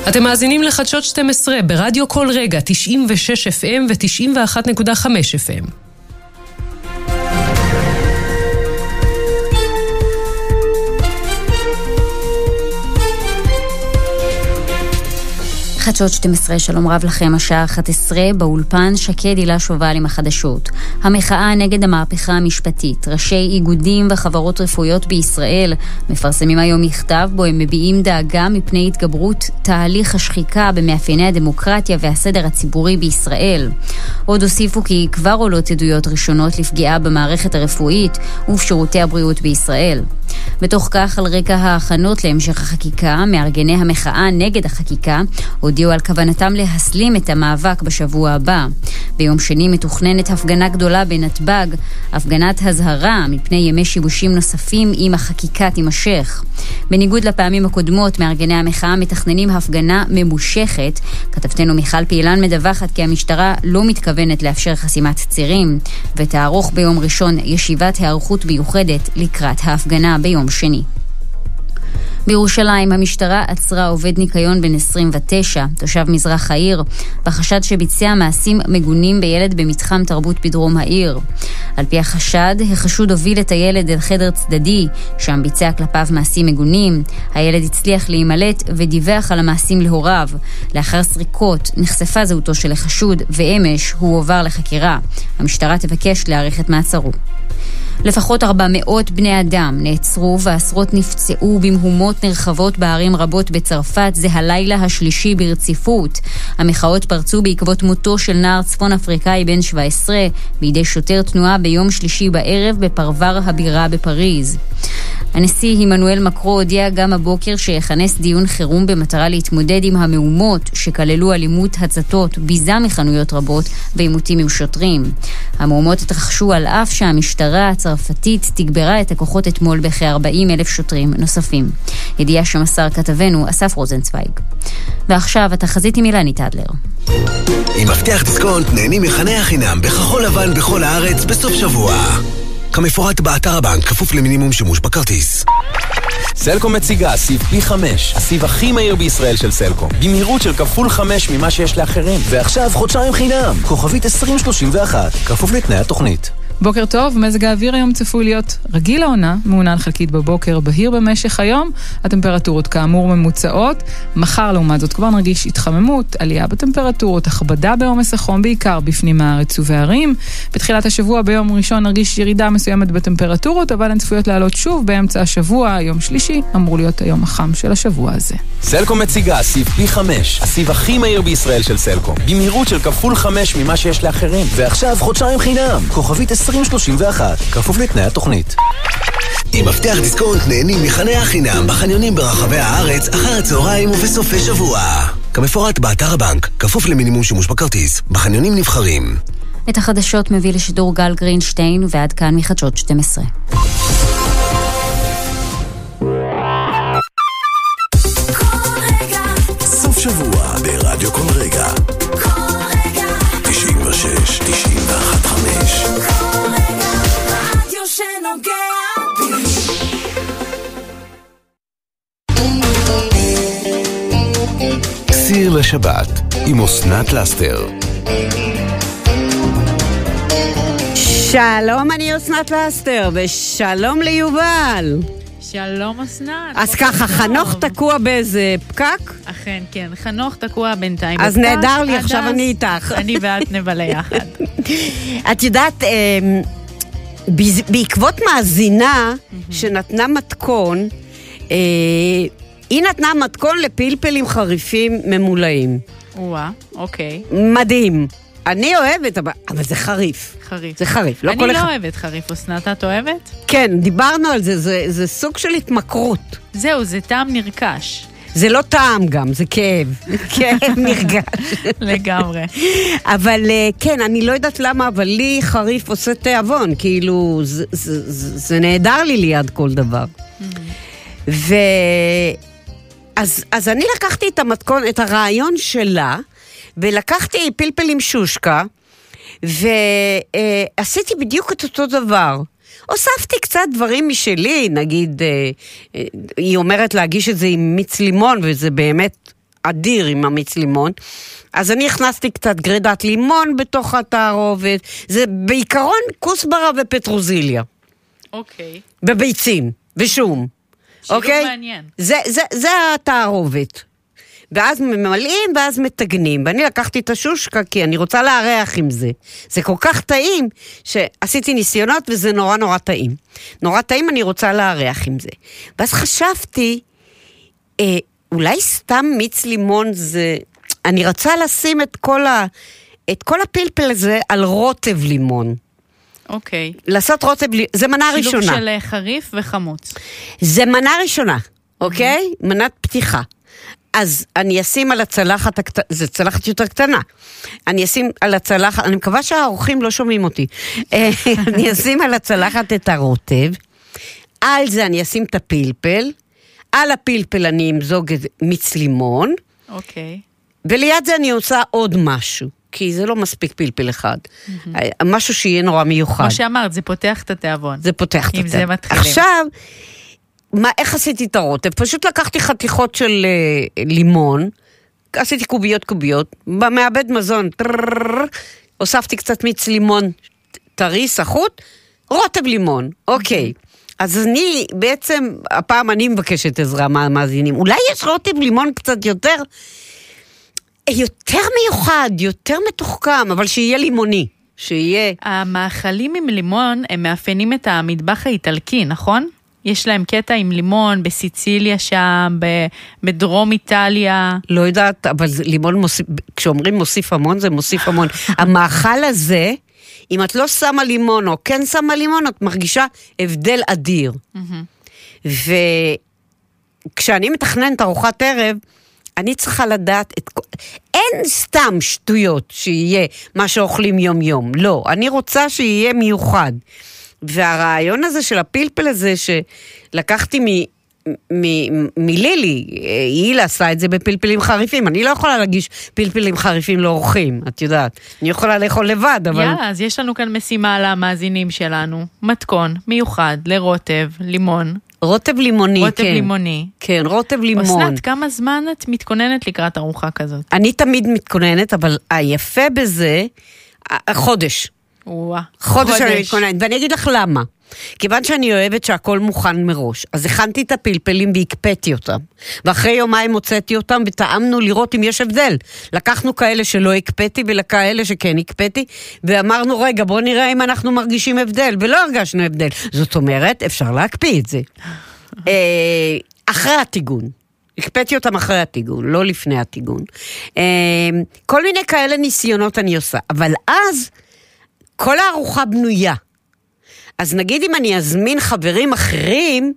אתם מאזינים לחדשות 12 ברדיו כל רגע, 96 FM ו-91.5 FM. חדשות 12, שלום רב לכם, השעה 11, באולפן שקד הילה שובל עם החדשות. המחאה נגד המהפכה המשפטית. ראשי איגודים וחברות רפואיות בישראל מפרסמים היום מכתב בו הם מביעים דאגה מפני התגברות תהליך השחיקה במאפייני הדמוקרטיה והסדר הציבורי בישראל. עוד הוסיפו כי כבר עולות עדויות ראשונות לפגיעה במערכת הרפואית ובשירותי הבריאות בישראל. בתוך כך, על רקע ההכנות להמשך החקיקה, מארגני המחאה נגד החקיקה הודיעו על כוונתם להסלים את המאבק בשבוע הבא. ביום שני מתוכננת הפגנה גדולה בנתב"ג, הפגנת הזהרה מפני ימי שיבושים נוספים אם החקיקה תימשך. בניגוד לפעמים הקודמות, מארגני המחאה מתכננים הפגנה ממושכת. כתבתנו מיכל פילן מדווחת כי המשטרה לא מתכוונת לאפשר חסימת צירים, ותערוך ביום ראשון ישיבת הערכות מיוחדת לקראת ההפגנה ביום שני. בירושלים המשטרה עצרה עובד ניקיון בן 29, תושב מזרח העיר, בחשד שביצע מעשים מגונים בילד במתחם תרבות בדרום העיר. על פי החשד, החשוד הוביל את הילד אל חדר צדדי, שם ביצע כלפיו מעשים מגונים. הילד הצליח להימלט ודיווח על המעשים להוריו. לאחר סריקות נחשפה זהותו של החשוד, ואמש הוא עובר לחקירה. המשטרה תבקש להאריך את מעצרו. לפחות 400 בני אדם נעצרו ועשרות נפצעו במהומות נרחבות בערים רבות בצרפת. זה הלילה השלישי ברציפות. המחאות פרצו בעקבות מותו של נער צפון אפריקאי בן 17 בידי שוטר תנועה ביום שלישי בערב בפרבר הבירה בפריז. הנשיא עמנואל מקרו הודיע גם הבוקר שיכנס דיון חירום במטרה להתמודד עם המהומות שכללו אלימות, הצתות, ביזה מחנויות רבות ועימותים עם שוטרים. המהומות התרחשו על אף שהמשטרה הצרפתית תגברה את הכוחות אתמול בכ-40,000 שוטרים נוספים. ידיעה שמסר כתבנו אסף רוזנצוויג. ועכשיו התחזית עם אילני טדלר. עם מפתח דיסקונט נהנים מחניה חינם בכחול לבן בכל הארץ בסוף שבוע. כמפורט באתר הבנק, כפוף למינימום שימוש בכרטיס. סלקום מציגה סיב P5, הסיב הכי מהיר בישראל של סלקום, במהירות של כפול 5 ממה שיש לאחרים. ועכשיו חודשיים חינם, כוכבית 2031, כפוף לתנאי התוכנית. בוקר טוב, מזג האוויר היום צפוי להיות רגיל העונה, מעונן חלקית בבוקר, בהיר במשך היום, הטמפרטורות כאמור ממוצעות. מחר לעומת זאת כבר נרגיש התחממות, עלייה בטמפרטורות, הכבדה בעומס החום, בעיקר בפנים הארץ ובערים. בתחילת השבוע ביום ראשון נרגיש ירידה מסוימת בטמפרטורות, אבל הן צפויות לעלות שוב באמצע השבוע. יום שלישי אמור להיות היום החם של השבוע הזה. סלקום מציגה סיב P5, הסיב הכי מהיר בישראל של סלקום, במהירות של כפול 5 ממה שיש לאחרים. ועכשיו חודשיים חינם, כוכבית 2031, כפוף לתנאי התוכנית. עם מפתח דיסקונט נהנים מחניה חינם בחניונים ברחבי הארץ אחר הצהריים ובסופי שבוע. כמפורט באתר הבנק, כפוף למינימום שימוש בכרטיס, בחניונים נבחרים. את החדשות מביא לשידור גל גרינשטיין, ועד כאן מחדשות 12. סוף שבוע ברדיו כל רגע. 96, 91, 5. סיר לשבת עם אסנת לסטר. שלום, אני אסנת לסטר, ושלום ליובל. שלום אסנת. אז ככה, חנוך תקוע באיזה פקק? אכן, כן, חנוך תקוע בינתיים אז נהדר לי, עכשיו אני איתך. אני ואת נבלה יחד. את יודעת, בעקבות מאזינה שנתנה מתכון, היא נתנה מתכון לפלפלים חריפים ממולאים. וואה, אוקיי. מדהים. אני אוהבת, אבל זה חריף. חריף. זה חריף. אני לא אוהבת חריף, אסנת, את אוהבת? כן, דיברנו על זה, זה סוג של התמכרות. זהו, זה טעם נרכש. זה לא טעם גם, זה כאב. כאב נרגש. לגמרי. אבל כן, אני לא יודעת למה, אבל לי חריף עושה תיאבון, כאילו, זה נהדר לי ליד כל דבר. אז אני לקחתי את המתכון, את הרעיון שלה, ולקחתי פלפל עם שושקה, ועשיתי בדיוק את אותו דבר. הוספתי קצת דברים משלי, נגיד, היא אומרת להגיש את זה עם מיץ לימון, וזה באמת אדיר עם המיץ לימון, אז אני הכנסתי קצת גרידת לימון בתוך התערובת, זה בעיקרון כוסברה ופטרוזיליה. אוקיי. בביצים, ושום. שילוב אוקיי? מעניין. זה התערובת. ואז ממלאים ואז מתגנים. ואני לקחתי את השושקה כי אני רוצה להריח עם זה. זה כל כך טעים שעשיתי ניסיונות וזה נורא נורא טעים. נורא טעים, אני רוצה להריח עם זה. ואז חשבתי, אולי סתם מיץ לימון זה... אני רוצה לשים את כל הפלפל הזה על רוטב לימון. אוקיי. לעשות רוטב לימון, זה מנה ראשונה. שילוב של חריף וחמוץ. זה מנה ראשונה, אוקיי? מנת פתיחה. אז אני אשים על הצלחת, זה צלחת יותר קטנה. אני אשים על הצלחת, אני מקווה שהאורחים לא שומעים אותי. אני אשים על הצלחת את הרוטב, על זה אני אשים את הפלפל, על הפלפל אני אמזוג מיץ לימון, אוקיי. וליד זה אני עושה עוד משהו, כי זה לא מספיק פלפל אחד. משהו שיהיה נורא מיוחד. כמו שאמרת, זה פותח את התיאבון. זה פותח את עם זה מתחילים. עכשיו, איך עשיתי את הרוטב? פשוט לקחתי חתיכות של לימון, עשיתי קוביות, במעבד מזון, הוספתי קצת מיץ לימון טרי, סחוט, רוטב לימון, אוקיי. אז אני, בעצם, הפעם אני מבקשת עזרה מהמאזינים, אולי יש רוטב לימון קצת יותר מיוחד, יותר מתוחכם, אבל שיהיה לימוני, שיהיה... המאכלים עם לימון, הם מאפיינים את המטבח האיטלקי, נכון? יש להם קטע עם לימון בסיציליה שם, בדרום איטליה. לא יודעת, אבל לימון מוסיף, כשאומרים מוסיף המון, זה מוסיף המון. המאכל הזה, אם את לא שמה לימון או כן שמה לימון, את מרגישה הבדל אדיר. וכשאני מתכננת ארוחת ערב, אני צריכה לדעת, אין סתם שטויות שיהיה מה שאוכלים יום יום, לא, אני רוצה שיהיה מיוחד. והרעיון הזה של הפלפל הזה שלקחתי מלילי, היא עשה את זה בפלפלים חריפים, אני לא יכולה להגיש פלפלים חריפים לאורחים, את יודעת, אני יכולה לאכול לבד, אבל... יאללה, אז יש לנו כאן משימה למאזינים שלנו, מתכון מיוחד לרוטב, לימון. רוטב לימוני, רוטב כן. לימוני. כן, רוטב לימון. אסנת, כמה זמן את מתכוננת לקראת ארוחה כזאת? אני תמיד מתכוננת, אבל היפה בזה, חודש. חודש אני מתכוננת, ואני אגיד לך למה. כיוון שאני אוהבת שהכל מוכן מראש, אז הכנתי את הפלפלים והקפאתי אותם. ואחרי יומיים הוצאתי אותם וטעמנו לראות אם יש הבדל. לקחנו כאלה שלא הקפאתי ולכאלה שכן הקפאתי, ואמרנו רגע בוא נראה אם אנחנו מרגישים הבדל, ולא הרגשנו הבדל. זאת אומרת, אפשר להקפיא את זה. אחרי התיגון. הקפאתי אותם אחרי התיגון, לא לפני התיגון. כל מיני כאלה ניסיונות אני עושה, אבל אז כל הארוחה בנויה. אז נגיד אם אני אזמין חברים אחרים,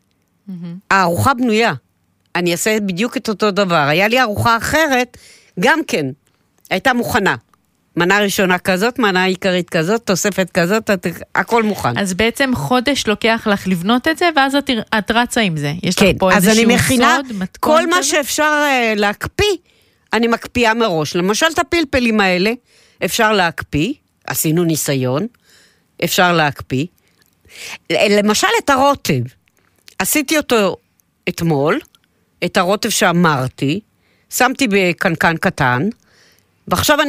הארוחה בנויה. אני אעשה בדיוק את אותו דבר. היה לי ארוחה אחרת, גם כן, הייתה מוכנה. מנה ראשונה כזאת, מנה עיקרית כזאת, תוספת כזאת, הכל מוכן. אז בעצם חודש לוקח לך לבנות את זה, ואז את רצה עם זה. יש כן, לך פה אז איזשהו אני מכינה, סוד, מתכון כל מה שאפשר להקפיא, אני מקפיאה מראש. למשל את הפלפלים האלה, אפשר להקפיא, עשינו ניסיון, אפשר להקפיא. למשל את הרוטב, עשיתי אותו אתמול, את הרוטב שאמרתי, שמתי בקנקן קטן, ועכשיו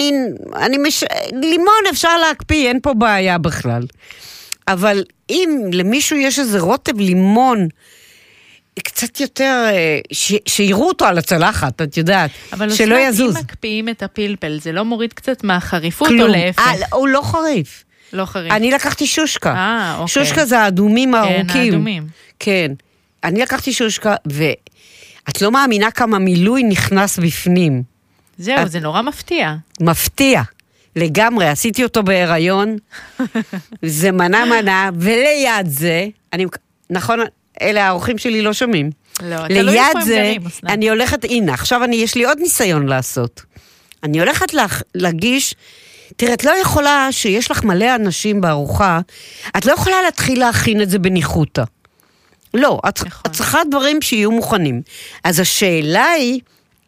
לימון אפשר להקפיא, אין פה בעיה בכלל. אבל אם למישהו יש איזה רוטב לימון, קצת יותר, שיראו אותו על הצלחת, את יודעת, שלא יזוז. אבל אם מקפיאים את הפלפל, זה לא מוריד קצת מהחריפות או להפך? הוא לא חריף. לא חריף. אני לקחתי שושקה. אוקיי. שושקה זה האדומים הארוכים. כן, האדומים. כן. אני לקחתי שושקה, ואת לא מאמינה כמה מילוי נכנס בפנים. זהו, זה נורא מפתיע. מפתיע. לגמרי, עשיתי אותו בהיריון, זה מנה, וליד זה, נכון, אלה האורחים שלי לא שומעים. לא, ליד זה, אני הולכת, הנה, עכשיו יש לי עוד ניסיון לעשות. אני הולכת להגיש, תראה, את לא יכולה, שיש לך מלא אנשים בארוחה, את לא יכולה להתחיל להכין את זה בניחותא. לא, את צריכה דברים שיהיו מוכנים. אז השאלה היא,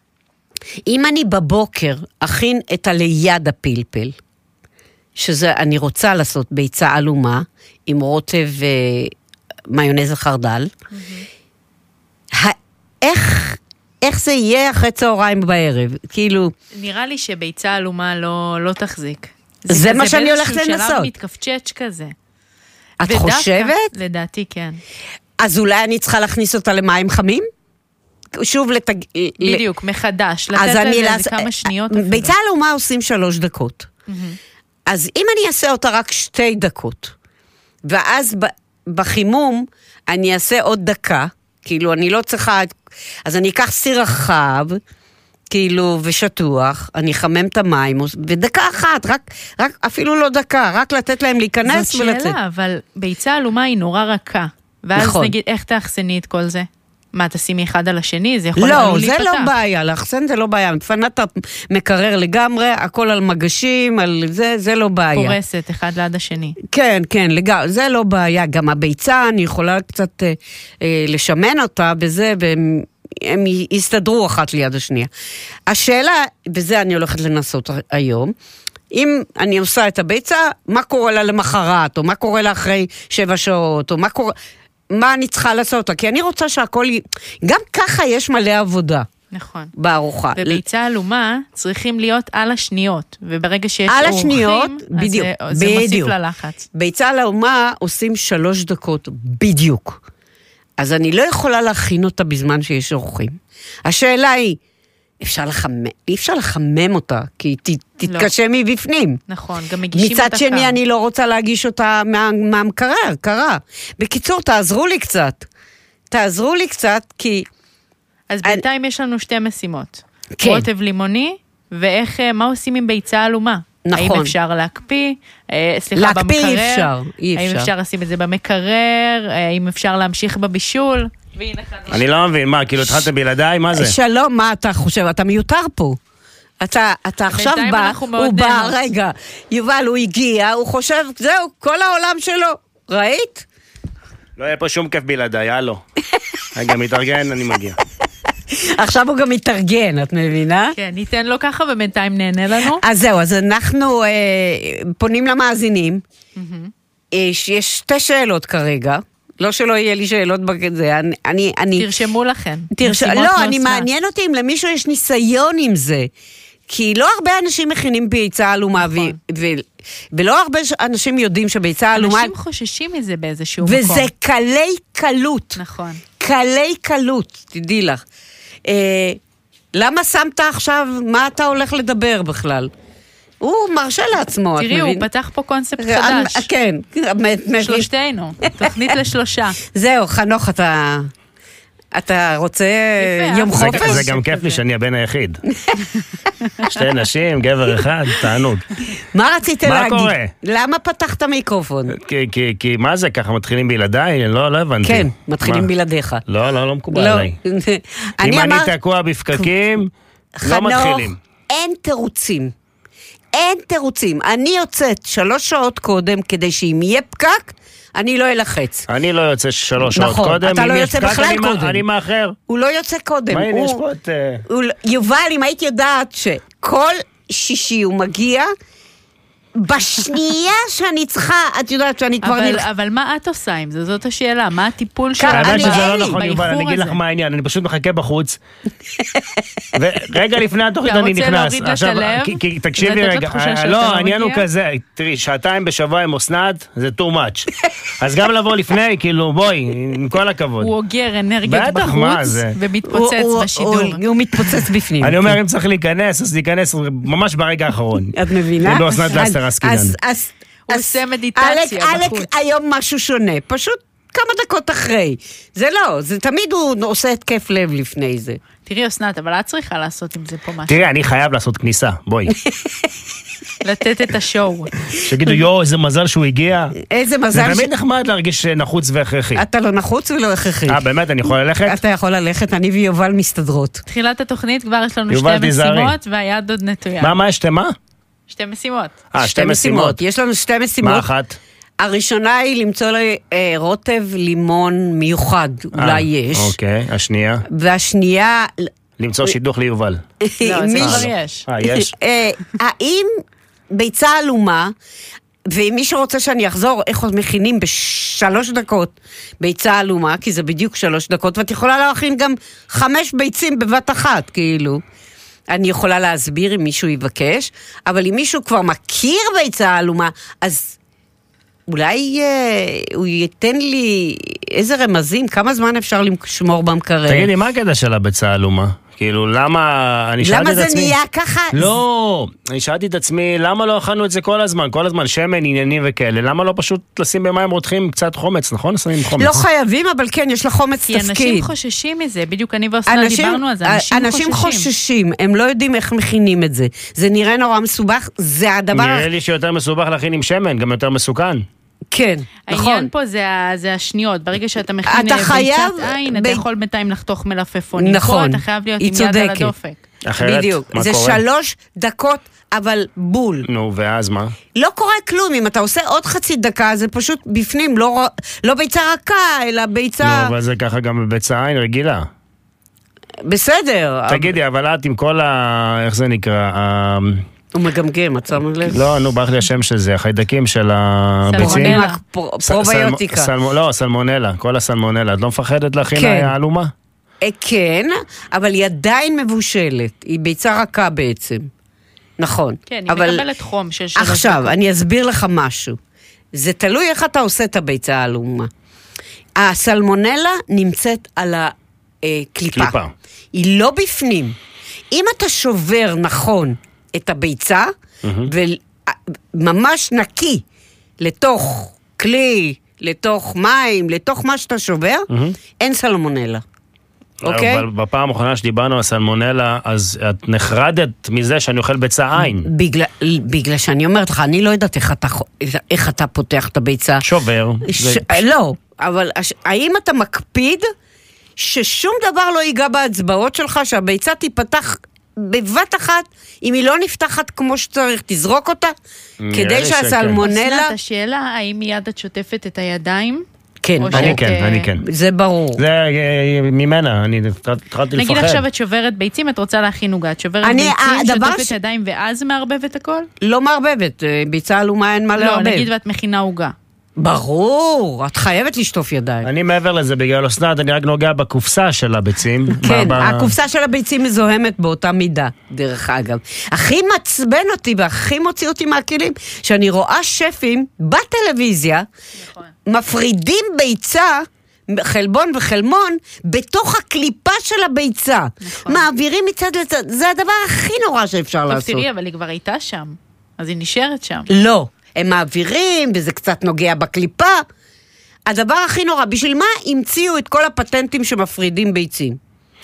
אם אני בבוקר אכין את הליד הפלפל, שזה אני רוצה לעשות ביצה אלומה, עם רוטב ומיונז וחרדל, איך איך זה יהיה אחרי צהריים בערב, כאילו... נראה לי שביצה אלומה לא תחזיק. זה מה שאני הולכת לנסות. באיזשהו שלב מתכווצ'ץ' כזה. את חושבת? לדעתי כן. אז אולי אני צריכה להכניס אותה למים חמים? שוב בדיוק, מחדש. לתת לזה כמה שניות אפילו. ביצה אלומה עושים 3 דקות. אז אם אני אעשה אותה רק 2 דקות, ואז בחימום אני אעשה עוד דקה, כאילו אני לא צריכה, אז אני אקח סיר רחב, כאילו ושטוח, אני אחמם את המים, ודקה אחת, רק אפילו לא דקה, רק לתת להם להיכנס ולצאת. זאת שאלה, אבל ביצה אלומה היא נורא רכה. ואז נגיד, איך תאחסני את כל זה? מה, תשימי אחד על השני? זה יכול לא, זה לא בעיה, לאחסן זה לא בעיה. מפנת מקרר לגמרי, הכל על מגשים, על זה לא בעיה. פורסת אחד ליד השני. כן, לגמרי, זה לא בעיה. גם הביצה, אני יכולה קצת לשמן אותה בזה, הם יסתדרו אחת ליד השנייה. השאלה, וזה אני הולכת לנסות היום, אם אני עושה את הביצה, מה קורה לה למחרת, או מה קורה לה אחרי 7 שעות, או מה אני צריכה לעשות לה, כי אני רוצה שהכל, גם ככה יש מלא עבודה. נכון. בארוחה. וביצה אלומה צריכים להיות על השניות, וברגע שיש על אורחים, השניות, בדיוק, אז זה מוסיף ללחץ. ביצה אלומה עושים 3 דקות בדיוק. אז אני לא יכולה להכין אותה בזמן שיש אורחים. השאלה היא, אי אפשר לחמם אותה, כי תתקשה מבפנים. נכון, גם מגישים אותה מצד שני, אני לא רוצה להגיש אותה מהמקרר, קרה. בקיצור, תעזרו לי קצת, כי... אז בינתיים יש לנו 2 משימות. כן. רוטב לימוני, ואיך, מה עושים עם ביצה אלומה? נכון. האם אפשר להקפיא? להקפיא במקרר? אי אפשר. האם אפשר לשים את זה במקרר? האם אפשר להמשיך בבישול? אני לא מבין, מה, כאילו התחלת בלעדיי? מה זה? שלום, מה אתה חושב? אתה מיותר פה. אתה עכשיו בא, הוא בא, רגע, יובל, הוא הגיע, הוא חושב, זהו, כל העולם שלו. ראית? לא יהיה פה שום כיף בלעדיי, הלו. רגע, מתארגן, אני מגיע. עכשיו הוא גם מתארגן, את מבינה? כן, ניתן לו ככה ובינתיים נהנה לנו. אז זהו, אז אנחנו פונים למאזינים. יש 2 שאלות כרגע. לא שלא יהיה לי שאלות בזה, תרשמו לכם. לא, אני מעניין אותי אם למישהו יש ניסיון עם זה. כי לא הרבה אנשים מכינים ביצה אלומה, ולא הרבה אנשים יודעים שביצה אלומה... אנשים חוששים מזה באיזשהו מקום. וזה קלי קלות. נכון. קלי קלות, תדעי לך. למה שמת עכשיו, מה אתה הולך לדבר בכלל? הוא מרשה לעצמו, את מבין? תראי, הוא פתח פה קונספט חדש. כן. 3, תוכנית ל3. זהו, חנוך, אתה רוצה יום חופש? זה גם כיף לי שאני הבן היחיד. 2 נשים, גבר אחד, תענוג. מה רצית להגיד? מה קורה? למה פתחת מיקרופון? כי מה זה, ככה מתחילים בלעדיי? לא הבנתי. כן, מתחילים בלעדיך. לא מקובל עליי. אם אני תקוע בפקקים, לא מתחילים. אין תירוצים. אני יוצאת 3 שעות קודם, כדי שאם יהיה פקק, אני לא אלחץ. אני לא יוצא 3 שעות קודם. אתה לא יוצא בכלל קודם. אני מאחר. הוא לא יוצא קודם. מה, יש פה את... יובל, אם היית יודעת שכל שישי הוא מגיע, בשנייה שאני צריכה, את יודעת שאני כבר... אבל מה את עושה עם זה? זאת השאלה. מה הטיפול שלך? האמת שזה לא נכון, יובל, אני אגיד לך מה העניין. אני פשוט מחכה בחוץ. ורגע לפני התוכנית אני נכנס. אתה רוצה להוריד את הלב? תקשיבי רגע. לא, העניין הוא כזה. תראי, 2 בשבוע עם אסנת, זה too much. אז גם לבוא לפני, כאילו, בואי, עם כל הכבוד. הוא אוגר אנרגיות בחוץ, ומתפוצץ בשידור. הוא מתפוצץ בפנים. אני אומר, אם צריך להיכנס, אז להיכנס ממש ברגע האחרון. את מבינה? הוא עושה מדיטציה בחוץ. אלק היום משהו שונה, פשוט כמה דקות אחרי. זה לא, זה תמיד הוא עושה את כיף לב לפני זה. תראי אסנת, אבל את צריכה לעשות עם זה פה משהו. תראי, אני חייב לעשות כניסה, בואי. לתת את השואו. שגידו, איזה מזל שהוא הגיע. איזה מזל. זה תמיד נחמד להרגיש נחוץ והכרחי. אתה לא נחוץ ולא הכרחי. באמת, אני יכול ללכת? אתה יכול ללכת, אני ויובל מסתדרות. תחילת התוכנית כבר יש לנו 2 משימות, והיד עוד נטויה. מה יש 2 משימות? 2 משימות. יש לנו 2 משימות. מה אחת? הראשונה היא למצוא רוטב לימון מיוחד, אולי יש. אוקיי, השנייה? והשנייה... למצוא שידוך ליובל. לא, זה כבר יש. יש? האם ביצה אלומה, ואם מישהו רוצה שאני אחזור, איך עוד מכינים ב3 דקות ביצה אלומה, כי זה בדיוק 3 דקות, ואת יכולה להכין גם 5 ביצים בבת אחת, כאילו. אני יכולה להסביר אם מישהו יבקש, אבל אם מישהו כבר מכיר ביצה אלומה, אז אולי הוא ייתן לי איזה רמזים, כמה זמן אפשר לשמור במקרר. תגידי, מה הקטע של הביצה אלומה? כאילו, למה... למה זה נהיה ככה? לא, אני שאלתי את עצמי, למה לא אכלנו את זה כל הזמן? כל הזמן שמן, עניינים וכאלה. למה לא פשוט לשים במים רותחים קצת חומץ, נכון? שמים חומץ. לא חייבים, אבל כן, יש לה חומץ תפקיד. כי אנשים חוששים מזה, בדיוק אני ואוסנה דיברנו על זה, אנשים חוששים, הם לא יודעים איך מכינים את זה. זה נראה נורא מסובך, זה הדבר... נראה לי שיותר מסובך להכין עם שמן, גם יותר מסוכן. כן, נכון. העניין פה זה השניות, ברגע שאתה מכין ביצת עין, אתה יכול בינתיים לחתוך מלפפונים. נכון, אתה חייב להיות עם יד על הדופק. אחרת, בדיוק, מה זה קורה? 3 דקות, אבל בול. נו, ואז מה? לא קורה כלום, אם אתה עושה עוד חצי דקה, זה פשוט בפנים, לא ביצה רכה, אלא ביצה... נו, אבל זה ככה גם בביצה עין רגילה. בסדר. תגידי, אבל את עם כל איך זה נקרא? הוא מגמגם, את שמה לב? לא, נו, ברח לי השם של זה, החיידקים של הביצים. סלמונלה. פרוביוטיקה. לא, סלמונלה, כל הסלמונלה. את לא מפחדת להכין אלומה? כן, אבל היא עדיין מבושלת. היא ביצה רכה בעצם. נכון. כן, היא מקבלת חום של 3 דקות. עכשיו, אני אסביר לך משהו. זה תלוי איך אתה עושה את הביצה האלומה. הסלמונלה נמצאת על הקליפה. היא לא בפנים. אם אתה שובר נכון את הביצה, וממש נקי לתוך כלי, לתוך מים, לתוך מה שאתה שובר, אין סלמונלה. אוקיי? אבל בפעם האחרונה שדיברנו על סלמונלה, אז את נחרדת מזה שאני אוכל ביצה עין. בגלל שאני אומרת לך, אני לא יודעת איך אתה פותח את הביצה. שובר. לא, אבל האם אתה מקפיד ששום דבר לא ייגע בהצבעות שלך, שהביצה תיפתח בבת אחת, אם היא לא נפתחת כמו שצריך, תזרוק אותה, כדי שהסלמונלה... אסנת, השאלה, האם מיד את שוטפת את הידיים? כן, אני כן. זה ברור. זה ממנה, אני התחלתי לפחד. נגיד עכשיו את שוברת ביצים, את רוצה להכין עוגה, את שוברת ביצים, שוטפת ידיים ואז מערבבת הכל? לא מערבבת, ביצה אלומה אין מה לערבב. לא, נגיד ואת מכינה עוגה. ברור, את חייבת לשטוף ידיים. אני מעבר לזה, בגלל אסנת, אני רק נוגע בקופסה של הביצים. כן, הקופסה של הביצים מזוהמת באותה מידה, דרך אגב. הכי מעצבן אותי והכי מוציא אותי מהכלים, שאני רואה שפים בטלוויזיה, מפרידים ביצה, חלבון וחלמון, בתוך הקליפה של הביצה. מעבירים מצד לצד, זה הדבר הכי נורא שאפשר לעשות. טוב, תראי, אבל היא כבר הייתה שם, אז היא נשארת שם. לא. הם מעבירים, וזה קצת נוגע בקליפה. הדבר הכי נורא, בשביל מה המציאו את כל הפטנטים שמפרידים ביצים?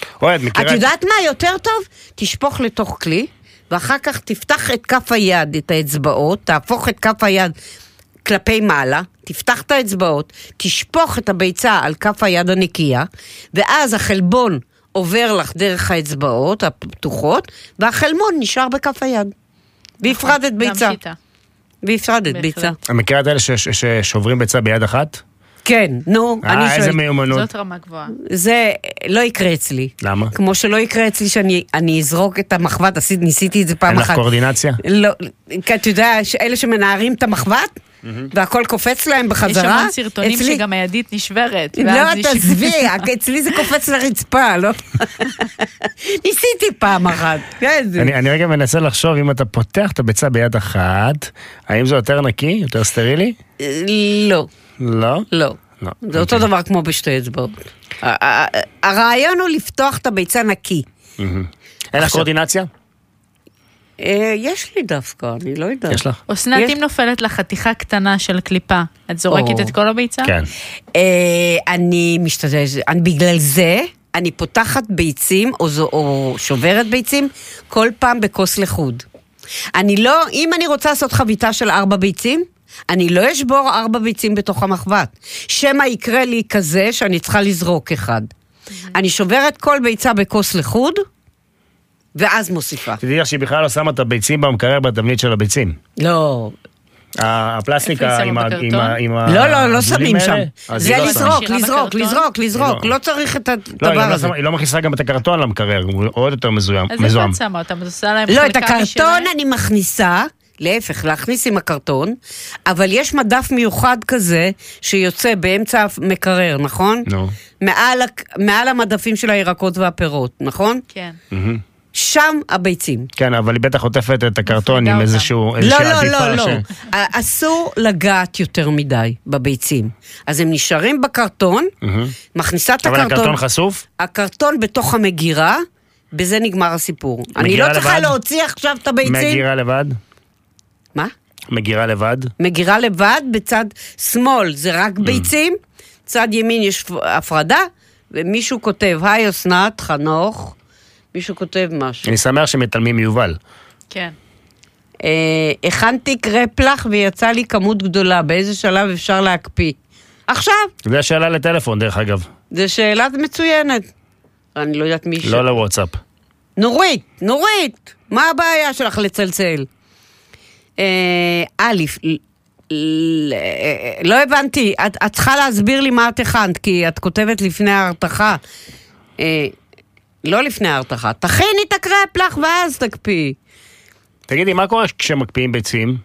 את יודעת מה יותר טוב? תשפוך לתוך כלי, ואחר כך תפתח את כף היד, את האצבעות, תהפוך את כף היד כלפי מעלה, תפתח את האצבעות, תשפוך את הביצה על כף היד הנקייה, ואז החלבון עובר לך דרך האצבעות הפתוחות, והחלמון נשאר בכף היד. והפרדת ביצה. גם שיטה. והפרדת ביצה. המקרה האלה ששוברים ביצה ביד אחת? כן, נו. איזה מיומנות. זאת רמה גבוהה. זה לא יקרה אצלי. למה? כמו שלא יקרה אצלי שאני אזרוק את המחבת, ניסיתי את זה פעם אחת. אין לך קואורדינציה? לא, כי אתה יודע, אלה שמנערים את המחבת, והכל קופץ להם בחזרה. יש המון סרטונים שגם הידית נשברת. לא, תעזבי, אצלי זה קופץ לרצפה, לא? ניסיתי פעם אחת. אני רגע מנסה לחשוב, אם אתה פותח את הביצה ביד אחת, האם זה יותר נקי, יותר סטרילי? לא. לא? לא. זה אותו דבר כמו בשתי אצבעות. הרעיון הוא לפתוח את הביצה נקי. אין לך קואורדינציה? יש לי דווקא, אני לא יודעת. יש לך? אסנת, אם נופלת לך חתיכה קטנה של קליפה, את זורקת את כל הביצה? כן. אני משתדלת, בגלל זה אני פותחת ביצים, או שוברת ביצים, כל פעם בכוס לחוד. אם אני רוצה לעשות חביתה של 4 ביצים, אני לא אשבור 4 ביצים בתוך המחבת. שמה יקרה לי כזה שאני צריכה לזרוק אחד. אני שוברת כל ביצה בכוס לחוד, ואז מוסיפה. תדעי לך שהיא בכלל לא שמה את הביצים במקרר בתבנית של הביצים. לא. הפלסטיקה עם לא שמים שם. זה לזרוק. לא צריך את הדבר הזה. היא לא מכניסה גם את הקרטון למקרר, הוא עוד יותר מזוהם. אז איך את שמה אותם? אז עושה להם לא, את הקרטון אני מכניסה, להפך, להכניס עם הקרטון, אבל יש מדף מיוחד כזה, שיוצא באמצע המקרר, נכון? נו. מעל המדפים של הירקות והפירות, נכון? כן. שם הביצים. כן, אבל היא בטח עוטפת את הקרטון עם איזשהו... לא. אסור לגעת יותר מדי בביצים. אז הם נשארים בקרטון, מכניסה את הקרטון... אבל הקרטון חשוף? הקרטון בתוך המגירה, בזה נגמר הסיפור. אני לא צריכה להוציא עכשיו את הביצים. מגירה לבד? מה? מגירה לבד? מגירה לבד, בצד שמאל זה רק ביצים, צד ימין יש הפרדה, ומישהו כותב, היי אסנת, חנוך, מישהו כותב משהו. אני שמח שמתעלמים מיובל. כן. הכנתי קרפלח ויצא לי כמות גדולה, באיזה שלב אפשר להקפיא? עכשיו. זה שאלה לטלפון דרך אגב. זה שאלה מצוינת. אני לא יודעת מי לא לוואטסאפ. נורית, מה הבעיה שלך לצלצל? לא הבנתי, את צריכה להסביר לי מה את הכנת, כי את כותבת לפני ההרתחה. לא לפני ההרתחה, תכיני את הקרפלח ואז תקפיא. תגידי, מה קורה כשמקפיאים ביצים?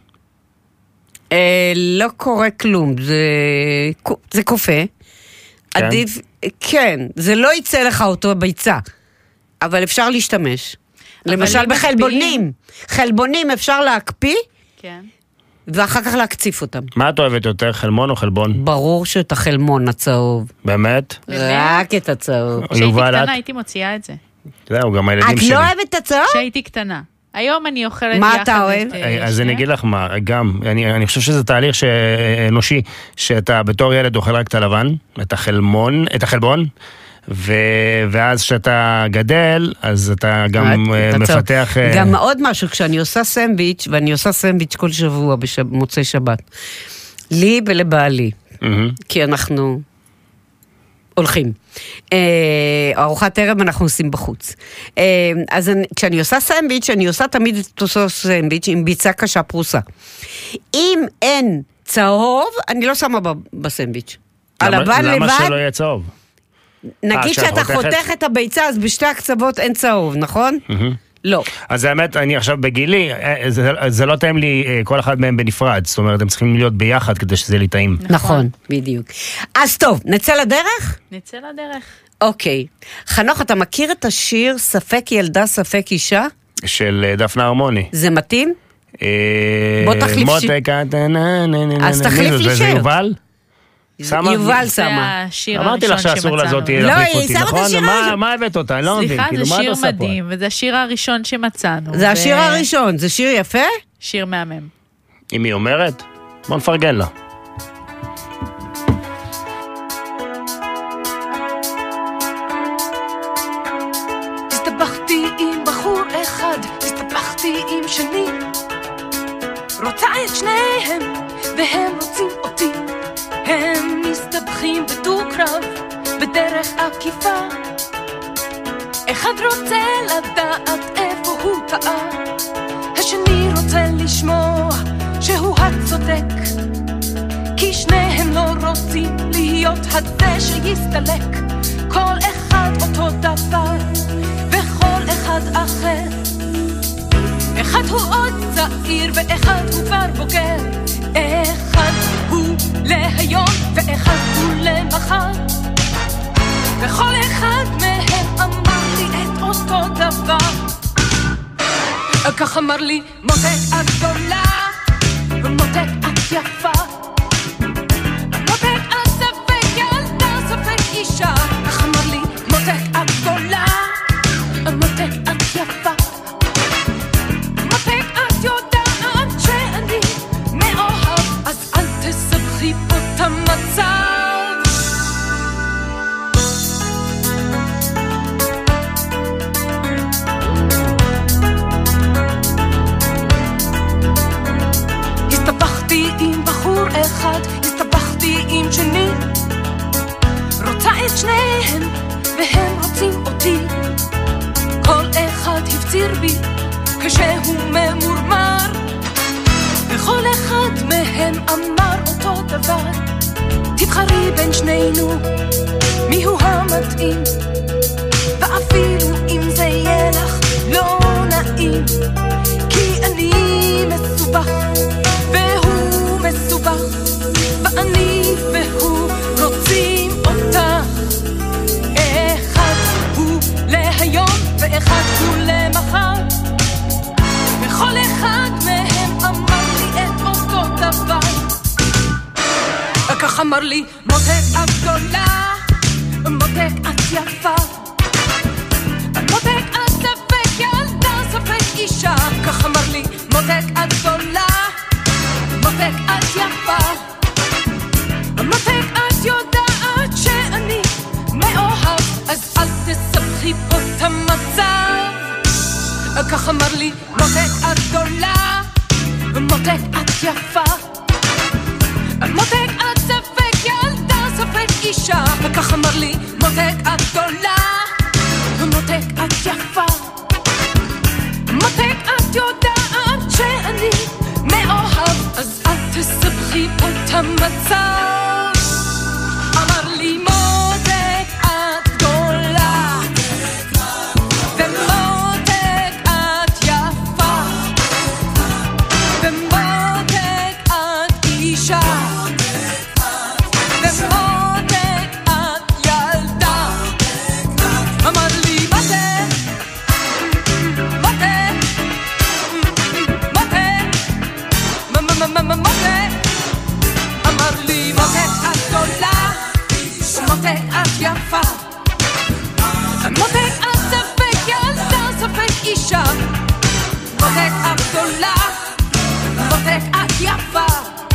לא קורה כלום, זה קופה. עדיף, כן, זה לא יצא לך אותו ביצה, אבל אפשר להשתמש. למשל בחלבונים. חלבונים אפשר להקפיא, כן. ואחר כך להקציף אותם. מה את אוהבת יותר, חלמון או חלבון? ברור שאת החלמון הצהוב. באמת? רק את הצהוב. כשהייתי קטנה הייתי מוציאה את זה. זהו, גם הילדים שלי. את לא אוהבת את הצהוב? כשהייתי קטנה. היום אני אוכלת מה יחד אתה אוהב? אז אני אגיד לך מה, גם, אני חושב שזה תהליך אנושי, שאתה בתור ילד אוכל רק את הלבן, את החלבון, ואז כשאתה גדל, אז אתה גם מפתח... גם עוד משהו, כשאני עושה סנדוויץ', ואני עושה סנדוויץ' כל שבוע במוצאי שבת, לי ולבעלי, כי אנחנו הולכים. ארוחת ערב אנחנו עושים בחוץ. אז כשאני עושה סנדוויץ', אני עושה תמיד את אותו סנדוויץ' עם ביצה קשה פרוסה. אם אין צהוב, אני לא שמה בסנדוויץ'. הלבן לבד... למה שלא יהיה צהוב? נגיד שאתה חותך את הביצה, אז בשתי הקצוות אין צהוב, נכון? לא. אז האמת, אני עכשיו בגילי, זה לא טעים לי כל אחד מהם בנפרד, זאת אומרת, הם צריכים להיות ביחד כדי שזה לי טעים. נכון, בדיוק. אז טוב, נצא לדרך? נצא לדרך. אוקיי. חנוך, אתה מכיר את השיר ספק ילדה, ספק אישה? של דפנה הרמוני. זה מתאים? בוא תחליף שיר. אז תחליף לי שיר. זה יובל? יובל שמה. אמרתי לך שאסור לזאת להחליף אותי, נכון? מה הבאת אותה? אני לא מבין. סליחה, זה שיר מדהים, וזה השיר הראשון שמצאנו. זה השיר הראשון, זה שיר יפה? שיר מהמם. אם היא אומרת, בוא נפרגן לה. הסתבכתי עם בחור אחד, הסתבכתי עם שני, רוצה את שניהם והם רוצים אותי, הם מסתבכים בדו-קרב בדרך עקיפה, אחד רוצה לדעת איפה הוא טעה, השני רוצה לשמוע שהוא הצודק, כי שניהם לא רוצים להיות הזה שיסתלק, כל אחד אותו דבר וכל אחד אחר, אחד הוא עוד צעיר ואחד הוא כבר בוגר, אחד הוא להיום ואחד הוא למחר, וכל אחד מהם אמר לי את אותו דבר, כך אמר לי מותק את גדולה ומותק את יפה, מותק את ספק ילדה ספק אישה, כך אמר לי מותק את גדולה מותק את יפה, מותק את יודעת שאני מאוהב, אז אל תסבכי פה את המצב. הסתבכתי עם בחור אחד, הסתבכתי עם שני, רוצה את שניהם והם רוצים אותי, כל אחד הפציר בי כשהוא ממורמר, וכל אחד מהם אמר אותו דבר, תבחרי בין שנינו מיהו המתאים, ואפילו אם זה יהיה לך לא נעים, כי אני מסובך אמר לי מותק את גדולה, מותק את יפה, מותק את ספק ילדה ספק אישה, כך אמר לי מותק את גדולה, מותק את יפה, מותק את יודעת שאני מאוהב, אז אל תסבכי פה את המצב, כך אמר לי מותק את גדולה, מותק את יפה, מותק את ספק ילדה ספק אישה, וכך אמר לי מותק את גדולה, מותק את יפה, מותק את יודעת שאני מאוהב, אז אל תסבכי פה את המצב. אמר לי מותק את גדולה, ומותק את יפה, ומותק את אישה, ומותק את ילדה. אמר לי מותק, מותק, מותק, מותק, אמר לי מותק את גדולה, מותק את יפה, מותק את ספק ילדה ספק אישה, מותק את גדולה, מותק את יפה,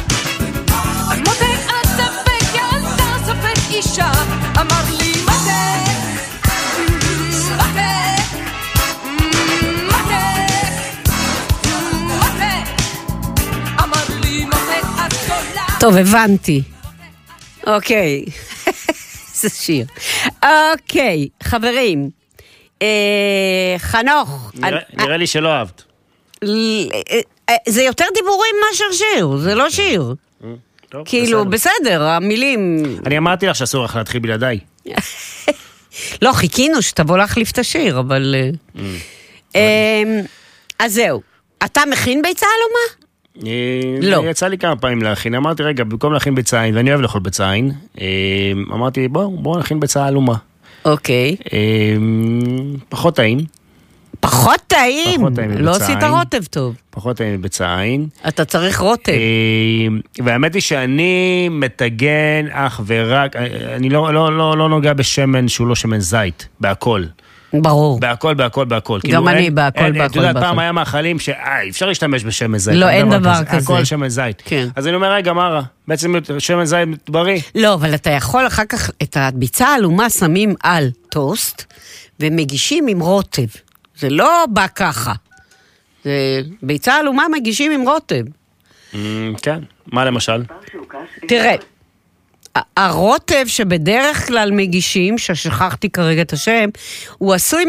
מותק את ספק ילדה ספק אישה, אמר לי מותק, מותק, מותק, מותק, אמר לי מותק את גדולה. טוב, הבנתי. אוקיי. זה שיר. אוקיי, חברים. חנוך. נראה לי שלא אהבת. זה יותר דיבורים מאשר שיר, זה לא שיר. טוב, כאילו, בסדר, המילים... אני אמרתי לך שאסור לך להתחיל בלעדיי. לא, חיכינו שתבוא להחליף את השיר, אבל... אז זהו. אתה מכין ביצה אלומה? לא. יצא לי כמה פעמים להכין, אמרתי רגע, במקום להכין ביצה עין, ואני אוהב לאכול ביצה עין, אמרתי בואו נכין ביצה אלומה. אוקיי. פחות טעים. פחות טעים? פחות טעים לא מביצה עשית עין. רוטב טוב. פחות טעים מביצה עין. אתה צריך רוטב. והאמת היא שאני מתגן אך ורק, אני לא נוגע בשמן שהוא לא שמן זית, בהכל. ברור. בהכל. גם אני בהכל. אתה יודע, פעם היה מאכלים אפשר להשתמש בשמן זית. לא, אין דבר כזה. הכל שמן זית. כן. אז אני אומר, רגע, מרה, בעצם שמן זית בריא. לא, אבל אתה יכול אחר כך את הביצה האלומה שמים על טוסט, ומגישים עם רוטב. זה לא בא ככה. זה ביצה אלומה מגישים עם רוטב. כן. מה למשל? תראה, הרוטב שבדרך כלל מגישים, ששכחתי כרגע את השם, הוא עשוי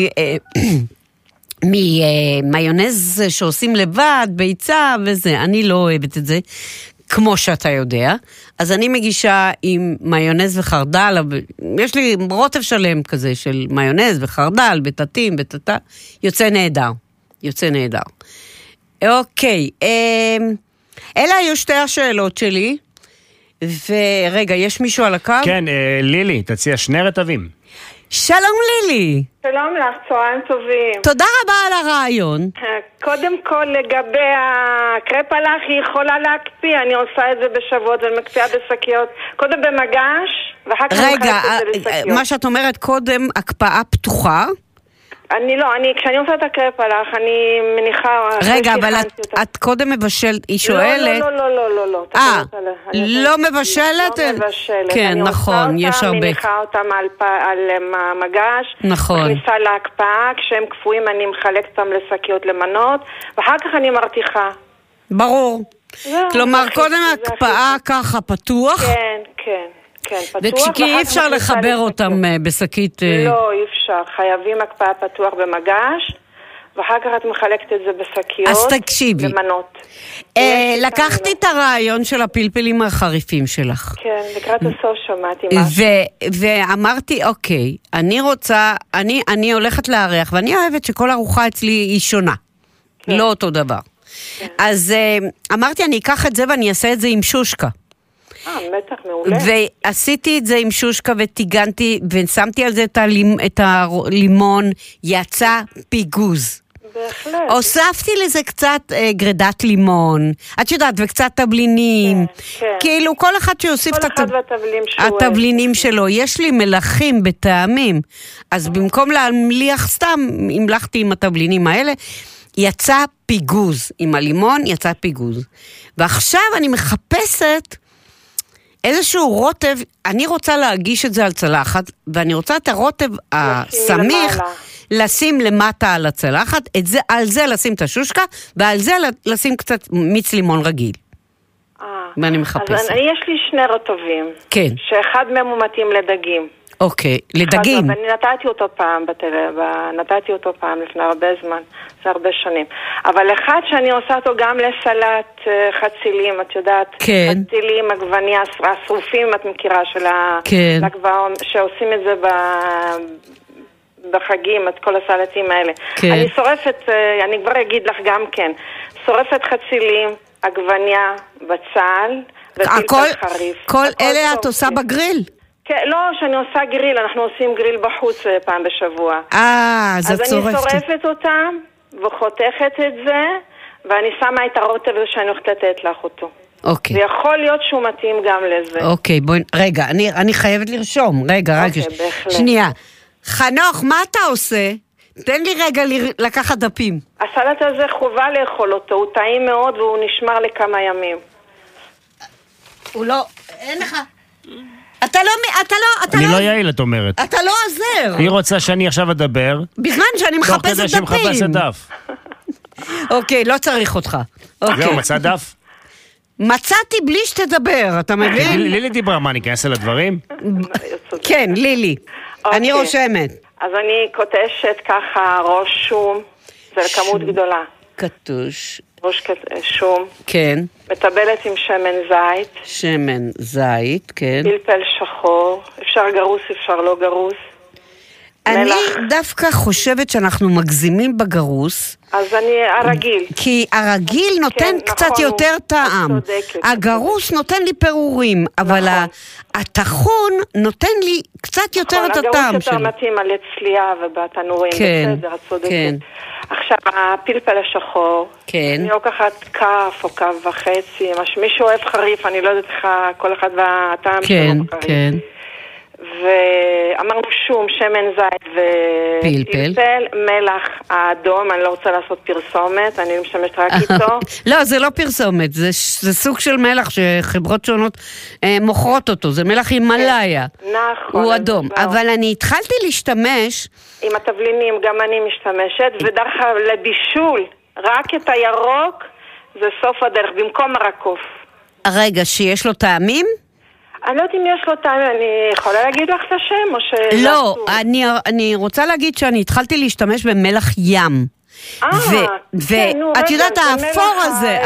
מיונז שעושים לבד, ביצה וזה. אני לא אוהבת את זה, כמו שאתה יודע. אז אני מגישה עם מיונז וחרדל, יש לי רוטב שלם כזה של מיונז וחרדל, בטטים, בטטה, יוצא נהדר. אוקיי, אלה היו שתי השאלות שלי. ורגע, יש מישהו על הקו? כן, לילי, תציע שני רטבים. שלום לילי. שלום לך, צהריים טובים. תודה רבה על הרעיון. קודם כל, לגבי הקרפלח, היא יכולה להקפיא, אני עושה את זה בשבועות ומקפיאה בשקיות. קודם במגש, ואחר כך רגע, מחלקת את זה בשקיות. מה שאת אומרת קודם, הקפאה פתוחה? כשאני עושה את הקרפלח, אני מניחה... רגע, אבל את קודם מבשלת, היא שואלת... לא. לא מבשלת? לא מבשלת. כן, נכון, יש הרבה. אני מניחה אותם על מגש. נכון. מכניסה להקפאה, כשהם קפואים אני מחלקת אותם לשקיות למנות, ואחר כך אני מרתיחה. ברור. כלומר, קודם הקפאה ככה פתוח? כן, פתוח. וכי אי אפשר לחבר אותם בשקית... לא, אי אפשר. חייבים הקפאה פתוח במגש, ואחר כך את מחלקת את זה בשקיות. אז תקשיבי. למנות. לקחתי את הרעיון של הפלפלים החריפים שלך. כן, לקראת הסוף שמעתי משהו. ואמרתי, אוקיי, אני רוצה, אני הולכת לארח, ואני אוהבת שכל ארוחה אצלי היא שונה. לא אותו דבר. אז אמרתי, אני אקח את זה ואני אעשה את זה עם שושקה. בטח, מעולה. ועשיתי את זה עם שושקה וטיגנתי, ושמתי על זה את הלימון, יצא פיגוז. בהחלט. הוספתי לזה קצת גרדת לימון, את יודעת, וקצת תבלינים. כן. כאילו, כל אחד שיוסיף כל את אחד והתבלינים שהוא התבלינים שלו. יש לי מלחים בטעמים, אז במקום להמליח סתם, המלחתי עם התבלינים האלה, יצא פיגוז. עם הלימון יצא פיגוז. ועכשיו אני מחפשת איזשהו רוטב, אני רוצה להגיש את זה על צלחת, ואני רוצה את הרוטב הסמיך לשים למטה על הצלחת, על זה לשים את השושקה, ועל זה לשים קצת מיץ לימון רגיל. ואני מחפשת. אז יש לי שני רוטבים. כן. שאחד מהם הוא מתאים לדגים. אוקיי, לדגים. ואני נתתי אותו פעם לפני הרבה זמן, זה הרבה שנים. אבל אחד שאני עושה אותו גם לסלט חצילים, את יודעת, כן. חצילים, עגבניה, השרופים, את מכירה, כן. שעושים את זה בחגים, את כל הסלטים האלה. כן. אני שורפת, אני כבר אגיד לך גם כן, שורפת חצילים, עגבניה, בצל, ופלפל חריף. כל אלה את עושה בגריל? כן, לא, שאני עושה גריל, אנחנו עושים גריל בחוץ פעם בשבוע. אז את שורפת. אז אני שורפת אותם, וחותכת את זה, ואני שמה את הרוטב הזה שאני הולכת לתת לך אותו. אוקיי. ויכול להיות שהוא מתאים גם לזה. אוקיי, בואי, רגע, אני חייבת לרשום, רגע. אוקיי, בהחלט. שנייה. חנוך, מה אתה עושה? תן לי רגע לקחת דפים. הסלט הזה חובה לאכול אותו, הוא טעים מאוד והוא נשמר לכמה ימים. הוא לא, אין לך... אתה לא... אני לא יעיל, את אומרת. אתה לא עוזר. היא רוצה שאני עכשיו אדבר. בזמן שאני מחפשת דפים. תוך כדי שמחפשת דף. אוקיי, לא צריך אותך. זהו, מצא דף? מצאתי בלי שתדבר, אתה מבין? לילי דיברה, מה, אני אכנס על הדברים? כן, לילי. אני רושמת. אז אני קוטשת ככה ראש שום, זה לכמות גדולה. קטוש. ראש שום. כן. מטבלת עם שמן זית. שמן זית, כן. פלפל שחור. אפשר גרוס, אפשר לא גרוס. אני דווקא חושבת שאנחנו מגזימים בגרוס. אז הרגיל. כי הרגיל נותן קצת יותר טעם. הגרוס נותן לי פירורים, אבל התחון נותן לי קצת יותר את הטעם הגרוס שלו. יותר מתאים על צלייה ובתנורים. בסדר, את צודקת. עכשיו, הפלפל השחור. כן. אני לוקחת כף או כף וחצי. מישהו אוהב חריף, אני לא יודעת לך, כל אחד והטעם שלו חריף. כן. ואמרנו שום, שמן זית ופלפל, מלח האדום, אני לא רוצה לעשות פרסומת, אני משתמשת רק איתו. לא, זה לא פרסומת, זה סוג של מלח שחברות שונות מוכרות אותו, זה מלח הימלאיה. נכון. הוא אדום, אבל אני התחלתי להשתמש... עם התבלינים גם אני משתמשת, ודרך לבישול, רק את הירוק, זה סוף הדרך, במקום מרקוף. רגע, שיש לו טעמים? אני לא יודעת אם יש לו טעם, אני יכולה להגיד לך את השם או ש... לא, אני רוצה להגיד שאני התחלתי להשתמש במלח ים. ואת יודעת, האפור הזה,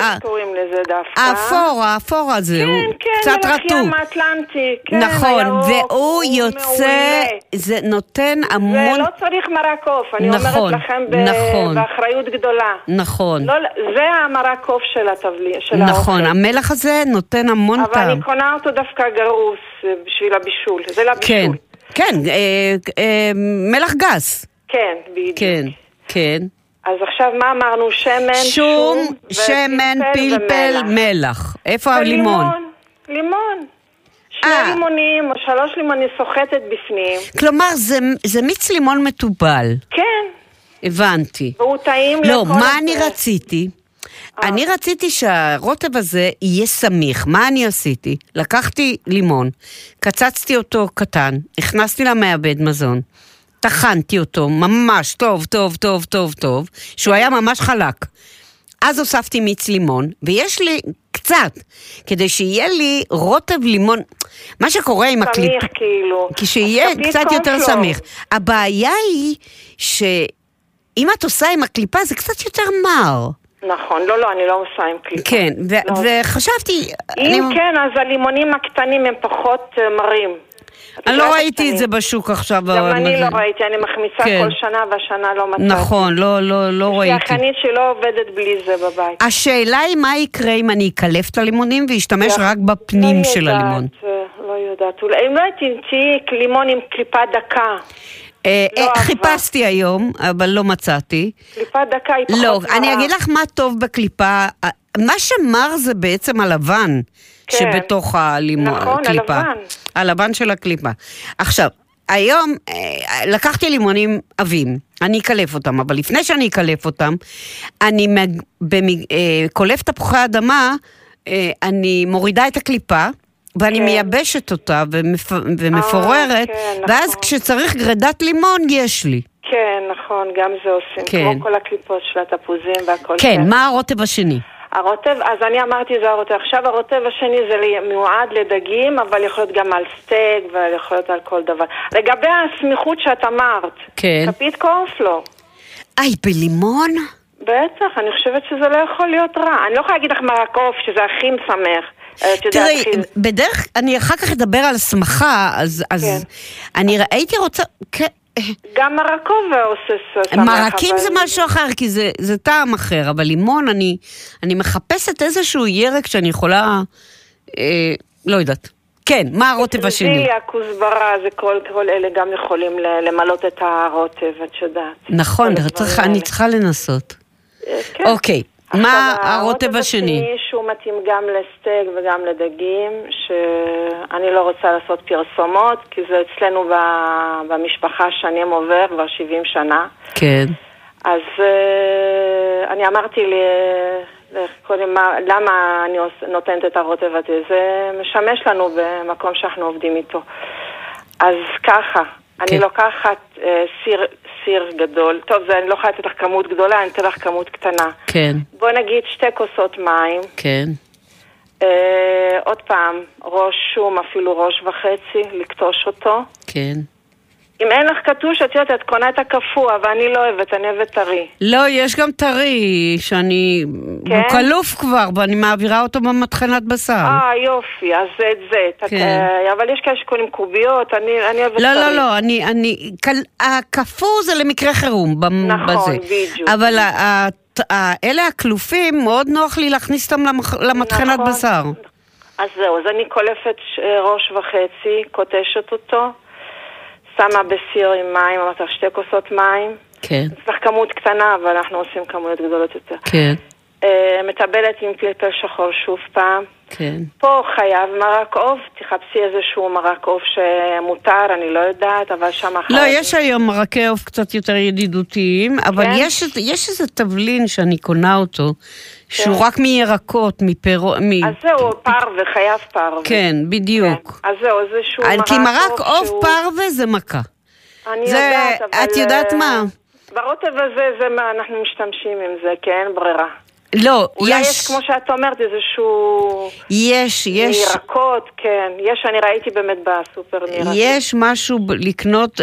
האפור הזה, הוא קצת רטוב. כן, מלח ים האטלנטי, נכון, והוא יוצא, זה נותן המון... ולא צריך מרקוף, אני אומרת לכם באחריות גדולה. נכון. זה המרקוף של האוכל. נכון, המלח הזה נותן המון טעם. אבל אני קונה אותו דווקא גרוס בשביל הבישול, זה לבישול. כן, מלח גס. כן, בדיוק. כן. אז עכשיו מה אמרנו? שום, שמן, פלפל, מלח. איפה הלימון? לימון. 2 לימונים או 3 לימונים סוחטת בפנים. כלומר, זה מיץ לימון מטובל. כן. הבנתי. והוא טעים לכל... לא, מה אני רציתי? אני רציתי שהרוטב הזה יהיה סמיך. מה אני עשיתי? לקחתי לימון, קצצתי אותו קטן, הכנסתי למעבד מזון, טחנתי אותו ממש טוב, שהוא היה ממש חלק. אז הוספתי מיץ לימון, ויש לי קצת, כדי שיהיה לי רוטב לימון, מה שקורה עם הקליפה, סמיך כאילו. כשיהיה קצת יותר סמיך. הבעיה היא שאם את עושה עם הקליפה, זה קצת יותר מר. נכון, לא, אני לא עושה עם קליפה. כן, וחשבתי... אם כן, אז הלימונים הקטנים הם פחות מרים. אני לא ראיתי את זה בשוק עכשיו. גם אני לא ראיתי, אני מחמיצה כל שנה והשנה לא מצאתי. נכון, לא ראיתי. יש לי החנית שלא עובדת בלי זה בבית. השאלה היא מה יקרה אם אני אקלף את הלימונים וישתמש רק בפנים של הלימון. לא יודעת, אם לא תמצאי לימון עם קליפה דקה. חיפשתי היום, אבל לא מצאתי. קליפה דקה היא פחות לא, מרה. אני אגיד לך מה טוב בקליפה, מה שמר זה בעצם הלבן שבתוך הקליפה. נכון, הלבן. הלבן של הקליפה. עכשיו, היום לקחתי לימונים עבים, אני אקלף אותם, אבל לפני שאני אקלף אותם, אני קולף תפוחי אדמה, אני מורידה את הקליפה, ואני מייבשת אותה ומפוררת, ואז כשצריך גרדת לימון יש לי. כן, נכון, גם זה עושים, כמו כל הקליפות של התפוזים והכל. כן, מה הרוטב השני? הרוטב, אז אני אמרתי זה הרוטב, עכשיו הרוטב השני זה מיועד לדגים, אבל יכול להיות גם על סטייק, ויכול להיות על כל דבר. לגבי הסמיכות שאת אמרת, כפית קורנפלור. בלימון? בטח, אני חושבת שזה לא יכול להיות רע. אני לא יכולה להגיד לך מרק עוף, שזה הכי משמח. תראי, בדרך, אני אחר כך אדבר על שמחה, אז אני הייתי רוצה... גם מרקוב עושה שמח. מרקים זה משהו אחר, כי זה טעם אחר, אבל לימון, אני מחפשת איזשהו ירק שאני יכולה, לא יודעת. כן, מה הרוטב השני? זיליה, כוסברה, זה כל אלה גם יכולים למלות את הרוטב, את יודעת. נכון, אני צריכה לנסות. אוקיי. מה הרוטב השני? שהוא מתאים גם לסטייק וגם לדגים, שאני לא רוצה לעשות פרסומות, כי זה אצלנו במשפחה שנים עובר, כבר 70 שנה. כן. אז אני אמרתי לי, קודם, למה אני נותנת את הרוטב הזה? זה משמש לנו במקום שאנחנו עובדים איתו. אז ככה, אני לוקחת סיר גדול. טוב, אני לא יכולה לתת לך כמות גדולה, אני אתן לך כמות קטנה. כן. בוא נגיד 2 כוסות מים. כן. עוד פעם, ראש שום, אפילו ראש וחצי, לקטוש אותו. כן. אם אין לך קטוש, את יודעת, את קונה את הקפוא, אבל אני לא אוהבת, אני אוהבת טרי. לא, יש גם טרי, שאני... כן? הוא קלוף כבר, ואני מעבירה אותו במטחנת בשר. יופי, אז זה את זה. כן. אבל יש כאלה שקונים קוביות, אני אוהבת לא, טרי. לא, הקפוא זה למקרה חירום. נכון, בדיוק. אבל אלה הקלופים, מאוד נוח לי להכניס אותם למטחנת בשר. אז זהו, אז אני קולפת ראש וחצי, קוטשת אותו. שמה בסיר עם מים, אמרת 2 כוסות מים. כן. צריך כמות קטנה, אבל אנחנו עושים כמויות גדולות יותר. כן. מטבלת עם פלפל שחור שוב פעם. כן. פה חייב מרק עוף, תחפשי איזשהו מרק עוף שמותר, אני לא יודעת, אבל שם חייב. לא, יש היום מרקי עוף קצת יותר ידידותיים, אבל יש איזה תבלין שאני קונה אותו, שהוא רק מירקות, מפירות, אז זהו, פרווה, חייב פרווה. כן, בדיוק. אז זהו, איזשהו מרק עוף. כי מרק עוף פרווה זה מכה. אני יודעת, אבל... את יודעת מה? ברוטב הזה, אנחנו משתמשים עם זה, כי אין ברירה. לא, אולי יש, כמו שאת אומרת, איזשהו... יש. מירקות, כן. אני ראיתי באמת בסופר מירקות. יש משהו לקנות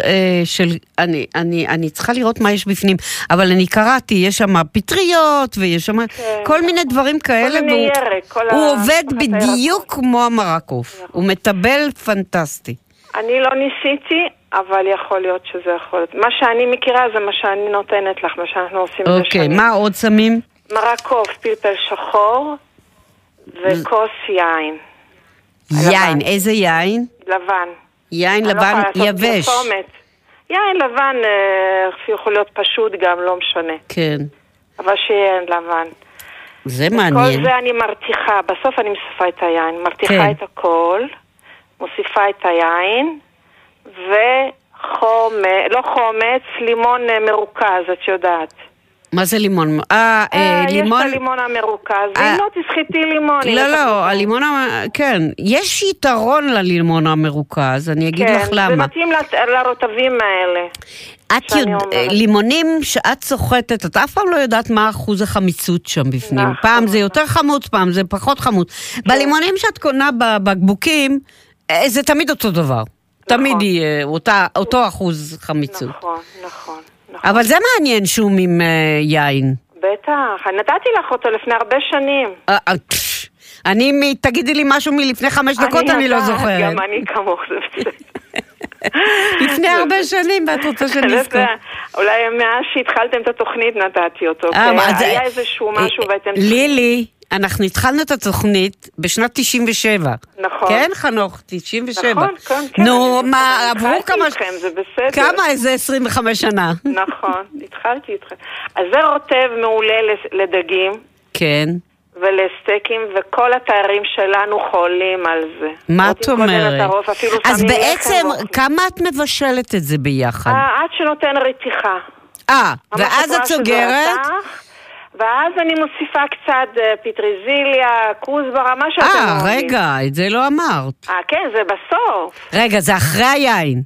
אני צריכה לראות מה יש בפנים, אבל אני קראתי, יש שם פטריות, ויש שם כל מיני דברים כאלה, כל מיני ירק. הוא עובד בדיוק כמו המרק עוף. הוא מטבל פנטסטי. אני לא ניסיתי, אבל יכול להיות שזה יכול להיות. מה שאני מכירה זה מה שאני נותנת לך, מה שאנחנו עושים בזה שנים. אוקיי, מה עוד שמים? מרק עוף, פלפל שחור וכוס יין. יין, איזה יין? לבן. יין לבן יבש. יין לבן יכול להיות פשוט גם, לא משנה. כן. אבל שיהיה לבן. זה מעניין. כל זה אני מרתיחה, בסוף אני מוסיפה את היין, מרתיחה את הכל, מוסיפה את היין, לא חומץ, לימון מרוכז, את יודעת. מה זה לימון? לימון... יש את הלימון המרוכז, ואם לא תסחיטי לימון. לא, הלימון, כן. יש יתרון ללימון המרוכז, אני אגיד לך למה. זה מתאים לרוטבים האלה. לימונים שאת סוחטת, את אף פעם לא יודעת מה אחוז החמיצות שם בפנים. פעם זה יותר חמוץ, פעם זה פחות חמוץ. בלימונים שאת קונה בבקבוקים, זה תמיד אותו דבר. תמיד יהיה אותו אחוז חמיצות. נכון. אבל זה מעניין שום עם יין. בטח, נתתי לך אותו לפני הרבה שנים. תגידי לי משהו מלפני 5 דקות, אני לא זוכרת. גם אני כמוך, זה בסדר. לפני הרבה שנים, ואת רוצה שנזכור. אולי מאז שהתחלתם את התוכנית נתתי אותו. היה איזשהו משהו ואתם... אנחנו התחלנו את התוכנית בשנת 97. נכון. כן, חנוך? 97. נכון, כן. נו, מה, עברו כמה... התחלתי איתכם, זה בסדר. כמה? איזה 25 שנה. נכון, התחלתי איתכם. אז זה רוטב מעולה לדגים. כן. ולסטייקים, וכל התיירים שלנו חולים על זה. מה את אומרת? אז בעצם, לחם כמה את מבשלת את זה ביחד? עד שנותן רתיחה. ואז את סוגרת? ואז אני מוסיפה קצת פטריזיליה, כוסברה, מה שאתם אומרים. רגע, את זה לא אמרת. כן, זה בסוף. רגע, זה אחרי היין.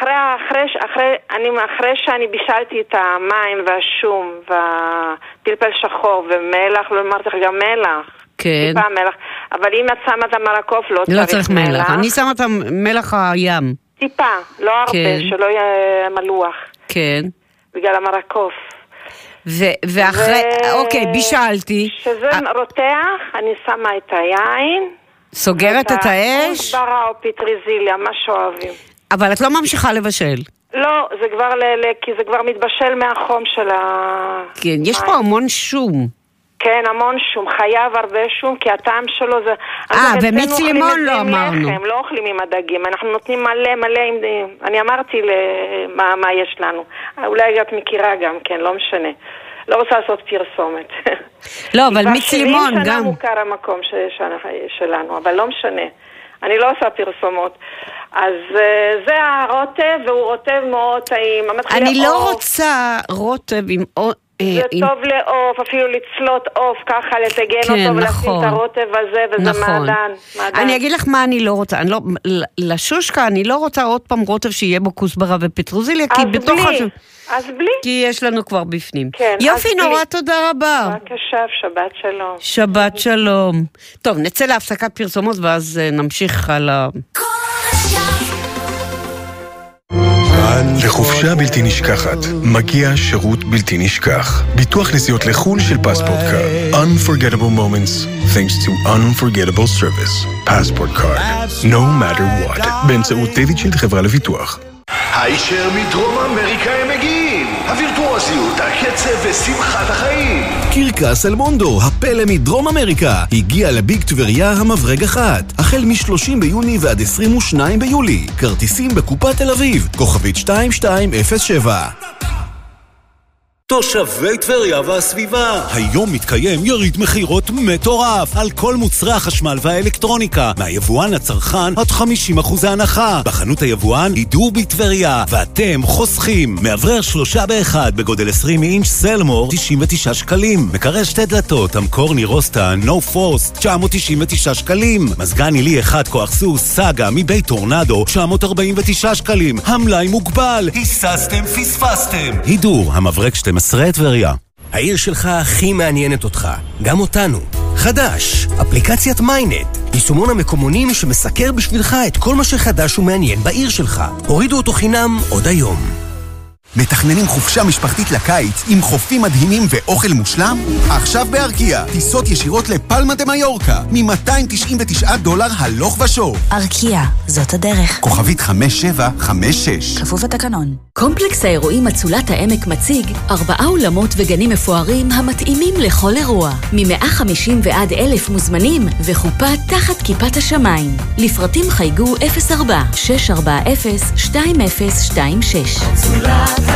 אחרי שאני בישלתי את המים והשום והפלפל שחור ומלח, לא אמרתי לך גם מלח. כן. טיפה מלח. אבל אם את שמה את המרקוף לא צריך מלח. אני שמה את המלח הים. טיפה, לא הרבה, שלא יהיה מלוח. כן. בגלל המרקוף. ואחרי, אוקיי, בישלתי. שזה רותח, אני שמה את היין. סוגרת את האש? כוסברה או פטריזיליה, מה שאוהבים. אבל את לא ממשיכה לבשל. לא, זה כבר כי זה כבר מתבשל מהחום של כן, יש פה המון שום. כן, המון שום, חייב הרבה שום, כי הטעם שלו זה... ומיץ לימון לא אמרנו. לא אוכלים עם הדגים, אנחנו נותנים מלא, אני אמרתי מה יש לנו. אולי את מכירה גם, כן, לא משנה. לא רוצה לעשות פרסומת. לא, אבל מיץ לימון גם. 70 שנה מוכר המקום שלנו, אבל לא משנה. אני לא עושה פרסומות. אז זה הרוטב, והוא רוטב מאוד טעים. אני לא רוצה רוטב עם... זה טוב לעוף, אפילו לצלות עוף ככה, לטגן אותו ולשים את הרוטב הזה, וזה מעדן. אני אגיד לך מה אני לא רוצה. לשושקה אני לא רוצה עוד פעם רוטב שיהיה בו כוסברה ופטרוזיליה, כי בתוך... אז בלי. כי יש לנו כבר בפנים. כן, יופי, נורא תודה רבה. בבקשה, שבת שלום. שבת שלום. טוב, נצא להפסקת פרסומות ואז נמשיך על ה... לחופשה בלתי נשכחת מגיע שירות בלתי נשכח. ביטוח נסיעות לחול של פספורט קארד. Unforgettable moments thanks to unforgettable service. פספורט קארד. No matter what. באמצעות דיוויד שילד, חברה לביטוח. הישר מדרום אמריקה הם מגיעים. הווירטואוזיות, הקצב ושמחת החיים. קרקס אלמונדו, הפלא מדרום אמריקה, הגיע לביג טבריה המברג 1. החל מ-30 ביוני ועד 22 ביולי. כרטיסים בקופת תל אביב, כוכבית 2207. תושבי טבריה והסביבה, היום מתקיים יריד מחירות מטורף על כל מוצרי החשמל והאלקטרוניקה, מהיבואן לצרכן עד 50% הנחה. בחנות היבואן הידור בטבריה, ואתם חוסכים. מאוורר 3 ב-1 בגודל 20 אינץ' סלמור 99 שקלים. מקרר 2 דלתות אמקור נירוסטה נו פורס 999 שקלים. מזגן עילי 1 כוח סוס סאגה מבית טורנדו 949 שקלים. המלאי מוגבל, היססתם פספסתם. הידור המברק 12 טבריה. העיר שלך הכי מעניינת אותך, גם אותנו. חדש, אפליקציית מיינט, יישומון המקומונים שמסקר בשבילך את כל מה שחדש ומעניין בעיר שלך. הורידו אותו חינם עוד היום. מתכננים חופשה משפחתית לקיץ עם חופים מדהימים ואוכל מושלם? עכשיו בארקיע, טיסות ישירות לפלמה דה מיורקה, $299 הלוך ושוב. ארקיע, זאת הדרך. כוכבית 5756. כפוף התקנון. קומפלקס האירועים אצולת העמק מציג 4 אולמות וגנים מפוארים המתאימים לכל אירוע. מ-150 ועד 1,000 מוזמנים וחופה תחת כיפת השמיים. לפרטים חייגו 04-640-2026. אצולת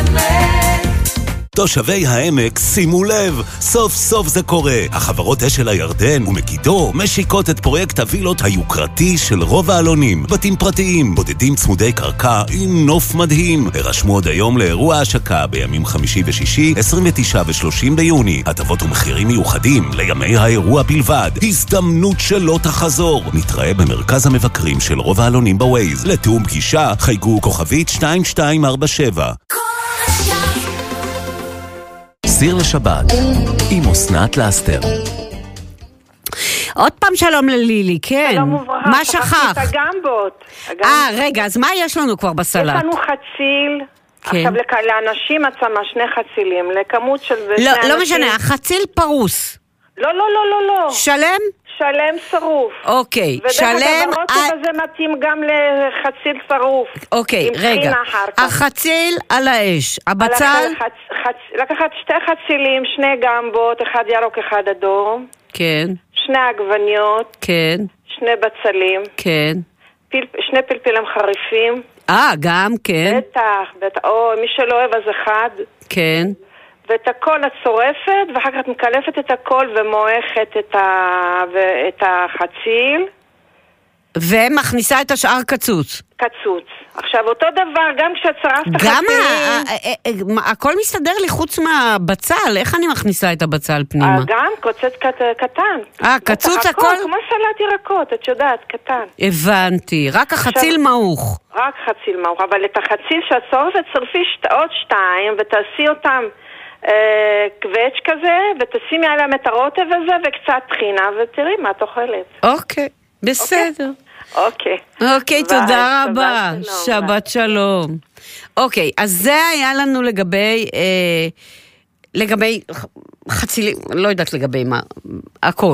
תושבי העמק, שימו לב, סוף סוף זה קורה. החברות אשל הירדן ומגידו משיקות את פרויקט הווילות היוקרתי של רוב העלונים. בתים פרטיים, בודדים צמודי קרקע עם נוף מדהים. הרשמו עוד היום לאירוע השקה בימים חמישי ושישי, 29 ו-30 ביוני. הטבות ומחירים מיוחדים לימי האירוע בלבד. הזדמנות שלא תחזור. נתראה במרכז המבקרים של רוב העלונים בווייז. לתאום פגישה, חייגו כוכבית 2247. סיר לשבת, עם אסנת לאסתר. עוד פעם שלום ללילי, כן. שלום וברכה. מה שכח? את הגמבות. רגע, אז מה יש לנו כבר בסלט? יש לנו חציל. כן. עכשיו לאנשים את שמה 2 חצילים, לכמות של 2 אנשים. לא משנה, החציל פרוס. לא. שלם? שלם שרוף. אוקיי, שלם... ודרך הרוטב הזה מתאים גם לחציל שרוף. אוקיי, רגע. החציל על האש. הבצל? לקחת 2 חצילים, 2 גמבות, 1 ירוק, 1 אדום. כן. כן. 2 עגבניות. כן. 2 בצלים. כן. 2 פלפלים חריפים. גם כן. בטח. או מי שלא אוהב אז 1. כן. ואת הכל את שורפת, ואחר כך את מקלפת את הכל ומועכת את החציל. ומכניסה את השאר קצוץ. קצוץ. עכשיו, אותו דבר, גם כשאת שרפת גם חצילים... הכל מסתדר לי חוץ מהבצל. איך אני מכניסה את הבצל פנימה? גם קוצץ קטן. קצוץ הכל? כמו סלט ירקות, את יודעת, קטן. הבנתי. רק החציל מעוך. רק חציל מעוך, אבל את החציל שאת שורפת, שרפי עוד 2, ותעשי אותם קווץ' כזה, ותשימי עליהם את הרוטב הזה, וקצת טחינה, ותראי מה את אוכלת. אוקיי. בסדר. אוקיי, תודה רבה. שבת שלום. אוקיי, אז זה היה לנו לגבי חצילים, לא יודעת לגבי מה, הכל.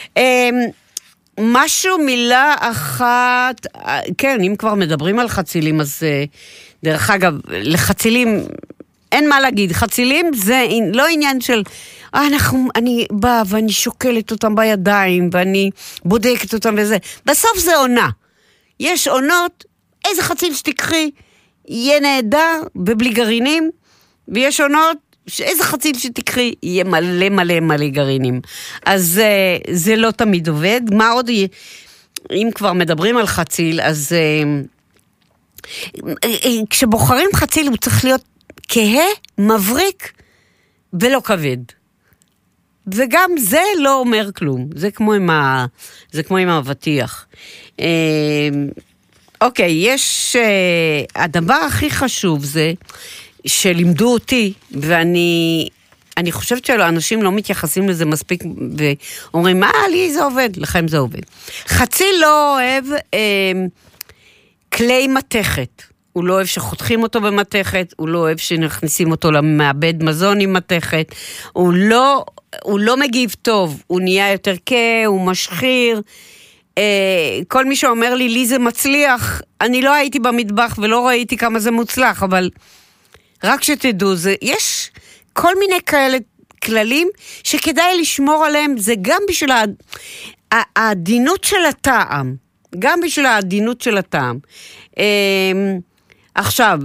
משהו, מילה אחת, כן, אם כבר מדברים על חצילים, אז דרך אגב, לחצילים, אין מה להגיד, חצילים זה לא עניין של... אני באה ואני שוקלת אותם בידיים, ואני בודקת אותם וזה. בסוף זה עונה. יש עונות, איזה חציל שתקחי, יהיה נהדר ובלי גרעינים, ויש עונות, איזה חציל שתקחי, יהיה מלא מלא מלא גרעינים. אז זה לא תמיד עובד. מה עוד, אם כבר מדברים על חציל, אז כשבוחרים חציל הוא צריך להיות כהה, מבריק ולא כבד. וגם זה לא אומר כלום. זה כמו עם האבטיח. אוקיי, יש... הדבר הכי חשוב זה שלימדו אותי, ואני חושבת שאנשים לא מתייחסים לזה מספיק, ואומרים, מה, לי זה עובד, לכם זה עובד. חציל לא אוהב כלי מתכת. הוא לא אוהב שחותכים אותו במתכת, הוא לא אוהב שנכניסים אותו למעבד מזון עם מתכת, הוא לא מגיב טוב, הוא נהיה יותר קה, הוא משחיר. כל מי שאומר לי זה מצליח, אני לא הייתי במטבח ולא ראיתי כמה זה מוצלח, אבל רק שתדעו, יש כל מיני כאלה כללים שכדאי לשמור עליהם, זה גם בשביל העדינות של הטעם, גם בשביל העדינות של הטעם. עכשיו,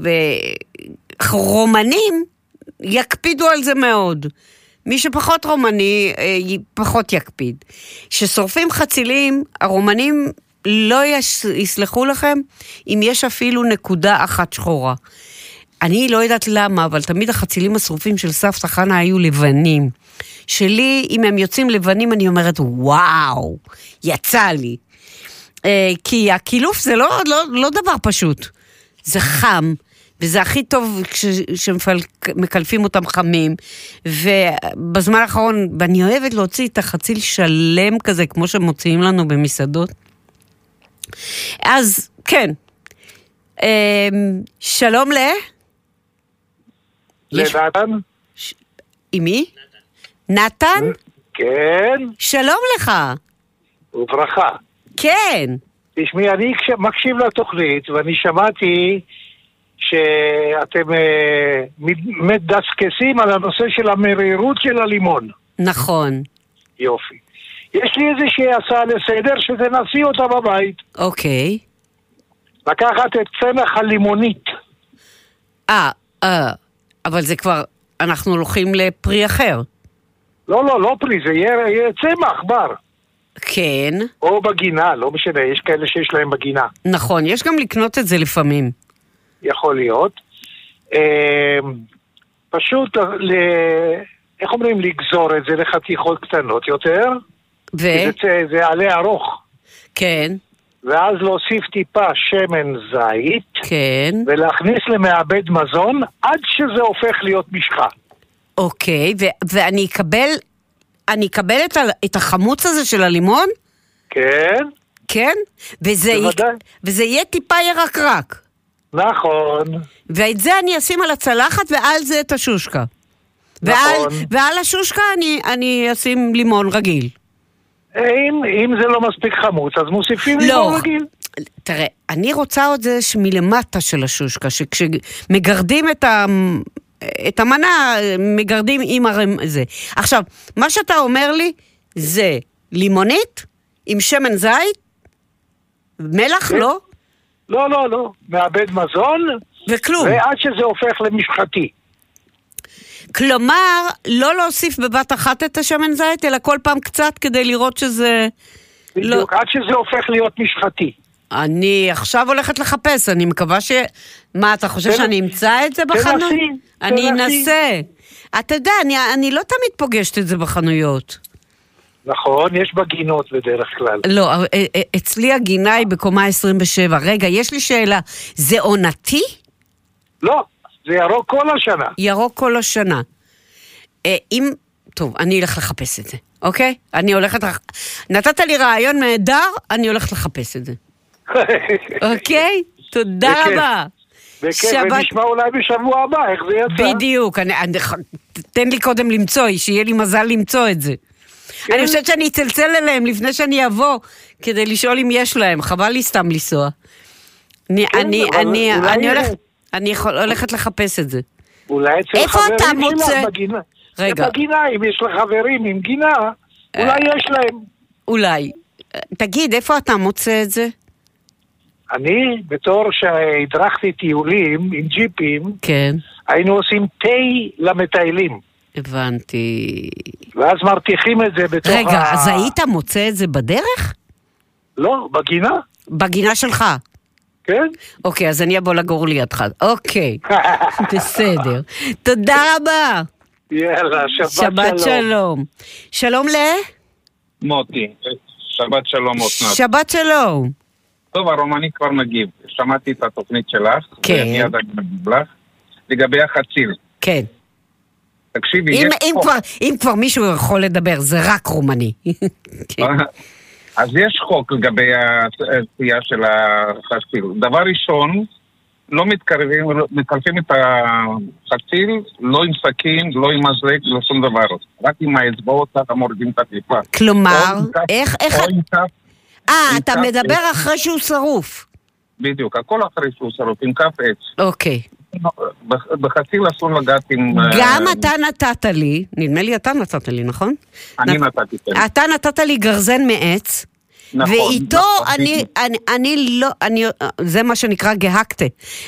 רומנים יקפידו על זה מאוד. מי שפחות רומני, פחות יקפיד. ששורפים חצילים, הרומנים לא יסלחו לכם אם יש אפילו נקודה אחת שחורה. אני לא יודעת למה, אבל תמיד החצילים השרופים של סבתא חנה היו לבנים. שלי, אם הם יוצאים לבנים, אני אומרת, וואו, יצא לי. כי הקילוף זה לא דבר פשוט. זה חם, וזה הכי טוב כשמקלפים אותם חמים, ובזמן האחרון, ואני אוהבת להוציא את החציל שלם כזה, כמו שמוציאים לנו במסעדות. אז, כן. שלום לנתן? עם מי? נתן? כן. שלום לך. וברכה. כן. תשמעי, אני מקשיב לתוכנית, ואני שמעתי שאתם מדסקסים על הנושא של המרירות של הלימון. נכון. יופי. יש לי איזושהי הצעה לסדר שתנסי אותה בבית. אוקיי. לקחת את צמח הלימונית. אבל זה כבר, אנחנו הולכים לפרי אחר. לא פרי, זה יהיה צמח, בר. כן. או בגינה, לא משנה, יש כאלה שיש להם בגינה. נכון, יש גם לקנות את זה לפעמים. יכול להיות. פשוט, איך אומרים, לגזור את זה לחתיכות קטנות יותר. זה עלה ארוך. כן. ואז להוסיף טיפה שמן זית. כן. ולהכניס למעבד מזון עד שזה הופך להיות משחה. אוקיי, ואני אקבל את החמוץ הזה של הלימון? כן. כן? וזה יהיה טיפה ירקרק. נכון. ואת זה אני אשים על הצלחת ועל זה את השושקה. נכון. ועל השושקה אני אשים לימון רגיל. אם זה לא מספיק חמוץ, אז מוסיפים לימון רגיל. תראה, אני רוצה עוד זה מלמטה של השושקה, שכשמגרדים את המנה, מגרדים עם זה. עכשיו, מה שאתה אומר לי, זה לימונית עם שמן זית, מלח, לא? לא. מעבד מזון. וכלום. ועד שזה הופך למשחתי. כלומר, לא להוסיף בבת אחת את השמן זית, אלא כל פעם קצת כדי לראות שזה... בדיוק, עד שזה הופך להיות משחתי. אני עכשיו הולכת לחפש, אני מקווה ש... מה, אתה חושב שאני אמצא את זה בחנות? אני אנסה. אתה יודע, אני לא תמיד פוגשת את זה בחנויות. נכון, יש בגינות בדרך כלל. לא, אצלי הגינה היא בקומה 27. רגע, יש לי שאלה, זה עונתי? לא, זה ירוק כל השנה. ירוק כל השנה. טוב, אני אלך לחפש את זה, אוקיי? אני הולכת... נתת לי רעיון נהדר, אני הולכת לחפש את זה. אוקיי? תודה רבה. ונשמע אולי בשבוע הבא, איך זה יצא? בדיוק, תן לי קודם למצוא, שיהיה לי מזל למצוא את זה. אני חושבת שאני אצלצל אליהם לפני שאני אבוא, כדי לשאול אם יש להם, חבל לי סתם לנסוע. אני הולכת לחפש את זה. אולי אצל חברים שלך בגינה. רגע. בגינה, אם יש לך חברים עם גינה, אולי יש להם. אולי. תגיד, איפה אתה מוצא את זה? אני, בתור שהדרכתי טיולים עם ג'יפים, כן. היינו עושים תה למטיילים. הבנתי. ואז מרתיחים את זה בתוך רגע, אז היית מוצא את זה בדרך? לא, בגינה. בגינה שלך? כן. אוקיי, אז אני אבוא לגור לידך. אוקיי, בסדר. תודה רבה. יאללה, שבת שלום. שלום מוטי, שבת שלום אסנת. שבת שלום. טוב, הרומני כבר מגיב. שמעתי את התוכנית שלך. כן. ומיד אני מגיב לך. לגבי החציל. כן. תקשיבי, אם כבר מישהו יכול לדבר, זה רק רומני. אז יש חוק לגבי התפייה של החציל. דבר ראשון, לא מקרבים את החציל, לא עם סכין, לא עם מזלג, לא שום דבר. רק עם האצבעות, ככה מורדים את הקליפה. כלומר, איך... אתה מדבר אחרי שהוא שרוף. בדיוק, הכל אחרי שהוא שרוף, עם כף עץ. אוקיי. בחציל אסור לגעת עם... גם אתה נתת לי, נדמה לי אתה נתת לי, נכון? אני נתתי, כן. אתה נתת לי גרזן מעץ, נכון. ואיתו אני לא, זה מה שנקרא גהקתה.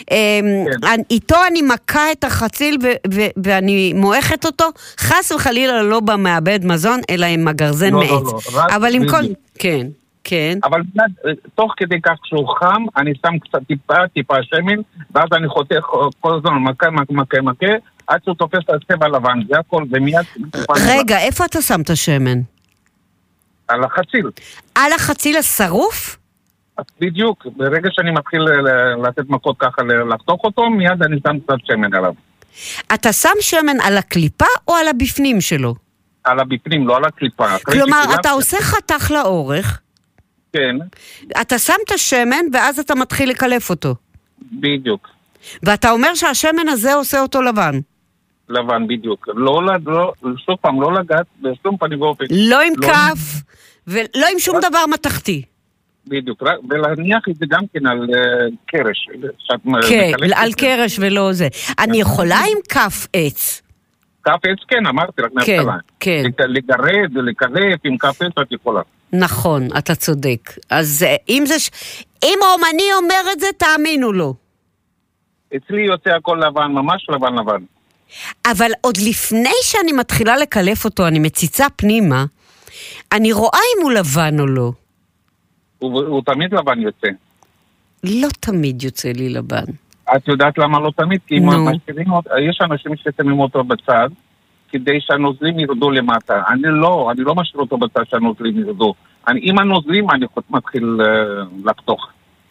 איתו אני מכה את החציל ואני מועכת אותו, חס וחלילה לא במעבד מזון, אלא עם הגרזן מעץ. אבל עם כל... כן. כן. אבל תוך כדי כך שהוא חם, אני שם קצת טיפה שמן, ואז אני חותך כל הזמן מכה, עד שהוא תופס את הצבע לבן, זה הכל, ומיד... רגע, איפה אתה שם את השמן? על החציל. על החציל השרוף? בדיוק, ברגע שאני מתחיל לתת מכות ככה, לחתוך אותו, מיד אני שם קצת שמן עליו. אתה שם שמן על הקליפה או על הבפנים שלו? על הבפנים, לא על הקליפה. כלומר, אתה עושה חתך לאורך, כן. אתה שם את השמן ואז אתה מתחיל לקלף אותו. בדיוק. ואתה אומר שהשמן הזה עושה אותו לבן. לבן, בדיוק. שוב פעם, לא לגעת בשום פנים ואופן. לא עם כף ולא עם שום דבר מתחתי. בדיוק, ולהניח את זה גם כן על קרש. כן, על קרש ולא זה. אני יכולה עם כף עץ. כף עץ כן, אמרתי רק מהתחלה. כן. לגרד ולקלף עם כף עץ את יכולה. נכון, אתה צודק. אז אם האומני אומר את זה, תאמינו לו. אצלי יוצא הכל לבן, ממש לבן. אבל עוד לפני שאני מתחילה לקלף אותו, אני מציצה פנימה, אני רואה אם הוא לבן או לא. הוא תמיד לבן יוצא. לא תמיד יוצא לי לבן. את יודעת למה לא תמיד? כי יש אנשים ששמים אותו בצד, כדי שהנוזלים ירדו למטה. אני לא משאיר אותו בצד שהנוזלים ירדו. עם הנוזלים אני מתחיל לחתוך.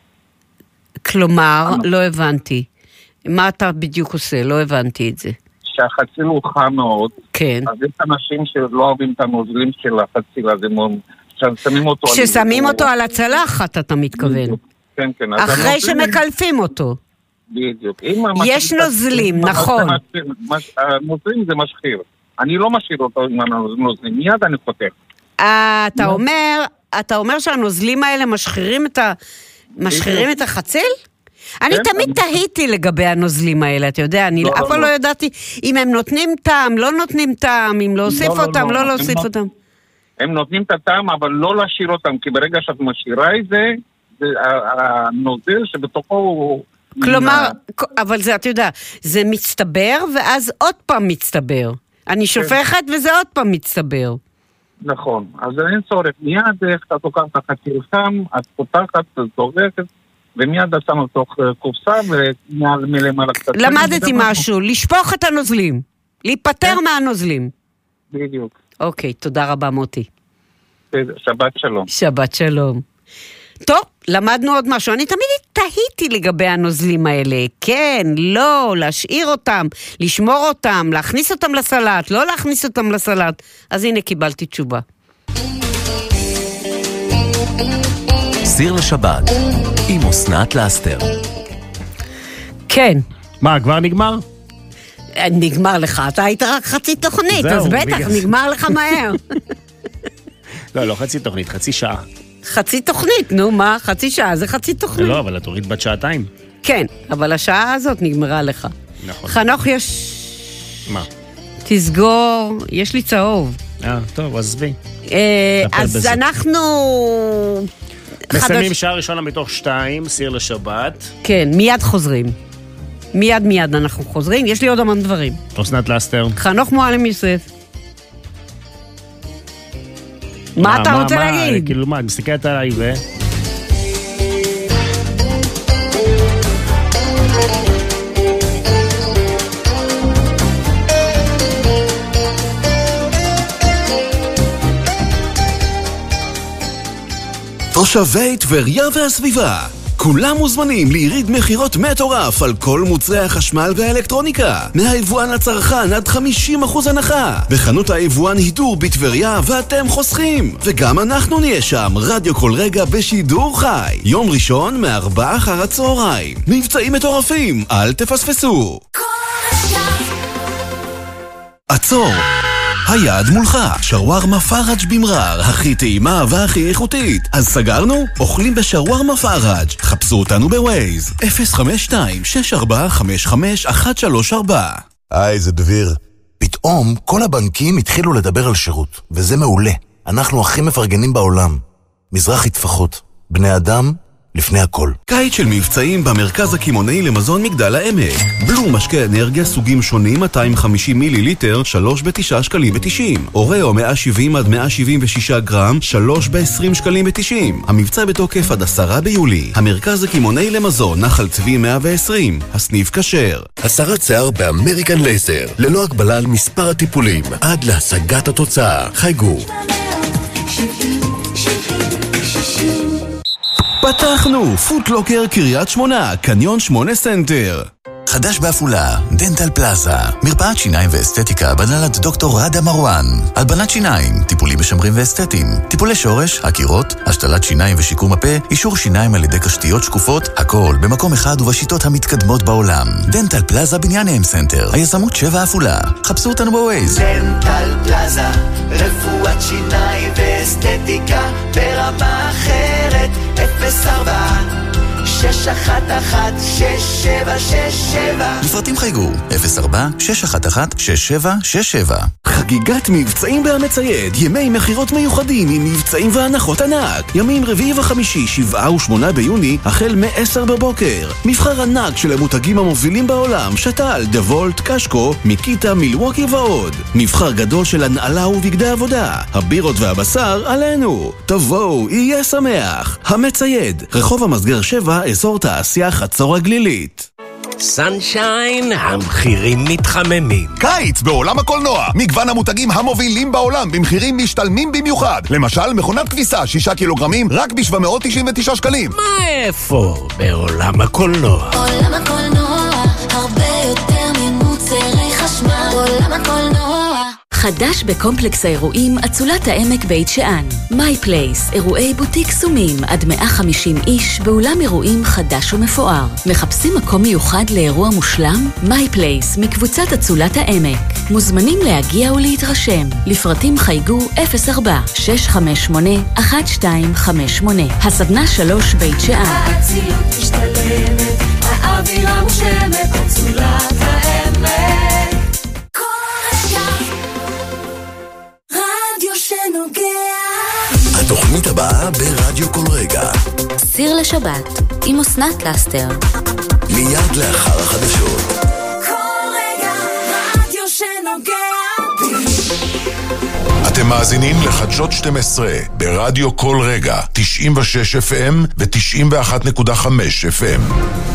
כלומר, לא הבנתי. מה אתה בדיוק עושה? לא הבנתי את זה. שהחציל הוא חם מאוד. כן. אז יש אנשים שלא אוהבים את הנוזלים של החציל, אז הם שמים אותו... כששמים אותו על הצלחת, אתה מתכוון. כן, כן. אחרי שמקלפים אותו. בדיוק. יש נוזלים, נכון. הנוזלים זה משחיר. אני לא משאיר אותו עם הנוזלים, מיד אני חותך. אתה אומר שהנוזלים האלה משחירים את החציל? אני תמיד תהיתי לגבי הנוזלים האלה, אתה יודע, אני אף פעם לא ידעתי אם הם נותנים טעם, לא נותנים טעם, אם להוסיף אותם, לא להוסיף אותם. הם נותנים את הטעם, אבל לא להשאיר אותם, כי ברגע שאת משאירה את זה, הנוזל שבתוכו הוא... כלומר, אבל זה, אתה יודע, זה מצטבר, ואז עוד פעם מצטבר. אני שופכת וזה עוד פעם מצטבר. נכון, אז אין צורך. מיד אתה תוקח את החתיל חם, את פותחת, זורקת, ומיד אתה שם לתוך קופסה, ומלמעלה קצת... למדתי משהו, לשפוך את הנוזלים. להיפטר מהנוזלים. בדיוק. אוקיי, תודה רבה מוטי. שבת שלום. שבת שלום. טוב, למדנו עוד משהו. אני תמיד תהיתי לגבי הנוזלים האלה. כן, לא, להשאיר אותם, לשמור אותם, להכניס אותם לסלט, לא להכניס אותם לסלט. אז הנה קיבלתי תשובה. סיר לשבת, עם אסנת לאסתר. כן. מה, כבר נגמר? נגמר לך, אתה היית רק חצי תוכנית, אז בטח, נגמר לך מהר. לא חצי תוכנית, חצי שעה. חצי תוכנית, נו מה, חצי שעה זה חצי תוכנית. לא, אבל את הוריד בת שעתיים. כן, אבל השעה הזאת נגמרה לך. נכון. חנוך יש... מה? תסגור, יש לי צהוב. טוב, עזבי. אז אנחנו... מסיימים שעה ראשונה מתוך 2, סיר לשבת. כן, מיד חוזרים. מיד אנחנו חוזרים, יש לי עוד המון דברים. אסנת לאסתר. חנוך מועלם יוסף. מה אתה רוצה להגיד? כאילו מה, מסתכלת עליי ו... תושבי טבריה והסביבה, כולם מוזמנים ליריד מחירות מטורף על כל מוצרי החשמל והאלקטרוניקה. מהיבואן לצרכן עד 50% הנחה. בחנות היבואן הידור בטבריה ואתם חוסכים. וגם אנחנו נהיה שם, רדיו כל רגע בשידור חי. יום ראשון מ-4 אחר הצהריים. מבצעים מטורפים, אל תפספסו. עצור. היד מולך, שווארמה פראג' במרר, הכי טעימה והכי איכותית. אז סגרנו? אוכלים בשווארמה פראג'. חפשו אותנו בווייז, 052-6455-134. זה דביר. פתאום כל הבנקים התחילו לדבר על שירות, וזה מעולה. אנחנו הכי מפרגנים בעולם. מזרחי טפחות, בני אדם לפני הכל. קיץ של מבצעים במרכז הקמעונאי למזון מגדל העמק. בלו משקה אנרגיה סוגים שונים 250 מיליליטר, 3 ב-9 שקלים ו-90. אוראו 170 עד 176 גרם, 3 ב-20 שקלים ו-90. המבצע בתוקף עד 10 ביולי. המרכז הקמעונאי למזון, נחל צבי 120. הסניף כשר. הסרת שיער באמריקן לייזר. ללא הגבלה על מספר הטיפולים. עד להשגת התוצאה. חייגו. פתחנו! פוטלוקר קריית שמונה, קניון 8 סנטר. חדש בעפולה, דנטל פלאזה, מרפאת שיניים ואסתטיקה בהנהלת דוקטור רדה מרואן. הלבנת שיניים, טיפולים משמרים ואסתטיים, טיפולי שורש, הקירות, השתלת שיניים ושיקום הפה, אישור שיניים על ידי קשתיות שקופות, הכל במקום אחד ובשיטות המתקדמות בעולם. דנטל פלאזה בניין אם סנטר, היזמות 7 עפולה. חפשו אותנו בווייז. דנטל פלאזה, רפואת שיניים ואסתטיקה ברמה אחרת, 04 611-6767. לפרטים חייגו 04-611-6767. חגיגת מבצעים בהמצייד, ימי מחירות מיוחדים עם מבצעים והנחות ענק. ימים רביעי וחמישי, 7 ו-8 ביוני, החל מ-10 בבוקר. מבחר ענק של המותגים המובילים בעולם, שטל, דבולט, קשקו, מיקיטה, מילווקי ועוד. מבחר גדול של הנעלה ובגדי עבודה. הבירות והבשר עלינו. תבואו, יהיה שמח. המצייד, רחוב המסגר 7, אזור תעשייה חצור הגלילית. סנשיין, המחירים מתחממים. קיץ בעולם הקולנוע. מגוון המותגים המובילים בעולם במחירים משתלמים במיוחד. למשל, מכונת כביסה 6 קילוגרמים רק ב-799 שקלים. מה איפה? בעולם הקולנוע. עולם הקולנוע, הרבה יותר ממוצרי חשמל. עולם הקולנוע. חדש בקומפלקס האירועים אצולת העמק בית שאן. מי פלייס, אירועי בוטיק סומים עד 150 איש באולם אירועים חדש ומפואר. מחפשים מקום מיוחד לאירוע מושלם? מי פלייס מקבוצת אצולת העמק. מוזמנים להגיע ולהתרשם. לפרטים חייגו 04-658-1258. הסדנה 3 בית שאן. האצילות משתלמת, האווירה מושלמת, אצולת העמק. רדיו שנוגע התוכנית הבאה ברדיו כל רגע. סיר לשבת עם אסנת לסטר. מיד לאחר החדשות. כל רגע רדיו שנוגע בי. אתם מאזינים לחדשות 12 ברדיו כל רגע, 96 FM ו-91.5 FM.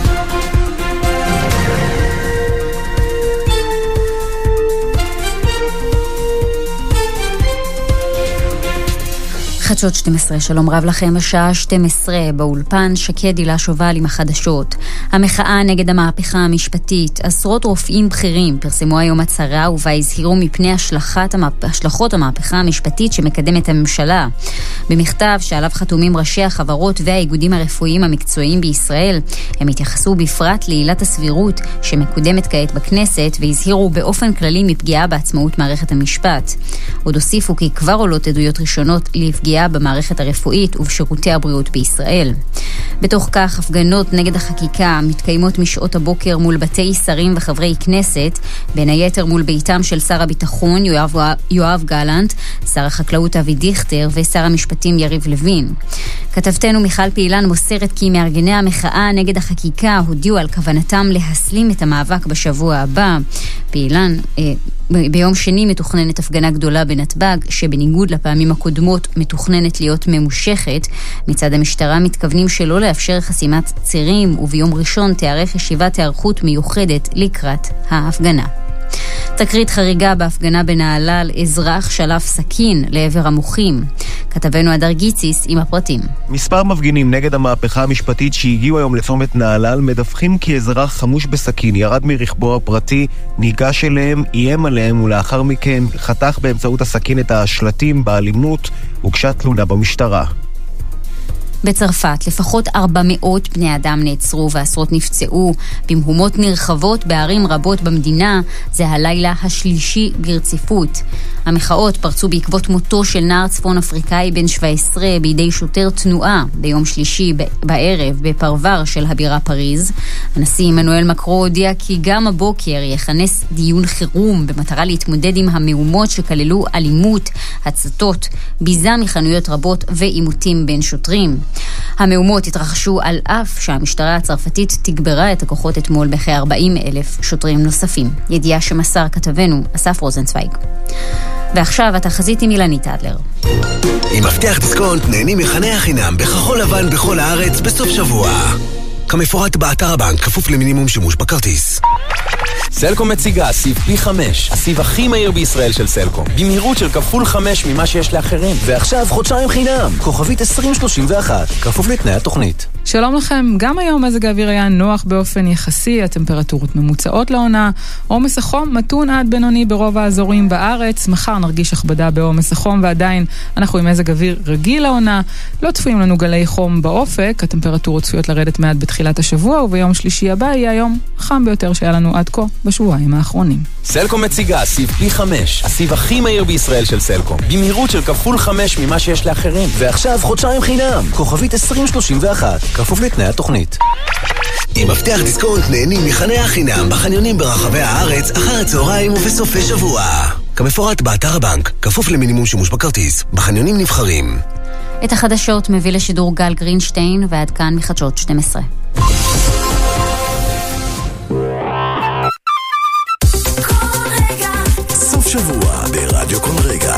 חדשות 12, שלום רב לכם, השעה 12 באולפן, שקד הילה שובל עם החדשות. המחאה נגד המהפכה המשפטית. עשרות רופאים בכירים פרסמו היום הצהרה ובה הזהירו מפני השלכות המהפכה המשפטית שמקדמת הממשלה. במכתב שעליו חתומים ראשי החברות והאיגודים הרפואיים המקצועיים בישראל, הם התייחסו בפרט לעילת הסבירות שמקודמת כעת בכנסת והזהירו באופן כללי מפגיעה בעצמאות מערכת המשפט. עוד הוסיפו כי כבר עולות עדויות ראשונות לפגיעה במערכת הרפואית ובשירותי הבריאות בישראל. בתוך כך, הפגנות נגד החקיקה מתקיימות משעות הבוקר מול בתי שרים וחברי כנסת, בין היתר מול ביתם של שר הביטחון יואב גלנט, שר החקלאות אבי דיכטר ושר המשפטים יריב לוין. כתבתנו מיכל פעילן מוסרת כי מארגני המחאה נגד החקיקה הודיעו על כוונתם להסלים את המאבק בשבוע הבא. פעילן ביום שני מתוכננת הפגנה גדולה בנתב"ג, שבניגוד לפעמים הקודמות מתוכננת להיות ממושכת. מצד המשטרה מתכוונים שלא לאפשר חסימת צירים, וביום ראשון תיערך ישיבת היערכות מיוחדת לקראת ההפגנה. תקרית חריגה בהפגנה בנהלל, אזרח שלף סכין לעבר המוחים. כתבנו הדר גיציס עם הפרטים. מספר מפגינים נגד המהפכה המשפטית שהגיעו היום לצומת נהלל מדווחים כי אזרח חמוש בסכין ירד מרכבו הפרטי, ניגש אליהם, איים עליהם ולאחר מכן חתך באמצעות הסכין את השלטים באלימות. הוגשה תלונה במשטרה. בצרפת לפחות 400 בני אדם נעצרו ועשרות נפצעו במהומות נרחבות בערים רבות במדינה. זה הלילה השלישי ברציפות. המחאות פרצו בעקבות מותו של נער צפון אפריקאי בן 17 בידי שוטר תנועה ביום שלישי בערב בפרבר של הבירה פריז. הנשיא עמנואל מקרון הודיע כי גם הבוקר יכנס דיון חירום במטרה להתמודד עם המהומות שכללו אלימות, הצתות, ביזה מחנויות רבות ועימותים בין שוטרים. המהומות התרחשו על אף שהמשטרה הצרפתית תגברה את הכוחות אתמול בכ-40,000 שוטרים נוספים. ידיעה שמסר כתבנו אסף רוזנצוויג. ועכשיו התחזית עם אילנית אדלר. עם מפתח דיסקונט נהנים מחניה חינם בכחול לבן בכל הארץ בסוף שבוע. כמפורט באתר הבנק, כפוף למינימום שימוש בכרטיס. סלקום מציגה סיב פי 5, הסיב הכי מהיר בישראל של סלקום, במהירות של כפול 5 ממה שיש לאחרים, ועכשיו חודשיים חינם, כוכבית 2031, כפוף לתנאי התוכנית. שלום לכם, גם היום מזג האוויר היה נוח באופן יחסי, הטמפרטורות ממוצעות לעונה, עומס החום מתון עד בינוני ברוב האזורים בארץ, מחר נרגיש הכבדה בעומס החום ועדיין אנחנו עם מזג אוויר רגיל לעונה, לא צפויים לנו גלי חום באופק, הטמפרטורות צפויות לרדת מעט בתחילת השבוע, וביום שלישי הבא יהיה היום החם ביותר שהיה לנו עד כה בשבועיים האחרונים. סלקום מציגה סיב פי 5, הסיב הכי מהיר בישראל של סלקום, במהירות של כפול 5 ממה שיש לאחרים, ועכשיו חודשיים חינם, כוכבית 2031, כפוף לתנאי התוכנית. עם מפתח דיסקונט נהנים מחניה חינם בחניונים ברחבי הארץ אחר הצהריים ובסופי שבוע. כמפורט באתר הבנק, כפוף למינימום שימוש בכרטיס, בחניונים נבחרים. את החדשות מביא לשידור גל גרינשטיין, ועד כאן מחדשות 12. סוף שבוע ברדיו כל רגע.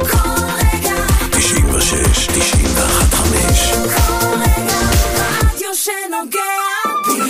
96, 91, 5. רדיו שנוגע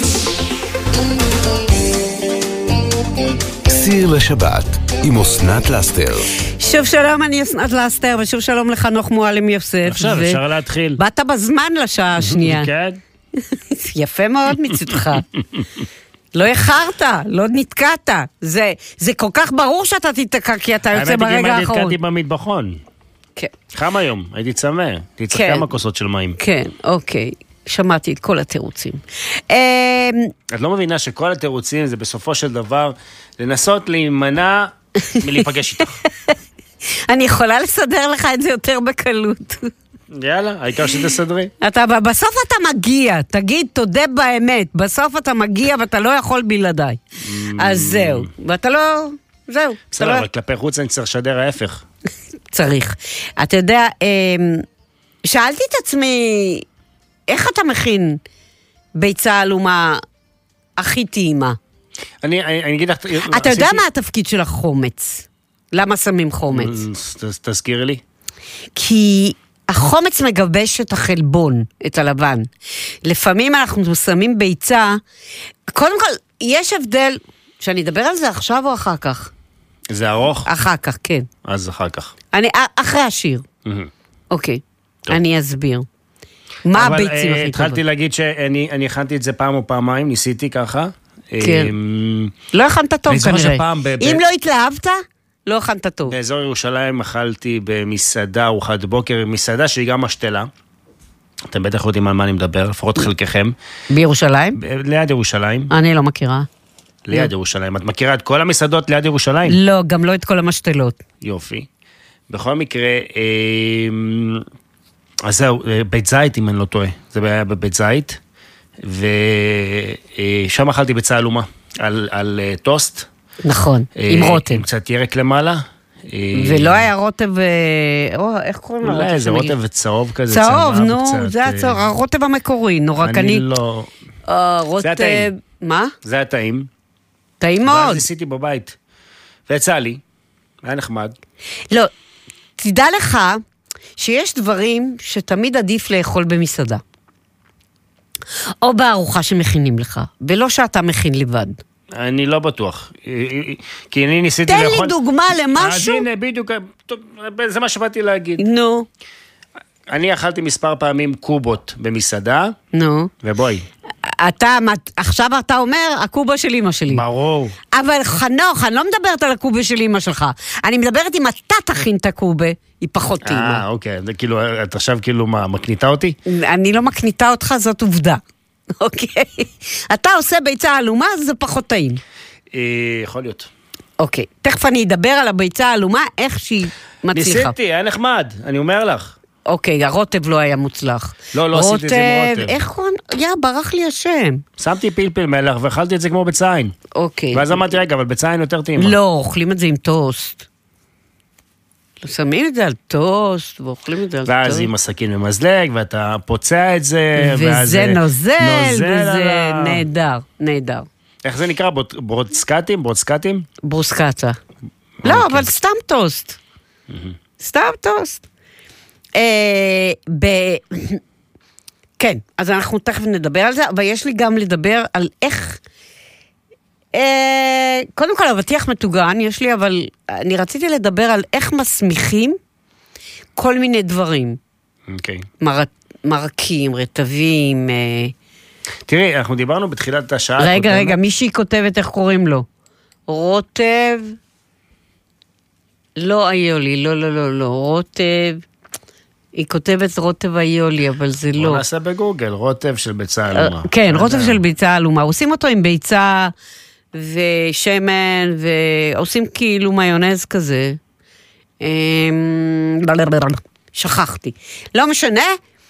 בי. סיר לשבת עם אסנת לסטר. שוב שלום, אני אסנת לסטר, ושוב שלום לחנוך מועלם יוסף. עכשיו אפשר להתחיל. באת בזמן לשעה השנייה. כן. יפה מאוד מצדך. לא איחרת, לא נתקעת. זה כל כך ברור שאתה תתקע, כי אתה יוצא ברגע האחרון. נתקעתי במטבחון. כן. חם היום, הייתי צמא. הייתי צריך כמה כוסות של מים. כן, אוקיי. שמעתי את כל התירוצים. את לא מבינה שכל התירוצים זה בסופו של דבר לנסות להימנע מלהיפגש איתך. אני יכולה לסדר לך את זה יותר בקלות. יאללה, העיקר שתסדרי. בסוף אתה מגיע, תגיד, תודה באמת, בסוף אתה מגיע ואתה לא יכול בלעדיי. אז זהו, ואתה לא, זהו. בסדר, אבל כלפי חוץ אני צריך לשדר ההפך. צריך. אתה יודע, שאלתי את עצמי, איך אתה מכין ביצה אלומה הכי טעימה? אני אגיד לך... אתה יודע מה התפקיד של החומץ? למה שמים חומץ? תזכירי לי. כי החומץ מגבש את החלבון, את הלבן. לפעמים אנחנו שמים ביצה, קודם כל, יש הבדל, שאני אדבר על זה עכשיו או אחר כך? זה ארוך? אחר כך, כן. אז אחר כך. אחרי השיר. אוקיי, אני אסביר. מה הביצים הכי טובות? אבל התחלתי להגיד שאני הכנתי את זה פעם או פעמיים, ניסיתי ככה. כן. לא הכנת טוב כנראה. אם לא התלהבת, לא הכנת טוב. באזור ירושלים אכלתי במסעדה, ארוחת בוקר, מסעדה שהיא גם משתלה. אתם בטח יודעים על מה אני מדבר, לפחות חלקכם. בירושלים? ליד ירושלים. אני לא מכירה. ליד ירושלים. את מכירה את כל המסעדות ליד ירושלים? לא, גם לא את כל המשתלות. יופי. בכל מקרה, אז זהו, בית זית, אם אני לא טועה. זה היה בבית זית, ושם אכלתי ביצה אלומה, על טוסט. נכון, עם רוטב. עם קצת ירק למעלה. ולא היה רוטב, איך קוראים לו? אולי איזה רוטב וצהוב כזה. צהוב, נו, זה הרוטב המקורי, נורא קני. אני לא... רוטב, מה? זה היה טעים. טעים מאוד. ואז ניסיתי בבית. ויצא לי, היה נחמד. לא, תדע לך שיש דברים שתמיד עדיף לאכול במסעדה. או בארוחה שמכינים לך, ולא שאתה מכין לבד. אני לא בטוח, כי אני ניסיתי לאכול... תן לי דוגמה למשהו. אז הנה, בדיוק, זה מה שבאתי להגיד. נו. אני אכלתי מספר פעמים קובות במסעדה. נו. ובואי. עכשיו אתה אומר, הקובה של אמא שלי. ברור. אבל חנוך, אני לא מדברת על הקובה של אמא שלך. אני מדברת אם אתה תכין את הקובה, היא פחות טעימה. אוקיי. כאילו, את עכשיו כאילו מה, מקניתה אותי? אני לא מקניתה אותך, זאת עובדה. אוקיי. אתה עושה ביצה אלומה, זה פחות טעים. יכול להיות. אוקיי. תכף אני אדבר על הביצה האלומה, איך שהיא מצליחה. ניסיתי, היה נחמד, אני אומר לך. אוקיי, הרוטב לא היה מוצלח. לא עשיתי את זה עם רוטב. איך קוראים? ברח לי השם. שמתי פלפל מלח ואכלתי את זה כמו בצעין. אוקיי. ואז אמרתי, רגע, אבל בצעין יותר טעימה. לא, אוכלים את זה עם טוסט. שמים את זה על טוסט, ואוכלים את זה על טוסט. ואז עם הסכין ומזלג, ואתה פוצע את זה, וזה נוזל, וזה נהדר, נהדר. איך זה נקרא? ברודסקטים? ברוסקטה. לא, אבל סתם טוסט. סתם טוסט. כן, אז אנחנו תכף נדבר על זה, אבל יש לי גם לדבר על איך... קודם כל, אבטיח מטוגן יש לי, אבל אני רציתי לדבר על איך מסמיכים כל מיני דברים. אוקיי. מרקים, רטבים. תראי, אנחנו דיברנו בתחילת השעה. רגע, מישהי כותבת איך קוראים לו. רוטב... לא איולי, לא, רוטב... היא כותבת רוטב איולי, אבל זה לא. בוא נעשה בגוגל, רוטב של ביצה אלומה. כן, רוטב של ביצה אלומה. עושים אותו עם ביצה ושמן, ועושים כאילו מיונז כזה. שכחתי. לא משנה.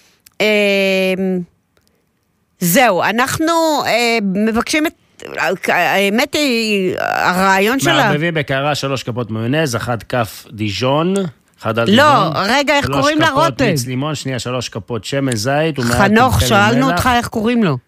זהו, אנחנו מבקשים את... האמת היא, הרעיון שלה... מערבבים בקערה 3 כפות מיונז, 1 כף דיז'ון, לא, רגע, איך קוראים לה רוטב? 3 כפות מיץ לימון, 3 כפות שמן זית. חנוך, שאלנו אותך איך קוראים לו.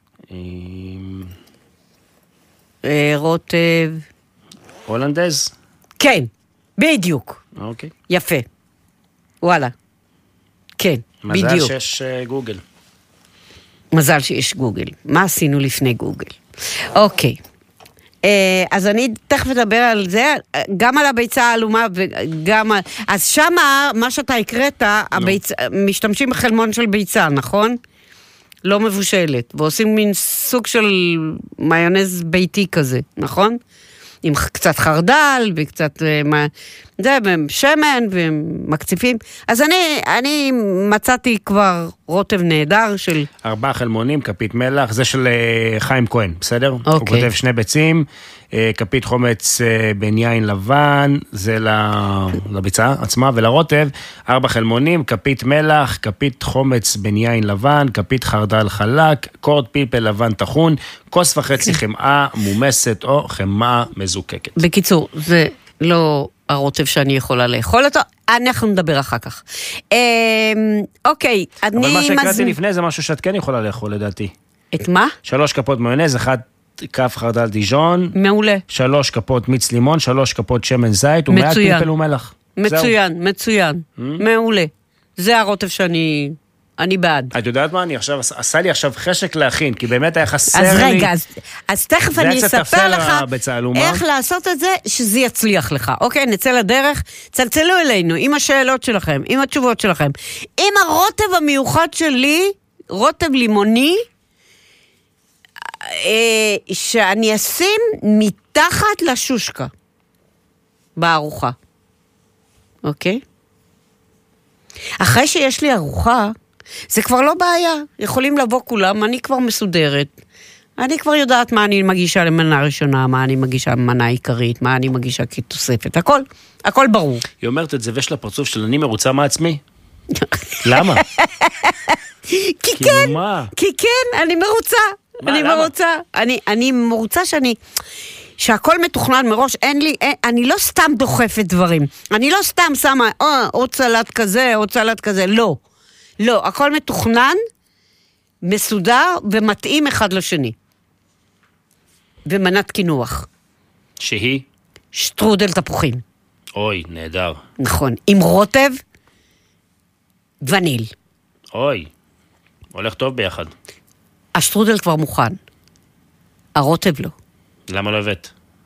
רוטב... הולנדז? כן, בדיוק. אוקיי. יפה. וואלה. כן, בדיוק. מזל שיש גוגל. מזל שיש גוגל. מה עשינו לפני גוגל? אוקיי. אז אני תכף אדבר על זה, גם על הביצה האלומה וגם... אז שמה, מה שאתה הקראת, משתמשים בחלמון של ביצה, נכון? לא מבושלת, ועושים מין סוג של מיונז ביתי כזה, נכון? עם קצת חרדל וקצת שמן ומקציפים. אז אני מצאתי כבר רוטב נהדר של... 4 חלמונים, כפית מלח, זה של חיים כהן, בסדר? אוקיי. הוא כותב 2 ביצים, כפית חומץ בין יין לבן, זה לביצה עצמה, ולרוטב, 4 חלמונים, כפית מלח, כפית חומץ בין יין לבן, כפית חרדל חלק, קורד פלפל לבן טחון, כוס וחצי חמאה מומסת או חמאה מזוקקת. בקיצור, זה לא הרוטב שאני יכולה לאכול אותו, אנחנו נדבר אחר כך. אוקיי, אבל מה שהקראתי לפני זה משהו שאת כן יכולה לאכול לדעתי. את מה? 3 כפות מיונז, 1 כף חרדל דיז'ון. מעולה. 3 כפות מיץ לימון, 3 כפות שמן זית, ומעט פלפל ומלח. מצוין, מצוין. מעולה. זה הרוטב שאני בעד. את יודעת מה? אני עכשיו, עשה לי עכשיו חשק להכין, כי באמת היה חסר לי... אז רגע, אז תכף אני אספר לך איך לעשות את זה, שזה יצליח לך. אוקיי, נצא לדרך, צלצלו אלינו עם השאלות שלכם, עם התשובות שלכם. עם הרוטב המיוחד שלי, רוטב לימוני, שאני אשים מתחת לשושקה, בארוחה. אוקיי? אחרי שיש לי ארוחה, זה כבר לא בעיה. יכולים לבוא כולם, אני כבר מסודרת. אני כבר יודעת מה אני מגישה למנה ראשונה, מה אני מגישה למנה עיקרית, מה אני מגישה כתוספת. הכל ברור. היא אומרת את זה ויש לה פרצוף של אני מרוצה מעצמי. למה? כי כן, אני מרוצה. אני מרוצה שהכל מתוכנן מראש, אני לא סתם דוחפת דברים. אני לא סתם שמה, עוד סלט כזה, עוד סלט כזה, לא. לא, הכל מתוכנן, מסודר ומתאים אחד לשני. ומנת קינוח. שהיא? שטרודל תפוחים. אוי, נהדר. נכון, עם רוטב, וניל. אוי, הולך טוב ביחד. השטרודל כבר מוכן. הרוטב לא. למה לא הבאת?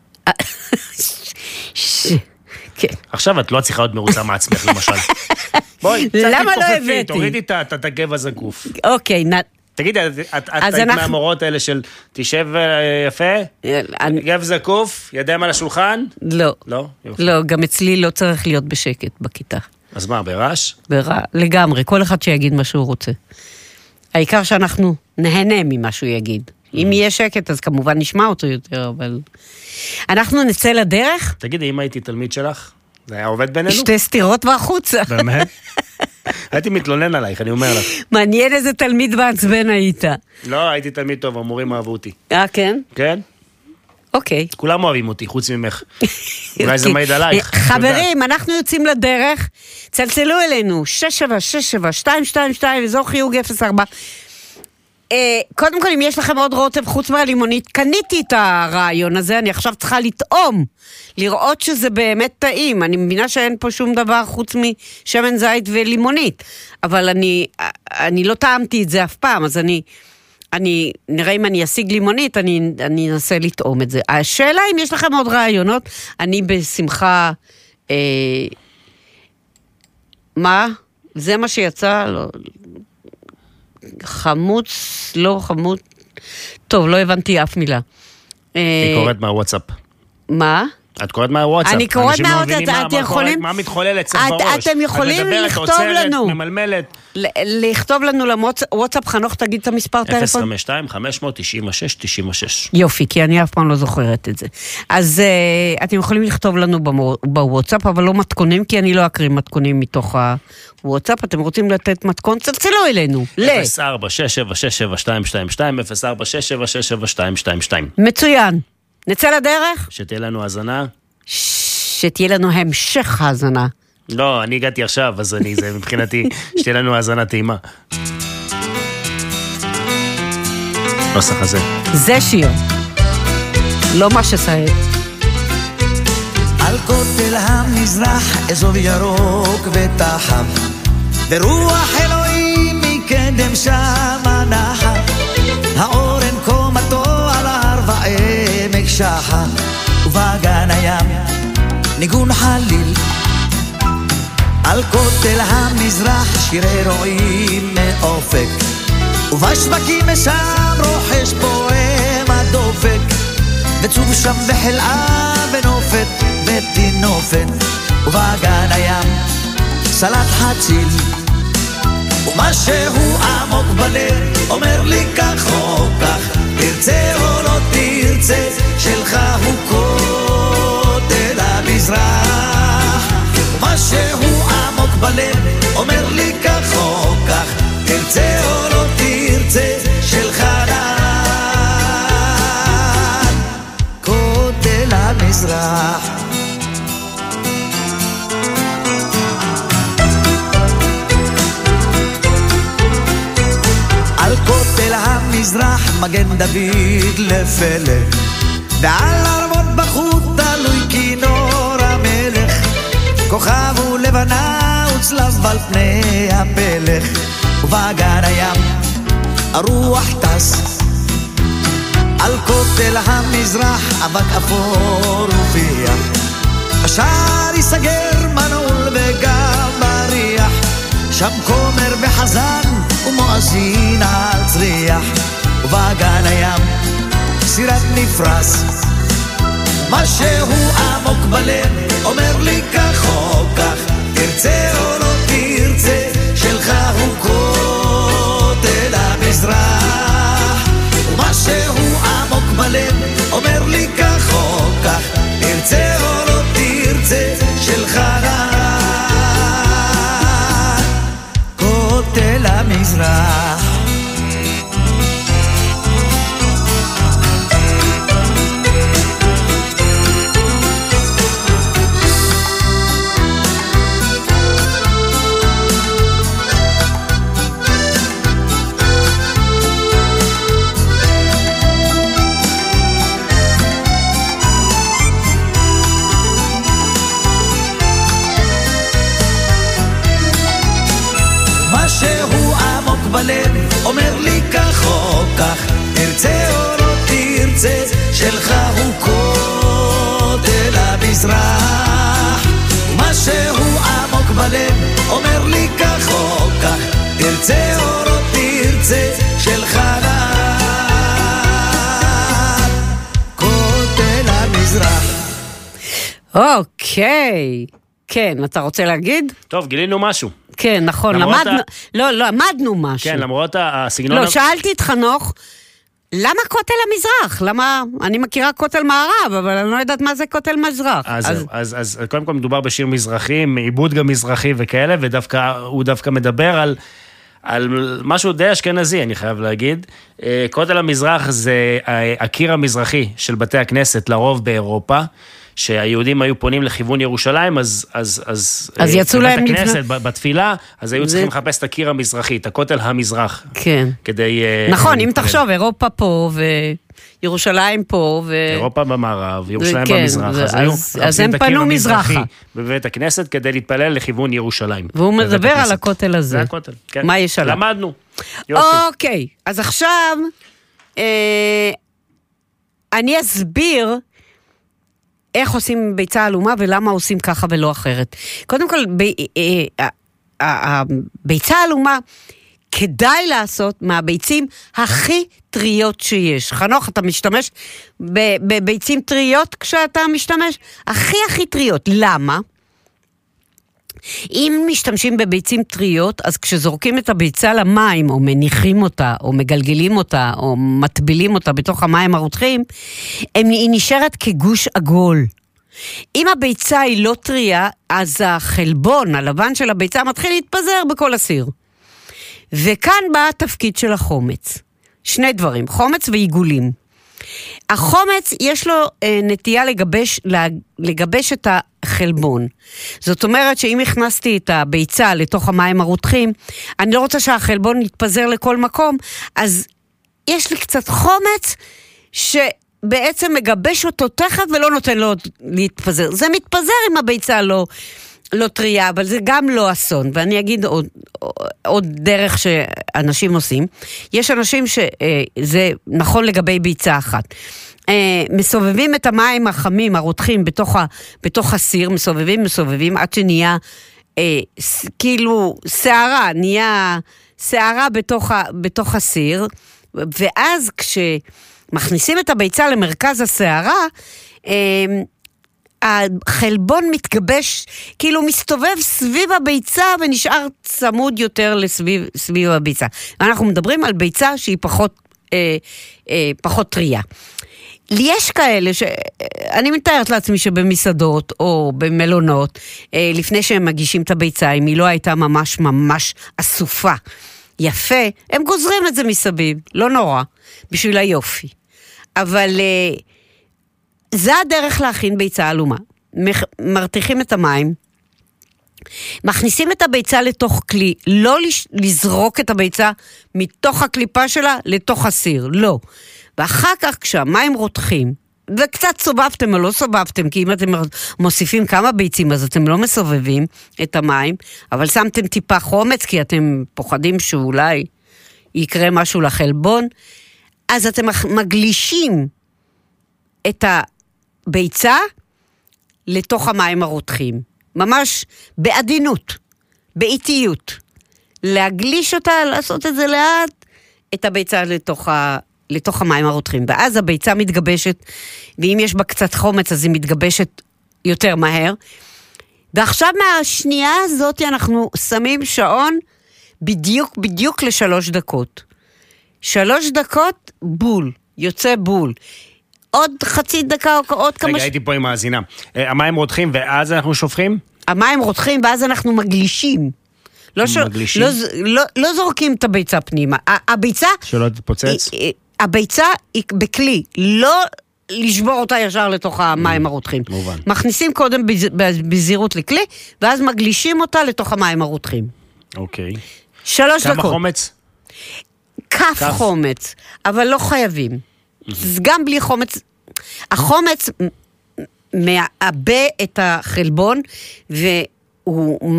כן. עכשיו את לא צריכה עוד מרוצה מעצמך למשל. בואי, למה לא הבאתי? תורידי את הגב הזקוף. אוקיי, תגידי, את היית מהמורות האלה של תשב יפה, גב זקוף, ידיים על השולחן? לא. לא, גם אצלי לא צריך להיות בשקט בכיתה. אז מה, ברעש? לגמרי, כל אחד שיגיד מה שהוא רוצה. העיקר שאנחנו נהנה ממה שהוא יגיד. אם יהיה שקט, אז כמובן נשמע אותו יותר, אבל... אנחנו נצא לדרך. תגידי, אם הייתי תלמיד שלך, זה היה עובד בינינו? שתי סתירות בחוצה. באמת? הייתי מתלונן עלייך, אני אומר לך. מעניין איזה תלמיד מעצבן היית. לא, הייתי תלמיד טוב, המורים אהבו אותי. כן? כן. אוקיי. כולם אוהבים אותי, חוץ ממך. אולי זה מעיד עלייך. חברים, אנחנו יוצאים לדרך, צלצלו אלינו, 6767222, אזור חיוג 04. קודם כל, אם יש לכם עוד רוטב חוץ מהלימונית, קניתי את הרעיון הזה, אני עכשיו צריכה לטעום, לראות שזה באמת טעים. אני מבינה שאין פה שום דבר חוץ משמן זית ולימונית, אבל אני לא טעמתי את זה אף פעם, אז נראה אם אני אשיג לימונית, אני אנסה לטעום את זה. השאלה אם יש לכם עוד רעיונות, אני בשמחה... מה? זה מה שיצא? לא... חמוץ, לא חמוץ... טוב, לא הבנתי אף מילה. היא קוראת מהוואטסאפ. מה? את קוראת מהוואטסאפ. אני קוראת מהוואטסאפ, אתם יכולים... מה מתחולל אצלך בראש? אתם יכולים לכתוב לנו. ממלמלת. לכתוב לנו לוואטסאפ, חנוך, תגיד את המספר טלפון. 052-596-96. יופי, כי אני אף פעם לא זוכרת את זה. אז אתם יכולים לכתוב לנו בוואטסאפ, אבל לא מתכונים, כי אני לא אקריא מתכונים מתוך הוואטסאפ. אתם רוצים לתת מתכון? צלצלו אלינו. 04-6767222, 04-6767222. מצוין. נצא לדרך? שתהיה לנו האזנה. שתהיה לנו המשך האזנה. לא, אני הגעתי עכשיו, אז זה מבחינתי, שתהיה לנו האזנה טעימה. נוסח הזה. זה שיר. לא מה שסעד. על כותל המזרח, אזוב ירוק ותחם, ברוח אלוהים מקדם שם הנחל, האורן קומתו על ההר ועמק שחר, ובגן הים ניגון חליל. על כותל המזרח שירי רועים מאופק, ובשווקים שם רוחש פועם הדופק, וצוב שם בחלאה ונופת ותינופת, ובגן הים סלט חציל, ומשהו עמוק בלב אומר לי כך או כך, תרצה או לא תרצה, שלך הוא כותל המזרח. ומשהו עמוק בלב אומר לי כך או כך, תרצה או לא תרצה, שלך כותל המזרח. מגן דוד לפלא, ועל ארמון בחוט תלוי כינור המלך, כוכב ולבנה וצלב על פני הפלך, ובאגן הים הרוח טס, על כותל המזרח אבק אפור ופיח, השער ייסגר מנעול וגם בריח, שם כומר וחזן ומואזין על צריח, ובאגן הים סירת נפרס, משהו עמוק בלב אומר לי כך או כך, תרצה או לא תרצה, שלך הוא כותל המזרח, ומשהו עמוק בלב אומר לי כך או כך, תרצה או לא תרצה, שלך כותל המזרח. בלב אומר לי כך או כך, תרצה או לא תרצה, שלך הוא כותל המזרח, משהו עמוק בלב אומר לי כך או כך, תרצה או לא תרצה, שלך כותל המזרח. אוקיי, כן, אתה רוצה להגיד? טוב, גילינו משהו. כן, נכון, למדנו משהו. כן, למרות הסגנון... לא, שאלתי את חנוך, למה כותל המזרח? למה, אני מכירה כותל מערב, אבל אני לא יודעת מה זה כותל מזרח. אז קודם כל מדובר בשיר מזרחי, מעיבוד גם מזרחי וכאלה, והוא דווקא מדבר על משהו די אשכנזי, אני חייב להגיד. כותל המזרח זה הקיר המזרחי של בתי הכנסת, לרוב באירופה, שהיהודים היו פונים לכיוון ירושלים, אז יצאו להם הכנסת בתפילה, אז היו צריכים לחפש את הקיר המזרחי, את הכותל המזרח. כן. כדי... נכון, אם תחשוב, אירופה פה וירושלים פה, אירופה במערב, ירושלים במזרח, אז הם פנו מזרחה. בבית הכנסת כדי להתפלל לכיוון ירושלים. והוא מדבר על הכותל הזה. זה הכותל, כן. מה יש עליו? למדנו. אוקיי, אז עכשיו אני אסביר איך עושים ביצה אלומה ולמה עושים ככה ולא אחרת. קודם כל, הביצה אלומה כדאי לעשות מהביצים הכי טריות שיש. חנוך, אתה משתמש בביצים טריות כשאתה משתמש? הכי טריות. למה? אם משתמשים בביצים טריות, אז כשזורקים את הביצה למים, או מניחים אותה, או מגלגלים אותה, או מטבילים אותה בתוך המים הרותחים, היא נשארת כגוש עגול. אם הביצה היא לא טריה, אז החלבון, הלבן של הביצה, מתחיל להתפזר בכל הסיר. וכאן בא התפקיד של החומץ. שני דברים, חומץ ועיגולים. החומץ יש לו נטייה לגבש את החלבון. זאת אומרת שאם הכנסתי את הביצה לתוך המים הרותחים, אני לא רוצה שהחלבון יתפזר לכל מקום, אז יש לי קצת חומץ שבעצם מגבש אותו תכף ולא נותן לו להתפזר. זה מתפזר אם הביצה לא טריה, אבל זה גם לא אסון. ואני אגיד עוד דרך שאנשים עושים. יש אנשים שזה נכון לגבי ביצה אחת. מסובבים את המים החמים, הרותחים, בתוך הסיר, מסובבים, עד שנהיה כאילו שערה, נהיה שערה בתוך הסיר, ואז כשמכניסים את הביצה למרכז השערה, החלבון מתגבש, כאילו מסתובב סביב הביצה ונשאר צמוד יותר סביב הביצה. אנחנו מדברים על ביצה שהיא פחות טריה. יש כאלה אני מתארת לעצמי שבמסעדות או במלונות, לפני שהם מגישים את הביצה, אם היא לא הייתה ממש אסופה, יפה, הם גוזרים את זה מסביב, לא נורא, בשביל היופי. אבל זה הדרך להכין ביצה אלומה. מרתיחים את המים, מכניסים את הביצה לתוך כלי, לא לזרוק את הביצה מתוך הקליפה שלה לתוך הסיר, לא. ואחר כך כשהמים רותחים, וקצת סובבתם או לא סובבתם, כי אם אתם מוסיפים כמה ביצים, אז אתם לא מסובבים את המים, אבל שמתם טיפה חומץ, כי אתם פוחדים שאולי יקרה משהו לחלבון, אז אתם מגלישים את הביצה לתוך המים הרותחים. ממש בעדינות, באיטיות. להגליש אותה, לעשות את זה לאט, את הביצה לתוך המים הרותחים. ואז הביצה מתגבשת, ואם יש בה קצת חומץ, אז היא מתגבשת יותר מהר. ועכשיו מהשנייה הזאת אנחנו שמים שעון בדיוק ל3 דקות. 3 דקות, בול, יוצא בול. עוד חצי דקה או עוד כמה... רגע, הייתי פה עם מאזינה. המים רותחים ואז אנחנו שופכים? המים רותחים ואז אנחנו מגלישים. לא זורקים את הביצה פנימה. הביצה... שלא תתפוצץ? הביצה היא בכלי, לא לשבור אותה ישר לתוך המים הרותחים. מובן. מכניסים קודם בזהירות לכלי, ואז מגלישים אותה לתוך המים הרותחים. אוקיי. 3 דקות. כמה חומץ? כף חומץ, אבל לא חייבים. גם בלי חומץ. החומץ מעבה את החלבון, והוא...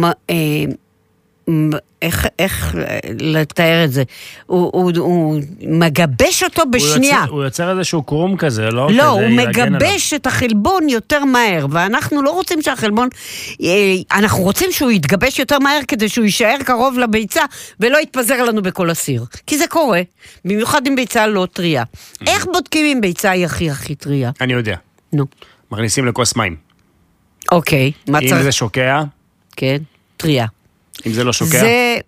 איך לתאר את זה? הוא מגבש אותו בשנייה. הוא יוצר איזשהו קרום כזה, לא? לא, הוא מגבש את החלבון יותר מהר, ואנחנו לא רוצים שהחלבון, אנחנו רוצים שהוא יתגבש יותר מהר, כדי שהוא יישאר קרוב לביצה, ולא יתפזר לנו בכל הסיר. כי זה קורה, במיוחד עם ביצה לא טריה. איך בודקים אם ביצה היא הכי טריה? אני יודע. נו. מכניסים לכוס מים. אוקיי. אם זה שוקע? כן, טריה. אם זה לא שוקע?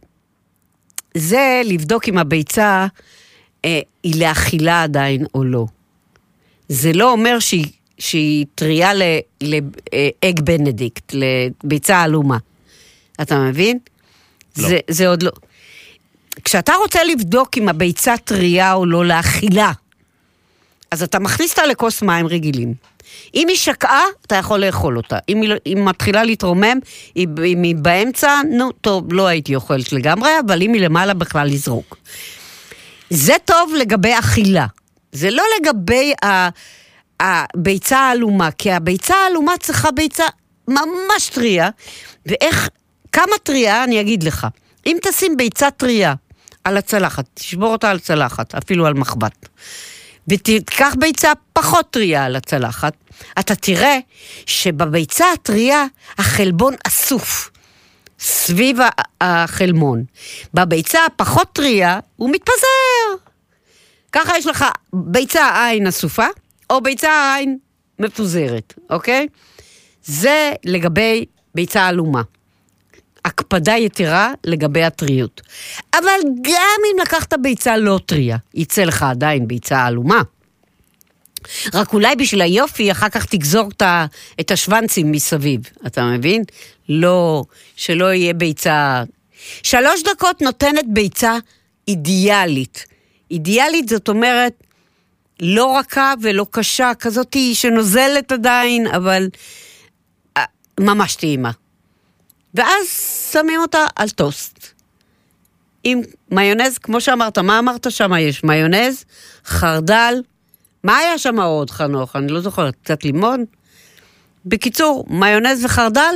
זה לבדוק אם הביצה היא לאכילה עדיין או לא. זה לא אומר שהיא טריה לאג בנדיקט, לביצה אלומה. אתה מבין? לא. זה עוד לא. כשאתה רוצה לבדוק אם הביצה טריה או לא לאכילה, אז אתה מכניס אותה לכוס מים רגילים. אם היא שקעה, אתה יכול לאכול אותה. אם היא מתחילה להתרומם, אם היא באמצע, נו, טוב, לא הייתי אוכלת לגמרי, אבל אם היא למעלה בכלל לזרוק. זה טוב לגבי אכילה. זה לא לגבי הביצה האלומה, כי הביצה האלומה צריכה ביצה ממש טריה, כמה טריה, אני אגיד לך. אם תשים ביצה טריה על הצלחת, תשבור אותה על צלחת, אפילו על מחבת, ותיקח ביצה פחות טריה על הצלחת, אתה תראה שבביצה הטריה החלבון אסוף סביב החלמון. בביצה הפחות טריה הוא מתפזר. ככה יש לך ביצה עין אסופה, או ביצה עין מפוזרת, אוקיי? זה לגבי ביצה אלומה. הקפדה יתרה לגבי הטריות. אבל גם אם לקחת ביצה לא טריה, יצא לך עדיין ביצה אלומה. רק אולי בשביל היופי, אחר כך תגזור את השוונצים מסביב. אתה מבין? לא, שלא יהיה ביצה... 3 דקות נותנת ביצה אידיאלית. אידיאלית זאת אומרת, לא רכה ולא קשה, כזאת שנוזלת עדיין, אבל ממש טעימה. ואז שמים אותה על טוסט. עם מיונז, כמו שאמרת, מה אמרת שם? יש מיונז, חרדל, מה היה שם עוד, חנוך? אני לא זוכרת, קצת לימון? בקיצור, מיונז וחרדל?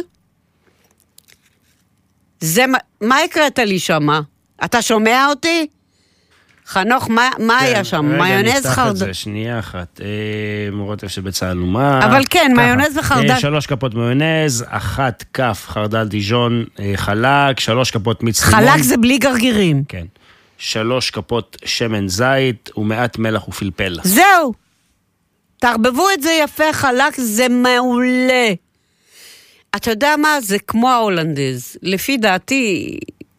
זה, מה הקראת לי שם? אתה שומע אותי? חנוך, מה היה שם? מיונז חרדל. שנייה אחת. רוטב של ביצה אלומה. אבל כן, מיונז וחרדל. 3 כפות מיונז, 1 כף חרדל דיז'ון חלק, 3 כפות מיץ לימון. חלק זה בלי גרגירים. כן. 3 כפות שמן זית ומעט מלח ופלפל. זהו. תערבבו את זה יפה, חלק, זה מעולה. אתה יודע מה? זה כמו ההולנדז. לפי דעתי,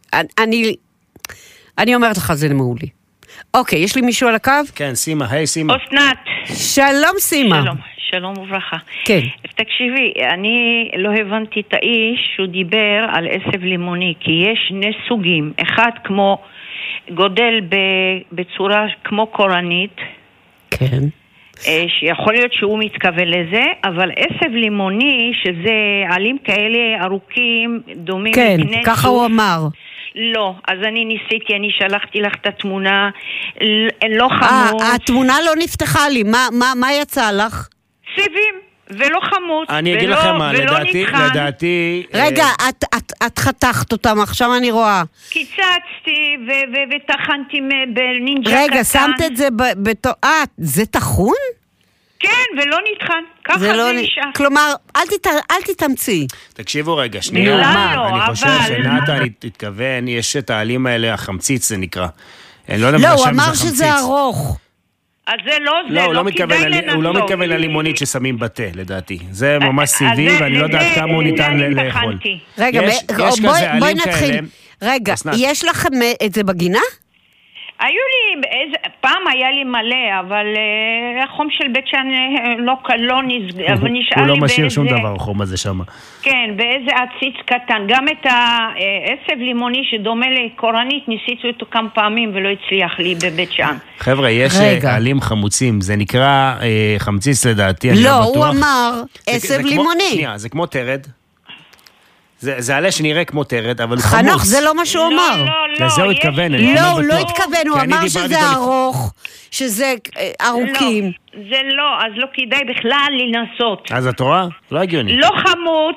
אני אומרת לך, זה מעולה. אוקיי, יש לי מישהו על הקו? כן, סימה, היי סימה. אסנת. שלום סימה. שלום, שלום וברכה. כן. תקשיבי, אני לא הבנתי את האיש שהוא דיבר על עשב לימוני, כי יש 2 סוגים. אחד כמו גודל בצורה כמו קורנית. כן. שיכול להיות שהוא מתכוון לזה, אבל עשב לימוני, שזה עלים כאלה ארוכים, דומים כן, לקנה ככה סוף. הוא אמר. לא, אז אני ניסיתי, אני שלחתי לך את התמונה, לא חמוץ. התמונה לא נפתחה לי, מה יצא לך? סיבים, ולא חמוץ, אני אגיד לכם מה, לדעתי... רגע, את חתכת אותם, עכשיו אני רואה. קיצצתי וטחנתי בנינג'ה קטן. רגע, שמת את זה זה טחון? כן, ולא נטחן, ככה זה נשאר. כלומר, אל תתאמצי. תקשיבו רגע, שנייה. אני חושב שנתן התכוון, יש את העלים האלה, החמציץ זה נקרא. לא, הוא אמר שזה ארוך. אז זה לא כדאי לנסות. הוא לא מתכוון ללימונית ששמים בתה, לדעתי. זה ממש סיבי, ואני לא יודעת כמה הוא ניתן לאכול. רגע, בואי נתחיל. רגע, יש לכם את זה בגינה? היו לי, פעם היה לי מלא, אבל החום של בית שאן לא נסגר, אבל נשאר לי הוא לא משאיר שום דבר, החום הזה שם. כן, באיזה עציץ קטן. גם את העשב לימוני שדומה לקורנית, ניסיתי אותו כמה פעמים ולא הצליח לי בבית שאן. חבר'ה, יש עלים חמוצים, זה נקרא חמציץ לדעתי, לא, הוא אמר עשב לימוני. שנייה, זה כמו תרד. זה עלה שנראה כמו תרד, אבל הוא חמוץ. חנוך, זה לא מה שהוא אמר. לזה הוא התכוון. לא, הוא לא התכוון, הוא אמר שזה ארוך, שזה ארוכים. זה לא, אז לא כדאי בכלל לנסות. אז את רואה? לא הגיוני. לא חמוץ,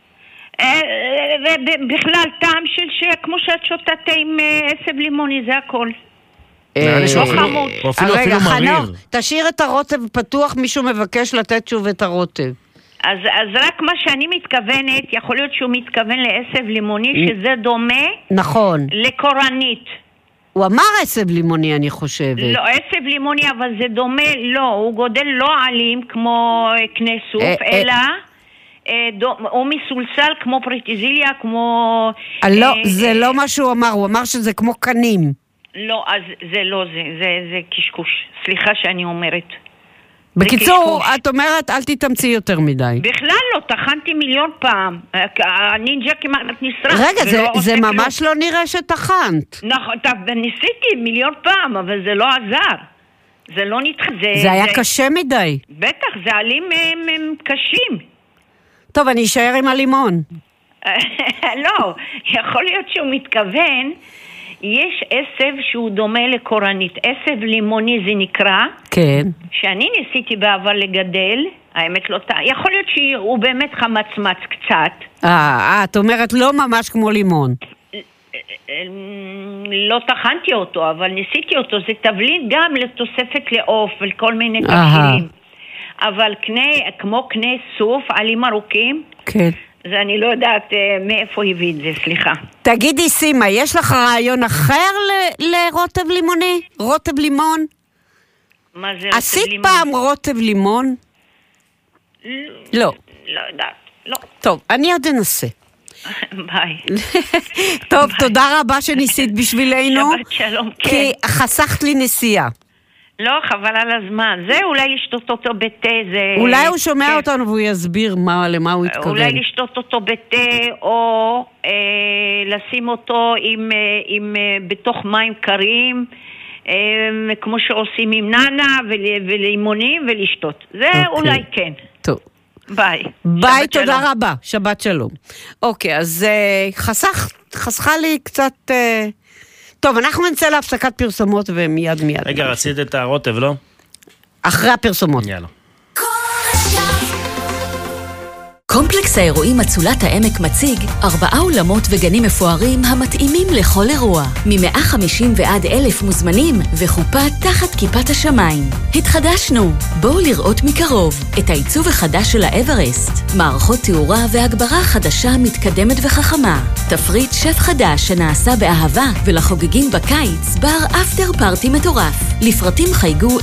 ובכלל טעם של כמו שאת שותה עם עשב לימוני, זה הכל. לא חמוץ. רגע, חנוך, תשאיר את הרוטב פתוח, מישהו מבקש לתת שוב את הרוטב. אז רק מה שאני מתכוונת, יכול להיות שהוא מתכוון לעשב לימוני, שזה דומה נכון. לקורנית. הוא אמר עשב לימוני, אני חושבת. לא, עשב לימוני, אבל זה דומה, לא, הוא גודל לא עלים כמו קנה סוף, אלא הוא מסולסל כמו פרטיזיליה, כמו... לא, זה לא מה שהוא אמר, הוא אמר שזה כמו קנים. לא, אז זה לא זה קשקוש. סליחה שאני אומרת. בקיצור, את אומרת, אל תתאמצי יותר מדי. בכלל לא, טחנתי מיליון פעם. הנינג'ה כמעט נשרף. רגע, זה ממש לא נראה שטחנת. נכון, ניסיתי מיליון פעם, אבל זה לא עזר. זה לא נתח... זה היה קשה מדי. בטח, זה עלים קשים. טוב, אני אשאר עם הלימון. לא, יכול להיות שהוא מתכוון... יש עשב שהוא דומה לקורנית, עשב לימוני זה נקרא, כן. שאני ניסיתי בעבר לגדל, האמת לא, יכול להיות שהוא באמת חמצמץ קצת. את אומרת לא ממש כמו לימון. לא טחנתי אותו, אבל ניסיתי אותו, זה תבלין גם לתוספת לעוף ולכל מיני תבשילים. אבל כמו קנה סוף, עלים ארוכים, כן. זה אני לא יודעת מאיפה הביא את זה, סליחה. תגידי סימה, יש לך רעיון אחר לרוטב לימוני? רוטב לימון? מה זה רוטב לימון? עשית פעם רוטב לימון? לא. לא יודעת, לא. טוב, אני עוד אנסה. ביי. טוב, תודה רבה שניסית בשבילנו. שבת שלום, כן. כי חסכת לי נסיעה. לא, חבל על הזמן. זה אולי לשתות אותו בתה, זה... אולי הוא שומע אותנו והוא יסביר למה הוא התכוון. אולי לשתות אותו בתה, או לשים אותו בתוך מים קרים, כמו שעושים עם ננה ולימונים ולשתות. זה אולי כן. טוב. ביי. ביי, תודה רבה. שבת שלום. אוקיי, אז חסכה לי קצת... טוב, אנחנו נצא להפסקת פרסומות ומיד. רגע, רצית את הרוטב, לא? אחרי הפרסומות. יאללה. קומפלקס האירועים אצולת העמק מציג 4 אולמות וגנים מפוארים המתאימים לכל אירוע. מ-150 ועד 1,000 מוזמנים וחופה תחת כיפת השמיים. התחדשנו. בואו לראות מקרוב את העיצוב החדש של האברסט. מערכות תאורה והגברה חדשה מתקדמת וחכמה. תפריט שף חדש שנעשה באהבה ולחוגגים בקיץ בר אפטר פארטי מטורף. לפרטים חייגו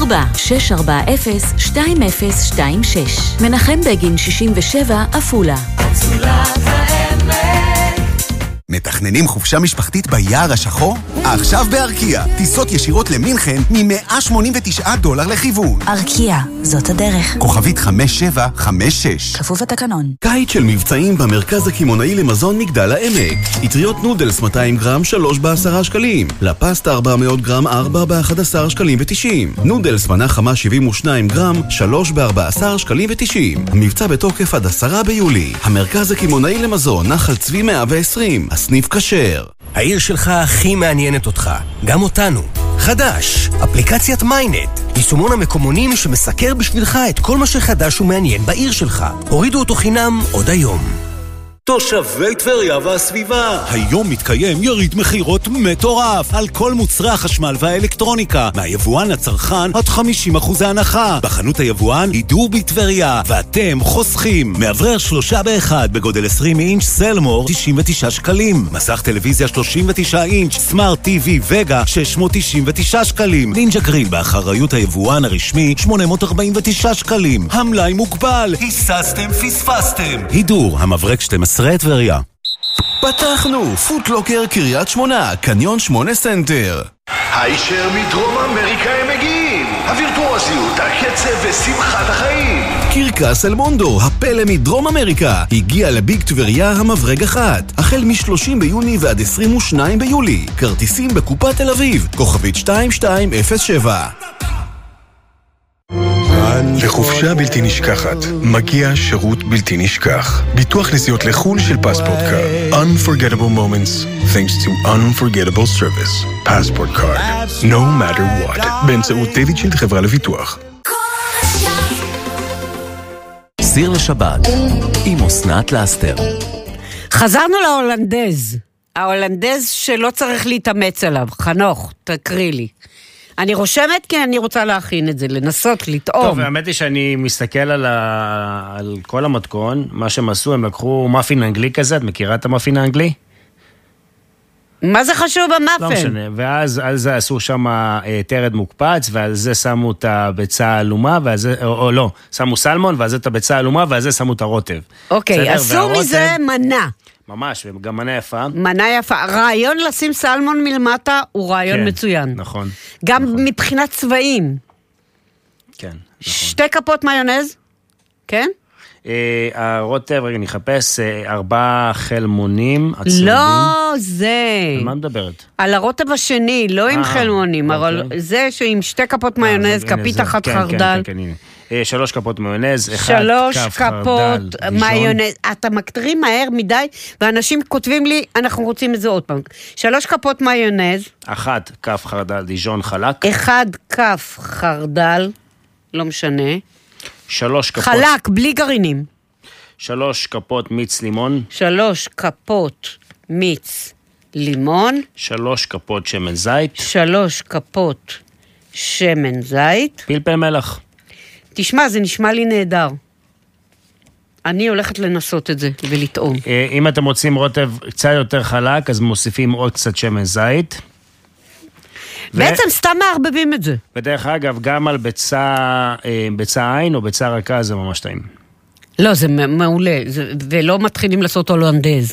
04-640-2026. מנחם בגין 67 אפולה. מתכננים חופשה משפחתית ביער השחור? עכשיו בארקיה, טיסות ישירות למינכן $189 לכיוון. ארקיה, זאת הדרך. כוכבית 5756. כפוף התקנון. קיץ של מבצעים במרכז הקמעונאי למזון מגדל העמק. יטריות נודלס 200 גרם 3 ב-10 שקלים. לפסטה 400 גרם 4 ב-11 שקלים ו-90. נודלס מנה חמה 72 גרם 3 ב-14 שקלים ו-90. המבצע בתוקף עד 10 ביולי. המרכז הקמעונאי למזון נחל צבי 120. הסניף כשר. העיר שלך הכי מעניינת אותך, גם אותנו. חדש, אפליקציית מיינט, יישומון המקומונים שמסקר בשבילך את כל מה שחדש ומעניין בעיר שלך. הורידו אותו חינם עוד היום. תושבי טבריה והסביבה, היום מתקיים יריד מחירות מטורף על כל מוצרי החשמל והאלקטרוניקה, מהיבואן לצרכן עד 50% הנחה. בחנות היבואן הידור בטבריה, ואתם חוסכים מאוורר 3 ב-1 בגודל 20 אינץ' סלמור 99 שקלים, מסך טלוויזיה 39 אינץ' סמארט TV וגה 699 שקלים, נינג'ה גריל באחריות היבואן הרשמי 849 שקלים. המלאי מוגבל, היססתם פספסתם. הידור המברק 12 טבריה. פתחנו פוטלוקר קריית שמונה, קניון 8 סנטר. הישר מדרום אמריקה הם מגיעים, הווירטואוזיות, הקצב ושמחת החיים. קרקס אל מונדו, הפלא מדרום אמריקה, הגיע לביג טבריה המברג 1, החל מ-30 ביוני ועד 22 ביולי. כרטיסים בקופת תל אביב, כוכבית 2207. לחופשה בלתי נשכחת מגיע שירות בלתי נשכח. ביטוח נסיעות לחול של פספורט קארד. Unforgettable moments thanks to unforgettable service. פספורט קארד. No matter what. באמצעות דיוויד שילד חברה לביטוח. סיר לשבת עם אסנת לאסתר. חזרנו להולנדז. ההולנדז שלא צריך להתאמץ עליו. חנוך, תקריא לי. אני רושמת כי אני רוצה להכין את זה, לנסות, לטעום. טוב, האמת היא שאני מסתכל על כל המתכון, מה שהם עשו, הם לקחו מאפין אנגלי כזה, את מכירה את המאפין האנגלי? מה זה חשוב המאפין? לא משנה, ואז על זה עשו שם תרד מוקפץ, ועל זה שמו את הביצה האלומה, או לא, שמו סלמון, ועל זה את הביצה האלומה, ועל זה שמו את הרוטב. אוקיי, עשו מזה מנה. ממש, וגם מנה יפה. מנה יפה. רעיון לשים סלמון מלמטה הוא רעיון כן, מצוין. נכון. גם נכון. מבחינת צבעים. כן, נכון. 2 כפות מיונז, כן? הרוטב, רגע, נחפש 4 חלמונים עצובים. לא, זה. על מה מדברת? על הרוטב השני, לא עם חלמונים, אבל זה שעם 2 כפות מיונז, כפית אחת חרדל. כן, הנה. 3 כפות מיונז, 1 כף 3 כפות מיונז. אתה מקטרים מהר מדי, ואנשים כותבים לי, אנחנו רוצים את זה עוד פעם. 3 כפות מיונז. 1 כף חרדל דיז'ון חלק. 1 כף חרדל, לא משנה. 3 כפות. חלק, בלי גרעינים. 3 כפות מיץ לימון. 3 כפות מיץ לימון. 3 כפות שמן זית. 3 כפות שמן זית. פלפל מלח. תשמע, זה נשמע לי נהדר. אני הולכת לנסות את זה ולטעום. אם אתם רוצים רוטב קצת יותר חלק, אז מוסיפים עוד קצת שמן זית. בעצם סתם מערבבים את זה. בדרך אגב, גם על ביצה עין או ביצה רכה זה ממש טעים. לא, זה מעולה, ולא מתחילים לעשות הולנדז.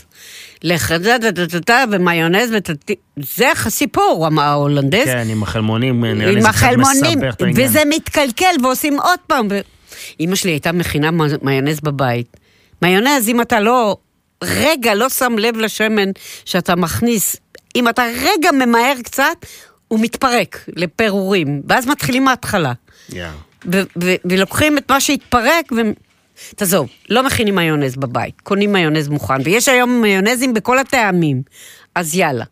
ומיונז, זה הסיפור, ההולנדז. כן, עם החלמונים, עם החלמונים, וזה מתקלקל, ועושים עוד פעם. אמא שלי הייתה מכינה מיונז בבית. מיונז, אם אתה לא שם לב לשמן שאתה מכניס, אם אתה רגע ממהר קצת, הוא מתפרק לפירורים, ואז מתחילים מההתחלה. ולוקחים את מה שהתפרק, תעזוב, לא מכינים מיונז בבית, קונים מיונז מוכן, ויש היום מיונזים בכל הטעמים, אז יאללה.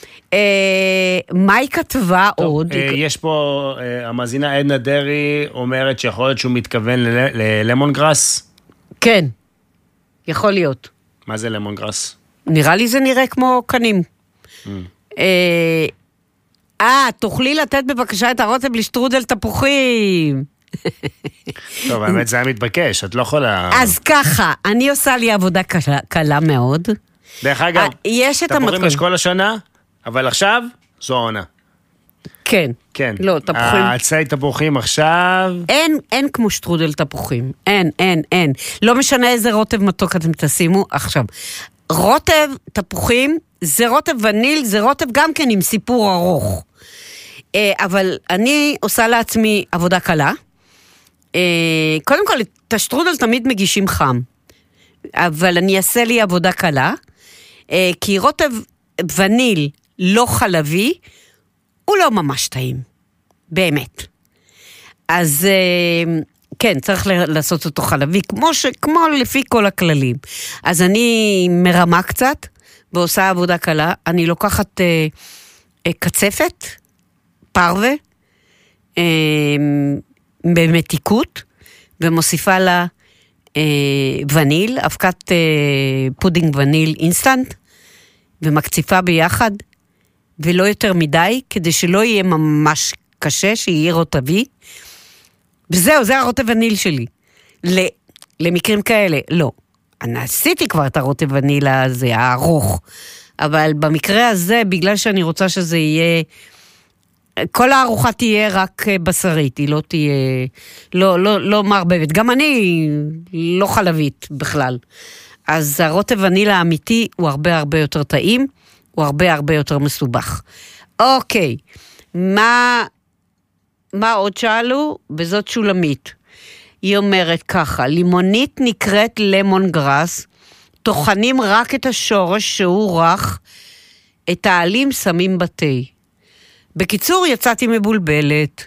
מה היא כתבה עוד? יש פה, המאזינה עדנה דרי אומרת שיכול להיות שהוא מתכוון ללמון גרס. כן, יכול להיות. מה זה למון גרס? נראה לי זה נראה כמו קנים. תוכלי לתת בבקשה את הרוטב לשטרודל תפוחים. טוב, האמת זה היה מתבקש, את לא יכולה... אז ככה, אני עושה לי עבודה קלה מאוד. דרך אגב, תפוחים יש כל השנה, אבל עכשיו זו העונה. כן. כן. לא, תפוחים. עצי תפוחים עכשיו... אין כמו שטרודל תפוחים. אין. לא משנה איזה רוטב מתוק אתם תשימו עכשיו. רוטב תפוחים זה רוטב וניל, זה רוטב גם כן עם סיפור ארוך. אבל אני עושה לעצמי עבודה קלה. קודם כל, את השטרודל תמיד מגישים חם. אבל אני אעשה לי עבודה קלה, כי רוטב וניל לא חלבי, הוא לא ממש טעים. באמת. אז כן, צריך לעשות אותו חלבי, כמו לפי כל הכללים. אז אני מרמה קצת, ועושה עבודה קלה. אני לוקחת קצפת, פרווה, במתיקות, ומוסיפה לה וניל, אבקת פודינג וניל אינסטנט, ומקציפה ביחד, ולא יותר מדי, כדי שלא יהיה ממש קשה, שיהיה רוטבי. וזהו, זה הרוטב וניל שלי. למקרים כאלה, לא. אני עשיתי כבר את הרוטב וניל הזה, הארוך. אבל במקרה הזה, בגלל שאני רוצה שזה יהיה, כל הארוחה תהיה רק בשרית, היא לא תהיה, לא מערבבת. גם אני לא חלבית בכלל. אז הרוטב וניל האמיתי הוא הרבה הרבה יותר טעים, הוא הרבה הרבה יותר מסובך. אוקיי, מה עוד שאלו? בזאת שולמית. היא אומרת ככה, לימונית נקראת למון גרס, טוחנים רק את השורש שהוא רך, את העלים שמים בתה. בקיצור, יצאתי מבולבלת.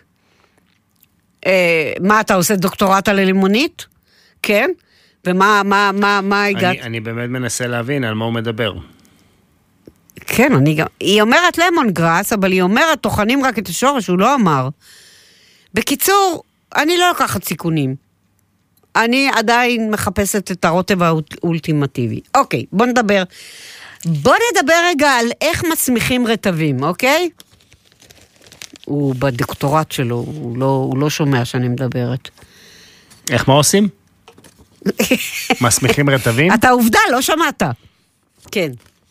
מה, אתה עושה דוקטורט על לימונית? כן? ומה הגעת? אני באמת מנסה להבין על מה הוא מדבר. כן, היא אומרת למון גרס, אבל היא אומרת, טוחנים רק את השורש, הוא לא אמר. בקיצור, אני לא לוקחת סיכונים. אני עדיין מחפשת את הרוטב האולטימטיבי. אוקיי, בוא נדבר רגע על איך מסמיכים רטבים, אוקיי? הוא בדוקטורט שלו, הוא לא שומע שאני מדברת. איך מה עושים? מסמיכים רטבים? אתה עובדה, לא שמעת. כן.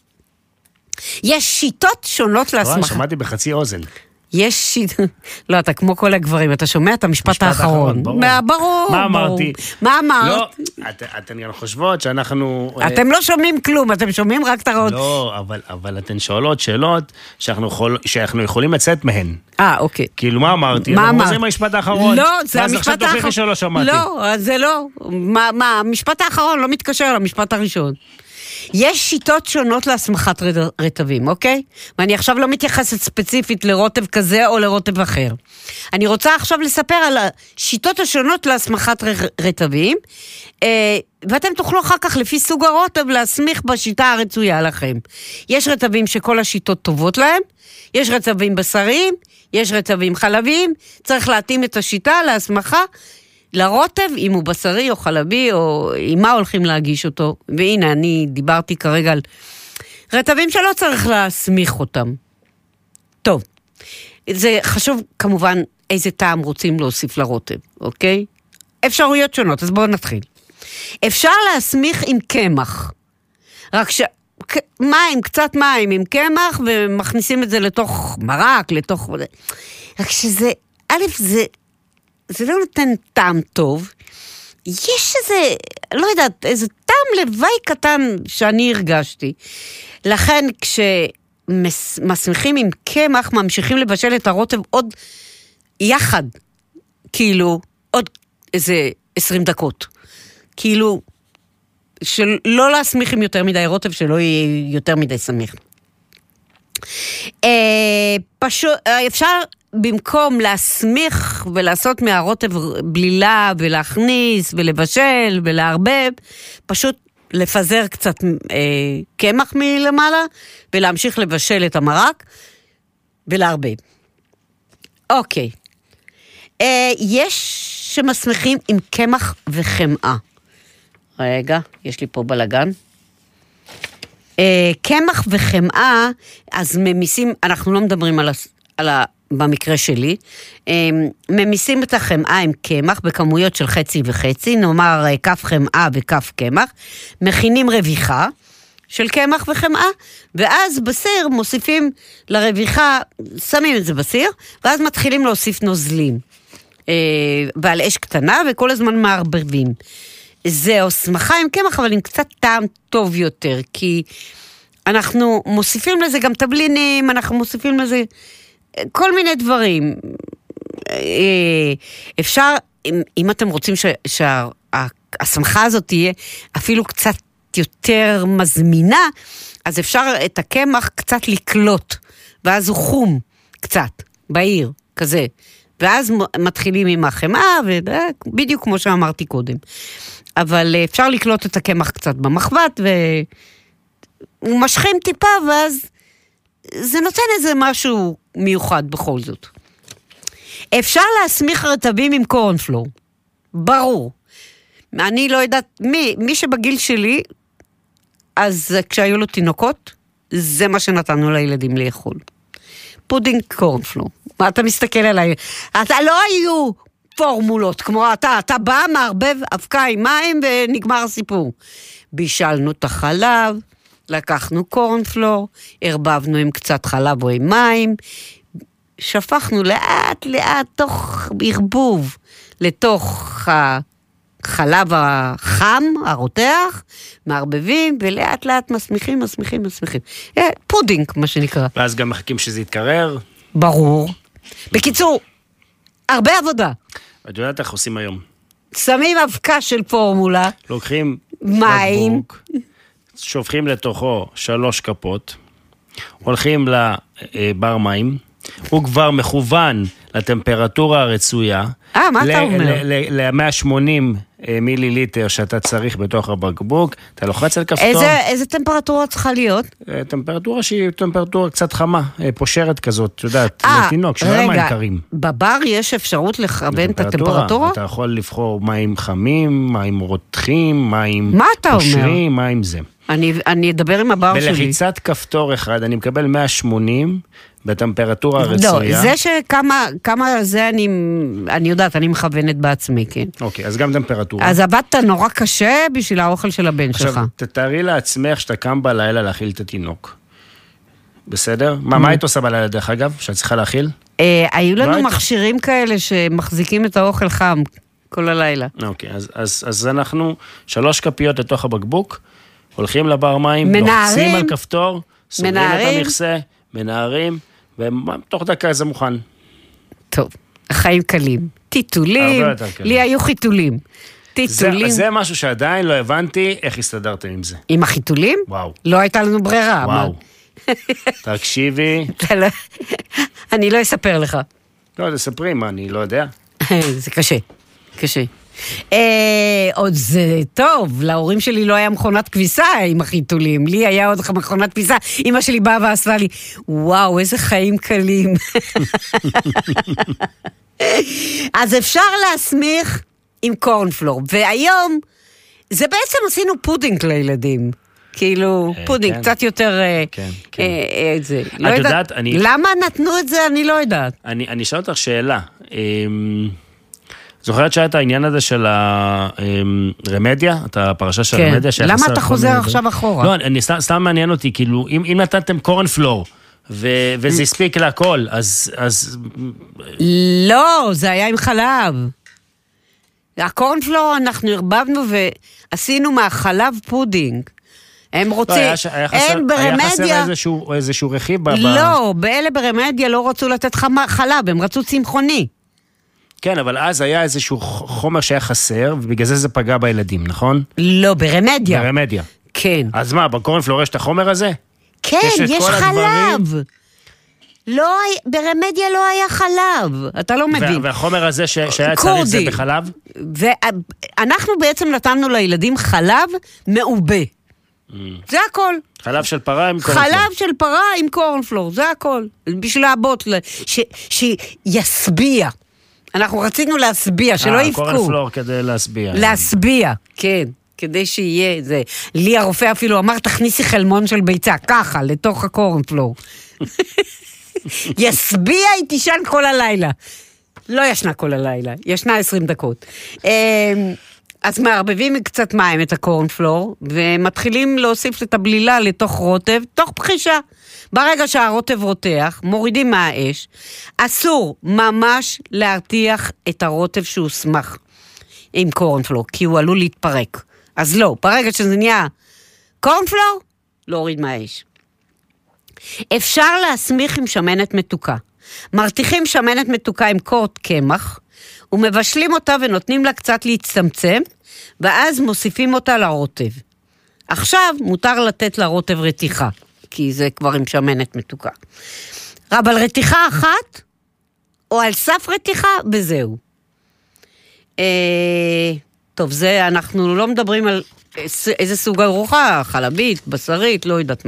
יש שיטות שונות להסמכה. שמעתי בחצי אוזן. יש שיטות, לא, אתה כמו כל הגברים, אתה שומע את המשפט האחרון. ברור. מה אמרתי? מה אמרת? לא, אתן גם חושבות שאנחנו... אתם לא שומעים כלום, אתם שומעים רק את הרעות. לא, אבל אתן שואלות שאלות שאנחנו יכולים לצאת מהן. אוקיי. כאילו, מה אמרתי? מה אמרת? זה המשפט האחרון. לא, זה המשפט האחרון. אז עכשיו תוכיחי שלא שמעתי. לא, זה לא. מה, המשפט האחרון לא מתקשר למשפט הראשון. יש שיטות שונות להסמכת רטבים, אוקיי? ואני עכשיו לא מתייחסת ספציפית לרוטב כזה או לרוטב אחר. אני רוצה עכשיו לספר על השיטות השונות להסמכת רטבים, ואתם תוכלו אחר כך לפי סוג הרוטב להסמיך בשיטה הרצויה לכם. יש רטבים שכל השיטות טובות להם, יש רטבים בשריים, יש רטבים חלביים, צריך להתאים את השיטה להסמכה, לרוטב, אם הוא בשרי או חלבי, או עם מה הולכים להגיש אותו. והנה, אני דיברתי כרגע על רטבים שלא צריך להסמיך אותם. טוב, זה חשוב כמובן איזה טעם רוצים להוסיף לרוטב, אוקיי? אפשרויות שונות, אז בואו נתחיל. אפשר להסמיך עם קמח. רק מים, קצת מים עם קמח, ומכניסים את זה לתוך מרק, לתוך... רק שזה, זה לא נותן טעם טוב, יש איזה, לא יודעת, איזה טעם לוואי קטן שאני הרגשתי. לכן כשמסמיכים עם קמח, ממשיכים לבשל את הרוטב עוד יחד, כאילו, עוד איזה 20 דקות. כאילו, שלא להסמיך עם יותר מדי רוטב, שלא יהיה יותר מדי סמיך. פשוט, אפשר... במקום להסמיך ולעשות מהרוטב בלילה ולהכניס ולבשל ולהרבב, פשוט לפזר קצת קמח מלמעלה ולהמשיך לבשל את המרק ולהרבב. אוקיי. יש שמסמיכים עם קמח וחמאה. רגע, יש לי פה בלגן. קמח וחמאה, אז ממיסים, אנחנו לא מדברים במקרה שלי, ממיסים את החמאה עם קמח בכמויות של חצי וחצי, נאמר כף חמאה וכף קמח, מכינים רוויחה של קמח וחמאה, ואז בסיר מוסיפים לרוויחה, שמים את זה בסיר, ואז מתחילים להוסיף נוזלים, ועל אש קטנה, וכל הזמן מערבבים. זה הסמכה עם קמח, אבל עם קצת טעם טוב יותר, כי אנחנו מוסיפים לזה גם תבלינים, אנחנו מוסיפים לזה כל מיני דברים. אפשר, אם אתם רוצים שהשמחה הזאת תהיה אפילו קצת יותר מזמינה, אז אפשר את הקמח קצת לקלוט, ואז הוא חום קצת, בעיר, כזה. ואז מתחילים עם החמאה, בדיוק כמו שאמרתי קודם. אבל אפשר לקלוט את הקמח קצת במחבת, ומשכים טיפה, ואז זה נותן איזה משהו מיוחד בכל זאת. אפשר להסמיך רטבים עם קורנפלור, ברור. אני לא יודעת, מי שבגיל שלי, אז כשהיו לו תינוקות, זה מה שנתנו לילדים לאכול. פודינג קורנפלור. מה אתה מסתכל עליי? אתה לא היו פורמולות, כמו אתה בא, מערבב אבקה עם מים ונגמר הסיפור. בישלנו את החלב, לקחנו קורנפלור, הרבבנו עם קצת חלב או עם מים, שפכנו לאט לאט תוך ערבוב לתוך החלב החם, הרותח, מערבבים ולאט לאט מסמיכים. פודינג, מה שנקרא. ואז גם מחכים שזה יתקרר? ברור. בקיצור, הרבה עבודה. את יודעת איך עושים היום? שמים אבקה של פורמולה. לוקחים מים. בקבוק, שופכים לתוכו 3 כפות, הולכים לבר מים, הוא כבר מכוון לטמפרטורה הרצויה. מה אתה אומר? ל-180 מיליליטר שאתה צריך בתוך הבקבוק, אתה לוחץ על כפתור. איזה טמפרטורה צריכה להיות? טמפרטורה שהיא טמפרטורה קצת חמה, פושרת כזאת, את יודעת, לתינוק, שלא מים קרים. בבר יש אפשרות לכוון את הטמפרטורה? אתה יכול לבחור מים חמים, מים רותחים, מים פושרים, מים זה. אני אדבר עם הבר שלי. בלחיצת כפתור אחד, אני מקבל 180 בטמפרטורה הרצויה. לא, זה כמה זה אני יודעת, אני מכוונת בעצמי, כן. אוקיי, אז גם טמפרטורה. אז עבדת נורא קשה בשביל האוכל של הבן שלך. עכשיו, תתארי לעצמך שאתה קם בלילה להאכיל את התינוק. בסדר? מה היית עושה בלילה דרך אגב, שאת צריכה להאכיל? היו לנו מכשירים כאלה שמחזיקים את האוכל חם כל הלילה. אוקיי, אז אנחנו 3 כפיות לתוך הבקבוק, הולכים לבר מים, לוחצים על כפתור, סוגרים את המכסה, מנערים, ותוך דקה זה מוכן. טוב, החיים קלים. טיטולים, לי היו חיתולים. טיטולים. זה משהו שעדיין לא הבנתי איך הסתדרתם עם זה. עם החיתולים? וואו. לא הייתה לנו ברירה. וואו. תקשיבי. אני לא אספר לך. לא, תספרי מה, אני לא יודע. זה קשה, קשה. עוד זה טוב, להורים שלי לא היה מכונת כביסה עם החיתולים, לי היה עוד מכונת כביסה, אמא שלי באה ועשה לי, וואו, איזה חיים קלים. אז אפשר להסמיך עם קורנפלור, והיום, זה בעצם עשינו פודינג לילדים, כאילו, פודינג, קצת יותר, זה, לא יודעת, למה נתנו את זה, אני לא יודעת. אני אשאל אותך שאלה, זוכרת שהיה את העניין הזה של הרמדיה? את הפרשה של הרמדיה? למה אתה חוזר עכשיו אחורה? לא, סתם מעניין אותי, כאילו, אם נתתם קורנפלור, וזה הספיק להכל, אז... לא, זה היה עם חלב. הקורנפלור אנחנו הרבבנו ועשינו מהחלב פודינג. הם רוצים... היה חסר איזשהו רכיב? לא, באלה ברמדיה לא רצו לתת חלב, הם רצו צמחוני. כן, אבל אז היה איזשהו חומר שהיה חסר, ובגלל זה פגע בילדים, נכון? לא, ברמדיה. ברמדיה. כן. אז מה, בקורנפלור יש את החומר הזה? כן, יש חלב. לא, ברמדיה לא היה חלב, אתה לא מבין. והחומר הזה שהיה צריך זה בחלב? ואנחנו בעצם נתנו לילדים חלב מעובה. זה הכל. חלב של פרה עם קורנפלור. חלב של פרה עם קורנפלור, זה הכל. בשביל לעבוד, שיסביע. אנחנו רצינו להסביע, שלא יפקו. קורנפלור כדי להסביע. להסביע, כן. כדי שיהיה זה. לי הרופא אפילו אמר, תכניסי חלמון של ביצה, ככה, לתוך הקורנפלור. יסביע, היא תישן כל הלילה. לא ישנה כל הלילה, ישנה 20 דקות. אז מערבבים קצת מים את הקורנפלור, ומתחילים להוסיף את הבלילה לתוך רוטב, תוך פחישה. ברגע שהרוטב רותח, מורידים מהאש, אסור ממש להרתיח את הרוטב שהוא סמך עם קורנפלור, כי הוא עלול להתפרק. אז לא, ברגע שזה נהיה קורנפלור, להוריד מהאש. אפשר להסמיך עם שמנת מתוקה. מרתיחים שמנת מתוקה עם קורט קמח, ומבשלים אותה ונותנים לה קצת להצטמצם, ואז מוסיפים אותה לרוטב. עכשיו מותר לתת לרוטב רתיחה, כי זה כבר עם שמנת מתוקה. אבל רתיחה אחת, או על סף רתיחה, וזהו. טוב, זה אנחנו לא מדברים על איזה סוג ארוחה, חלבית, בשרית, לא יודעת מה.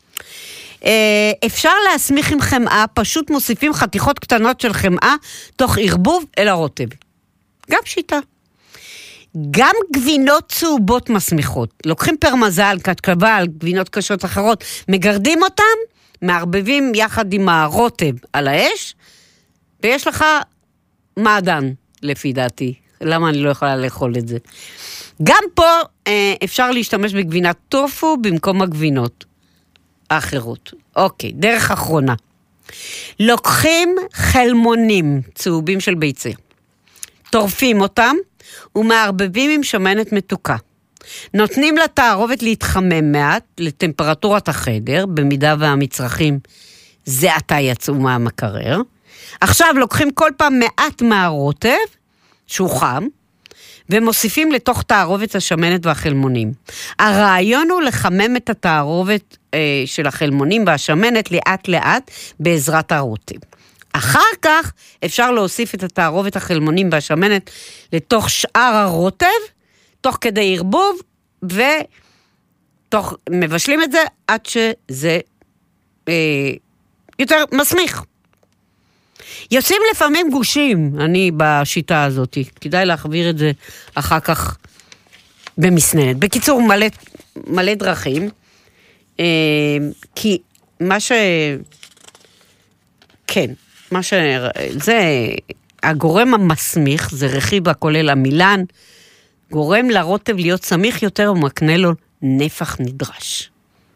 אפשר להסמיך עם חמאה, פשוט מוסיפים חתיכות קטנות של חמאה, תוך ערבוב אל הרוטב. גם שיטה. גם גבינות צהובות מסמיכות. לוקחים פרמזל, קטקבל, גבינות קשות אחרות, מגרדים אותם, מערבבים יחד עם הרוטב על האש, ויש לך מעדן, לפי דעתי. למה אני לא יכולה לאכול את זה? גם פה אפשר להשתמש בגבינת טופו במקום הגבינות האחרות. אוקיי, דרך אחרונה. לוקחים חלמונים צהובים של ביצה, טורפים אותם ומערבבים עם שמנת מתוקה. נותנים לתערובת להתחמם מעט לטמפרטורת החדר, במידה והמצרכים זה עתה יצאו מהמקרר. עכשיו לוקחים כל פעם מעט מהרוטב, שהוא חם, ומוסיפים לתוך תערובת השמנת והחלמונים. הרעיון הוא לחמם את התערובת של החלמונים והשמנת לאט לאט בעזרת הרוטב. אחר כך אפשר להוסיף את התערובת החלמונים והשמנת לתוך שאר הרוטב, תוך כדי ערבוב, מבשלים את זה עד שזה יותר מסמיך. יוצאים לפעמים גושים, אני בשיטה הזאת, כדאי להחביר את זה אחר כך במסננת. בקיצור, מלא דרכים, כי זה הגורם המסמיך, זה רכיב הכולל המילן, גורם לרוטב להיות סמיך יותר ומקנה לו נפח נדרש.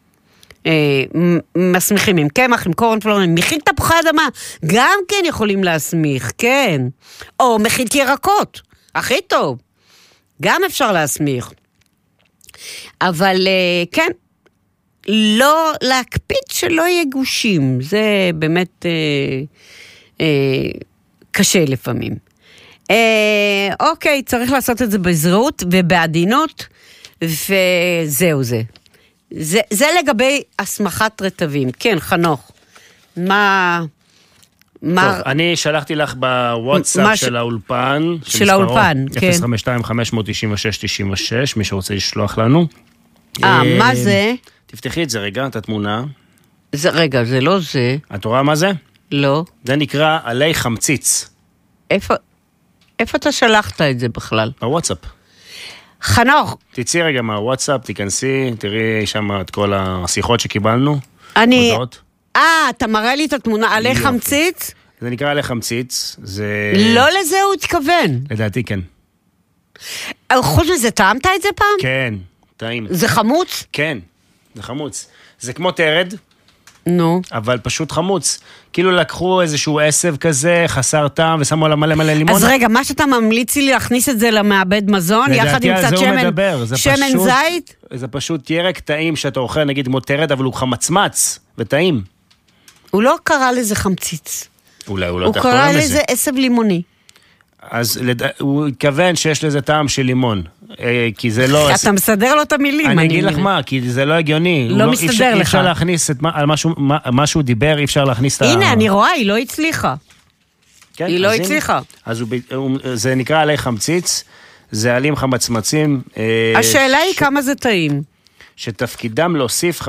מסמיכים עם קמח, עם קורנפלור, עם מכיל תפוחי אדמה, גם כן יכולים להסמיך, כן. או מכיל ירקות, הכי טוב. גם אפשר להסמיך. אבל כן, לא להקפיד שלא יהיה גושים, זה באמת קשה לפעמים. אוקיי, צריך לעשות את זה בזהירות ובעדינות, וזהו זה. זה לגבי הסמכת רטבים. כן, חנוך. טוב, אני שלחתי לך בוואטסאפ של האולפן. של האולפן, כן. 052-596-96, מי שרוצה לשלוח לנו. מה זה? תפתחי את זה רגע, את התמונה. רגע, זה לא זה. את רואה מה זה? לא. זה נקרא עלי חמציץ. איפה אתה שלחת את זה בכלל? בוואטסאפ. חנוך. תצאי רגע מהוואטסאפ, תיכנסי, תראי שם את כל השיחות שקיבלנו. הודעות. אתה מראה לי את התמונה, עלי חמציץ? זה נקרא עלי חמציץ, זה... לא לזה הוא התכוון. לדעתי כן. חוץ מזה, טעמת את זה פעם? כן, טעים. זה חמוץ? כן, זה חמוץ. זה כמו תרד, נו. אבל פשוט חמוץ. כאילו לקחו איזשהו עשב כזה, חסר טעם, ושמו עליו מלא לימון. אז רגע, מה שאתה ממליץ לי להכניס את זה למעבד מזון, יחד עם קצת שמן זית? זה פשוט ירק טעים שאתה אוכל, נגיד כמו תרד, אבל הוא חמצמץ וטעים. הוא לא קרא לזה חמציץ. אולי הוא לא הוא קרא לזה עשב לימוני. אז הוא התכוון שיש לזה טעם של לימון, כי זה לא... אתה מסדר לו את המילים. אני אגיד לך מה, כי זה לא הגיוני. לא מסתדר לך. אי אפשר להכניס את מה שהוא דיבר, אי אפשר להכניס את ה... הנה, אני רואה, היא לא הצליחה. היא לא הצליחה. אז זה נקרא עלי חמציץ, זה עלים חמצמצים. השאלה היא כמה זה טעים. שתפקידם להוסיף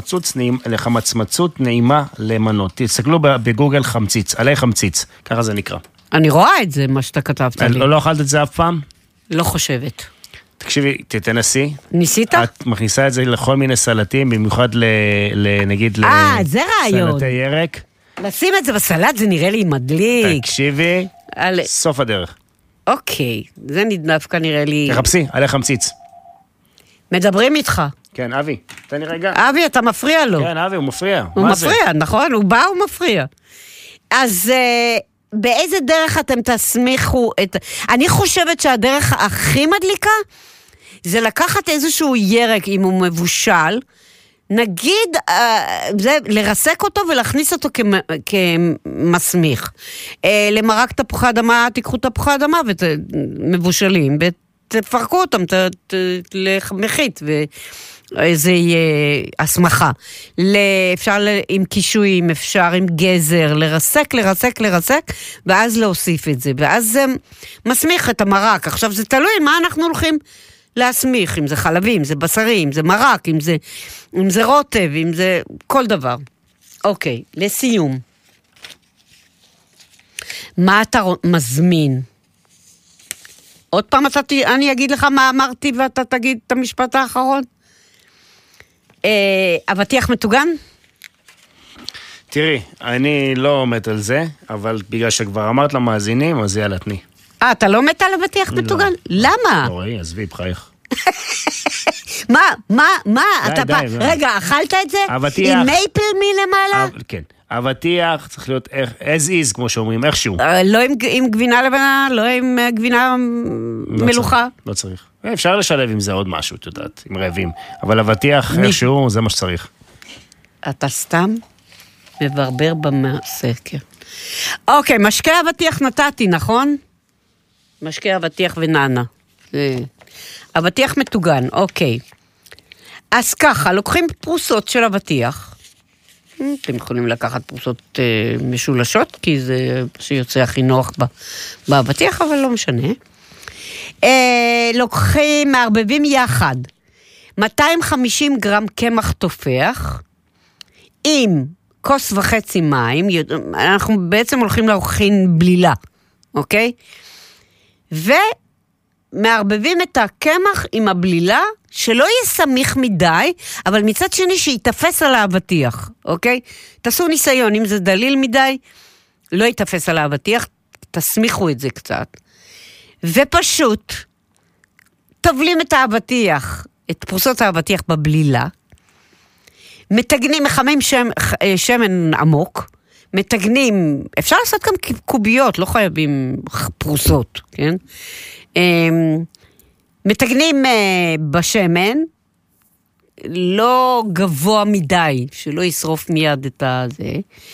חמצמצות נעימה למנות. תסתכלו בגוגל חמציץ, עלי חמציץ, ככה זה נקרא. אני רואה את זה, מה שאתה כתבת לי. לא אכלת את זה אף פעם? לא חושבת. תקשיבי, תנסי. ניסית? את מכניסה את זה לכל מיני סלטים, במיוחד נגיד זה רעיון. סלטי ירק. לשים את זה בסלט, זה נראה לי מדליק. תקשיבי, סוף הדרך. אוקיי, זה דווקא נראה לי... תחפשי, עלי חמציץ. מדברים איתך. כן, אבי, תן לי רגע. אבי, אתה מפריע לו. כן, אבי, הוא מפריע. הוא מפריע, נכון? הוא בא, הוא מפריע. אז באיזה דרך אתם תסמיכו את... אני חושבת שהדרך הכי מדליקה זה לקחת איזשהו ירק, אם הוא מבושל, נגיד, זה לרסק אותו ולהכניס אותו כמסמיך. למרק תפוחי אדמה, תיקחו תפוחי אדמה ומבושלים, ותפרקו אותם למחית, וזה יהיה הסמכה. אפשר עם קישואים, אפשר עם גזר, לרסק, ואז להוסיף את זה. ואז זה מסמיך את המרק. עכשיו זה תלוי מה אנחנו הולכים להסמיך, אם זה חלבי, אם זה בשרי, אם זה מרק, אם זה רוטב, אם זה כל דבר. אוקיי, לסיום. מה אתה מזמין? עוד פעם אני אגיד לך מה אמרתי ואתה תגיד את המשפט האחרון? אבטיח מטוגן? תראי, אני לא מת על זה, אבל בגלל שכבר אמרת למאזינים, אז יאללה, תני. אתה לא מת על אבטיח מטוגן? למה? לא ראי, עזבי, בחייך. מה? רגע, אכלת את זה? עם מייפל מלמעלה? כן. אבטיח צריך להיות as is, כמו שאומרים, איכשהו. לא עם גבינה לבנה, לא עם גבינה מלוכה? לא צריך. אפשר לשלב עם זה עוד משהו, את יודעת, עם רעבים. אבל אבטיח איכשהו, זה מה שצריך. אתה סתם מברבר במסקר. אוקיי, משקה אבטיח נתתי, נכון? משקה אבטיח וננה. אבטיח מטוגן, אוקיי. אז ככה, לוקחים פרוסות של אבטיח. אתם יכולים לקחת פרוסות משולשות, כי זה שיוצא הכי נוח באבטיח, אבל לא משנה. לוקחים, מערבבים יחד 250 גרם קמח תופח, עם כוס וחצי מים, אנחנו בעצם הולכים להכין בלילה, אוקיי? ומערבבים את הקמח עם הבלילה, שלא יהיה סמיך מדי, אבל מצד שני שיתפס על האבטיח, אוקיי? תעשו ניסיון, אם זה דליל מדי, לא יתפס על האבטיח, תסמיכו את זה קצת. ופשוט תובלים את האבטיח, את פרוסות האבטיח בבלילה, מתגנים, מחמים שמן עמוק, מתגנים, אפשר לעשות גם קוביות, לא חייבים פרוסות, כן? מתגנים בשמן, לא גבוה מדי, שלא ישרוף מיד את הזה,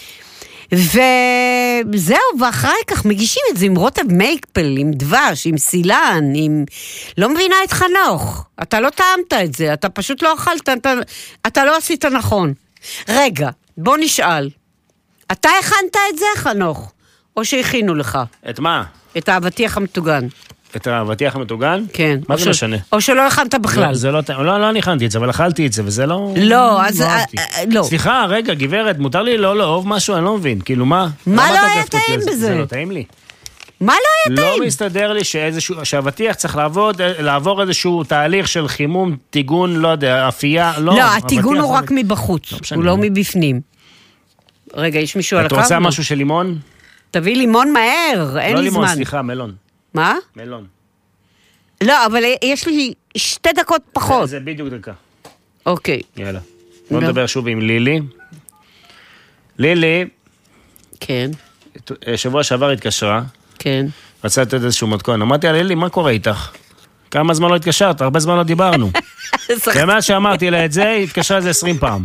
וזהו, ואחרי כך מגישים את זה עם רוטב מייקפל, עם דבש, עם סילן, עם... לא מבינה את חנוך, אתה לא טעמת את זה, אתה פשוט לא אכלת, אתה לא עשית נכון. רגע, בוא נשאל, אתה הכנת את זה, חנוך? או שהכינו לך? את מה? את האבטיח המטוגן. את האבטיח המטוגן? כן. מה זה משנה? או שלא הכנת בכלל. לא, אני הכנתי את זה, אבל אכלתי את זה, וזה לא... לא, אז... לא. סליחה, רגע, גברת, מותר לי לא לאהוב משהו, אני לא מבין. כאילו, מה? מה לא היה טעים בזה? זה לא טעים לי. מה לא היה טעים? לא מסתדר לי שהאבטיח צריך לעבור איזשהו תהליך של חימום, טיגון, לא יודע, אפייה, לא. לא, הטיגון הוא רק מבחוץ, הוא לא מבפנים. רגע, יש מישהו על הקו? אתה רוצה משהו של לימון? תביא לימון מהר, אין לי זמן. לא לימון, סליחה, מלון. מה? מלון. לא, אבל יש לי 2 דקות פחות. זה בדיוק דקה. אוקיי. יאללה. בוא נדבר שוב עם לילי. לילי. כן. שבוע שעבר התקשרה. כן. רצה לתת איזשהו מתכון. אמרתי לה, לילי, מה קורה איתך? כמה זמן לא התקשרת? הרבה זמן לא דיברנו. ומה שאמרתי לה את זה, התקשרה איזה 20 פעם.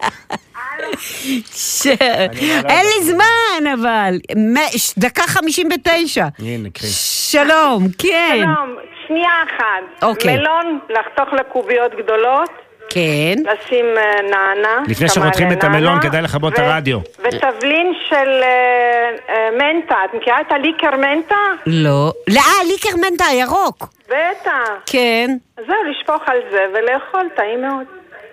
אין לי זמן, אבל 1:59. הנה, קרי. שלום, כן. שלום, שנייה אחת. מלון לחתוך לקוביות גדולות. כן. לשים נענה. לפני שחותכים את המלון, כדאי לחבות את הרדיו. ותבלין של מנטה. את מכירה את הליקר מנטה? לא. ליקר מנטה, ירוק. בטח. כן. זהו, לשפוך על זה ולאכול, טעים מאוד.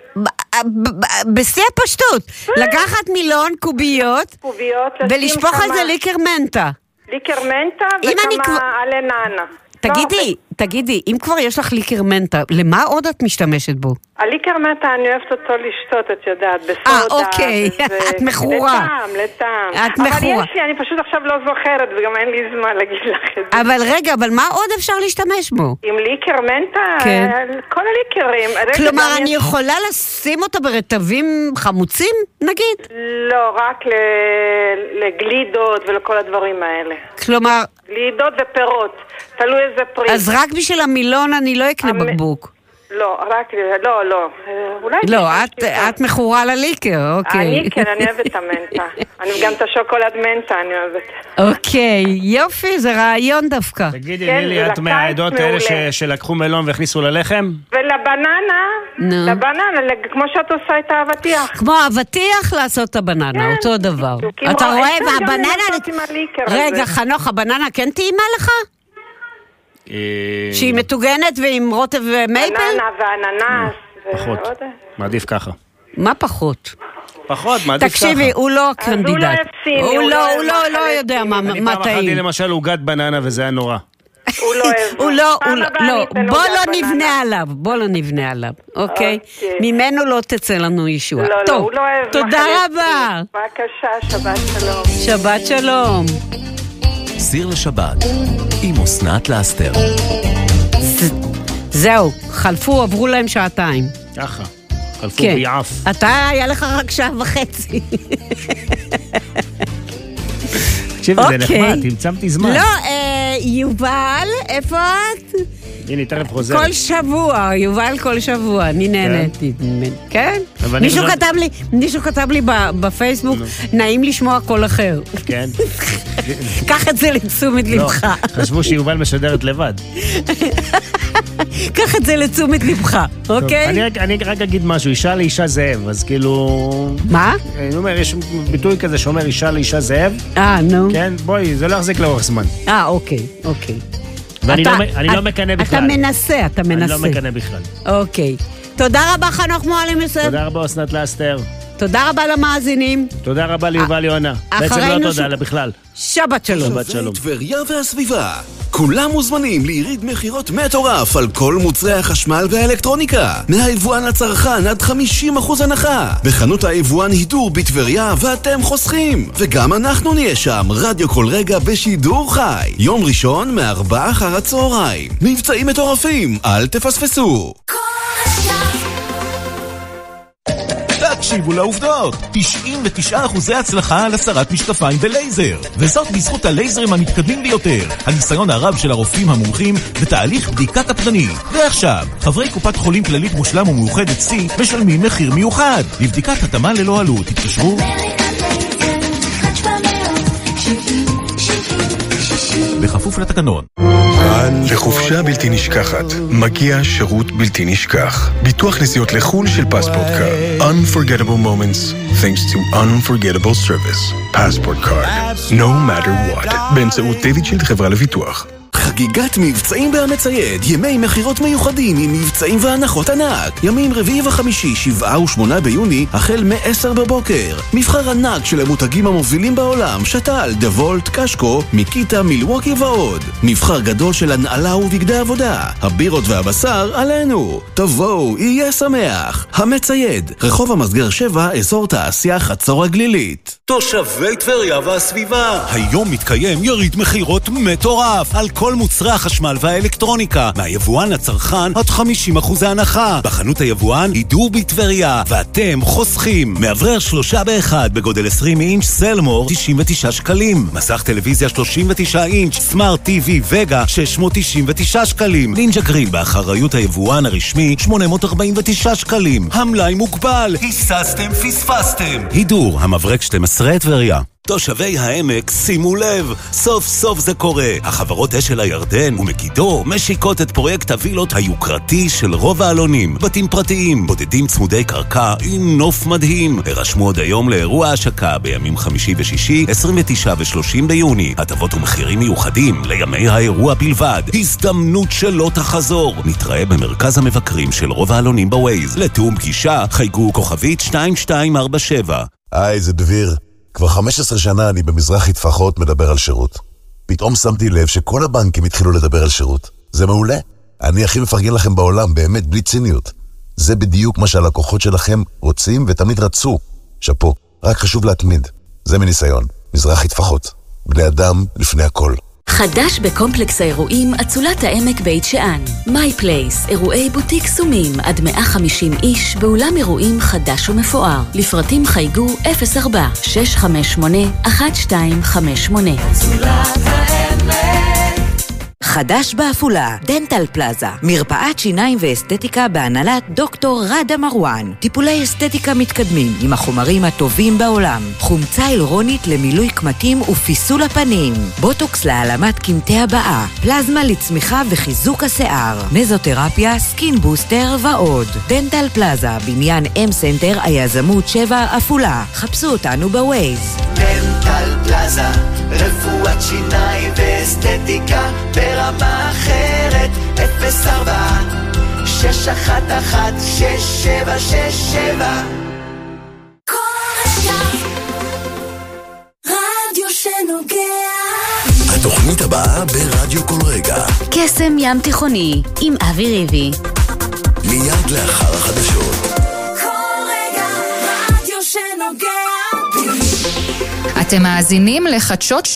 בשיא הפשטות, לקחת מילון קוביות ולשפוך על זה ליקר מנטה. ליקר מנטה וכמה עלי נענה. תגידי, אם כבר יש לך ליקר מנטה, למה עוד את משתמשת בו? הליקר מנטה, אני אוהבת אותו לשתות, את יודעת, בסודה. אוקיי, את מכורה. לטעם. את מכורה. אבל יש לי, אני פשוט עכשיו לא זוכרת, וגם אין לי זמן להגיד לך את זה. אבל רגע, מה עוד אפשר להשתמש בו? עם ליקר מנטה? כן. כל הליקרים. כלומר, אני יכולה לשים אותה ברטבים חמוצים, נגיד? לא, רק לגלידות ולכל הדברים האלה. כלומר... גלידות ופירות. תלוי איזה פרי. אז רק בשביל המילון אני לא אקנה בקבוק. לא, רק, לא. אולי... לא, את מכורה לליקר, אוקיי. אני כן, אני אוהבת את המנטה. אני גם את השוקולד מנטה, אני אוהבת. אוקיי, יופי, זה רעיון דווקא. תגידי, לילי, את מהעדות האלה שלקחו מלון והכניסו ללחם? ולבננה, כמו שאת עושה את האבטיח. כמו האבטיח לעשות את הבננה, אותו דבר. אתה רואה, והבננה... רגע, חנוך, הבננה כן טעימה לך? שהיא מטוגנת ועם רוטב ומייפל? בננה ואננס. פחות, מעדיף ככה. מה פחות? פחות, מעדיף ככה. תקשיבי, הוא לא קנדידט. הוא לא יודע מה טעים. אני פעם אחת למשל עוגת בננה וזה היה נורא. הוא לא בוא לא נבנה עליו, אוקיי? ממנו לא תצא לנו ישוע. טוב, תודה רבה. בבקשה, שבת שלום. שבת שלום. סיר לשבת עם אסנת לאסתר. זהו, עברו להם שעתיים. ככה, חלפו ביעף. אתה, היה לך רק שעה וחצי. תקשיבי, זה נחמד, תמצמתי זמן. לא, יובל, איפה את? הנה, תכף חוזרת. כל שבוע, יובל כל שבוע, אני נהנתי. כן? מישהו כתב לי בפייסבוק, נעים לשמוע קול אחר. כן. קח את זה לתשומת לבך. חשבו שיובל משדרת לבד. קח את זה לתשומת לבך, אוקיי? אני רק אגיד משהו, אישה לאישה זאב, אז כאילו... מה? אני אומר, יש ביטוי כזה שאומר אישה לאישה זאב. נו. כן, בואי, זה לא יחזיק לאורך זמן. אוקיי. ואני לא מקנה בכלל. אתה מנסה. אני לא מקנה בכלל. אוקיי. תודה רבה חנוך מועלם יוסף. תודה רבה אסנת לאסתר. תודה רבה למאזינים. תודה רבה ליובל יונה. בעצם לא תודה, אלא בכלל. שבת שלום. שבת שלום. טבריה והסביבה. כולם מוזמנים ליריד מחירות מטורף על כל מוצרי החשמל והאלקטרוניקה. מהיבואן לצרכן עד 50% הנחה. בחנות היבואן הידור בטבריה ואתם חוסכים. וגם אנחנו נהיה שם, רדיו כל רגע בשידור חי. יום ראשון מ-4 אחר הצהריים. מבצעים מטורפים, אל תפספסו. תקשיבו לעובדות, 99% הצלחה על הסרת משקפיים בלייזר, וזאת בזכות הלייזרים המתקדמים ביותר, הניסיון הרב של הרופאים המומחים בתהליך בדיקת הפנים. ועכשיו, חברי קופת חולים כללית מושלם ומאוחדת C משלמים מחיר מיוחד לבדיקת התאמה ללא עלות. תתקשרו בכפוף לתקנון. לחופשה בלתי נשכחת מגיע שירות בלתי נשכח. ביטוח נסיעות לחול של פספורט קארד. Unforgettable moments thanks to unforgettable service. Passport card. No matter what. באמצעות דיוויד שילד חברה לביטוח. חגיגת מבצעים בהמצייד, ימי מחירות מיוחדים עם מבצעים והנחות ענק. ימים רביעי וחמישי, 7 ו8 ביוני, החל מ-10 בבוקר. מבחר ענק של המותגים המובילים בעולם, שטל, דוולט, קשקו, מיקיטה, מילווקי ועוד. מבחר גדול של הנעלה ובגדי עבודה. הבירות והבשר עלינו. תבואו, יהיה שמח. המצייד, רחוב המסגר 7, אזור תעשייה חצור הגלילית. תושבי טבריה והסביבה, היום מתקיים יריד מחירות מטורף על כל מוצרי החשמל והאלקטרוניקה, מהיבואן לצרכן עד 50% הנחה. בחנות היבואן הידור בטבריה, ואתם חוסכים. מאוורר 3 ב-1 בגודל 20 אינץ' סלמור 99 שקלים. מסך טלוויזיה 39 אינץ' סמארט TV וגה 699 שקלים. נינג'ה גריל באחריות היבואן הרשמי 849 שקלים. המלאי מוגבל, היססתם פספסתם. הידור המברק 12 טבריה. תושבי העמק, שימו לב, סוף סוף זה קורה. החברות אשל הירדן ומגידו משיקות את פרויקט הווילות היוקרתי של רובע אלונים. בתים פרטיים, בודדים צמודי קרקע עם נוף מדהים. הרשמו עוד היום לאירוע השקה בימים חמישי ושישי, 29 ו-30 ביוני. הטבות ומחירים מיוחדים לימי האירוע בלבד. הזדמנות שלא תחזור. נתראה במרכז המבקרים של רובע אלונים בווייז. לתאום פגישה, חייגו כוכבית 2247. היי, זה דביר. כבר 15 שנה אני במזרחי טפחות מדבר על שירות. פתאום שמתי לב שכל הבנקים התחילו לדבר על שירות. זה מעולה. אני הכי מפרגן לכם בעולם, באמת, בלי ציניות. זה בדיוק מה שהלקוחות שלכם רוצים ותמיד רצו. שפו, רק חשוב להתמיד. זה מניסיון. מזרחי טפחות. בני אדם לפני הכל. חדש בקומפלקס האירועים אצולת העמק בית שאן. מיי פלייס, אירועי בוטיק סומים עד 150 איש באולם אירועים חדש ומפואר. לפרטים חייגו 04-658-1258. אצולת העמק. חדש בעפולה, דנטל פלאזה, מרפאת שיניים ואסתטיקה בהנהלת דוקטור רדה מרואן. טיפולי אסתטיקה מתקדמים עם החומרים הטובים בעולם. חומצה הילרונית למילוי קמטים ופיסול הפנים. בוטוקס להעלמת קמטי הבאה. פלזמה לצמיחה וחיזוק השיער. מזותרפיה, סקין בוסטר ועוד. דנטל פלאזה, בניין אם סנטר, היזמות 7, עפולה. חפשו אותנו בווייז. דנטל פלאזה, רפואת שיניים ואסתטיקה ברמה אחרת. 04-611-6767. רדיו שנוגע. התוכנית הבאה ברדיו כל רגע. קסם ים תיכוני עם אבי ריבי. מיד לאחר החדשות. כל רגע רדיו שנוגע. אתם מאזינים לחדשות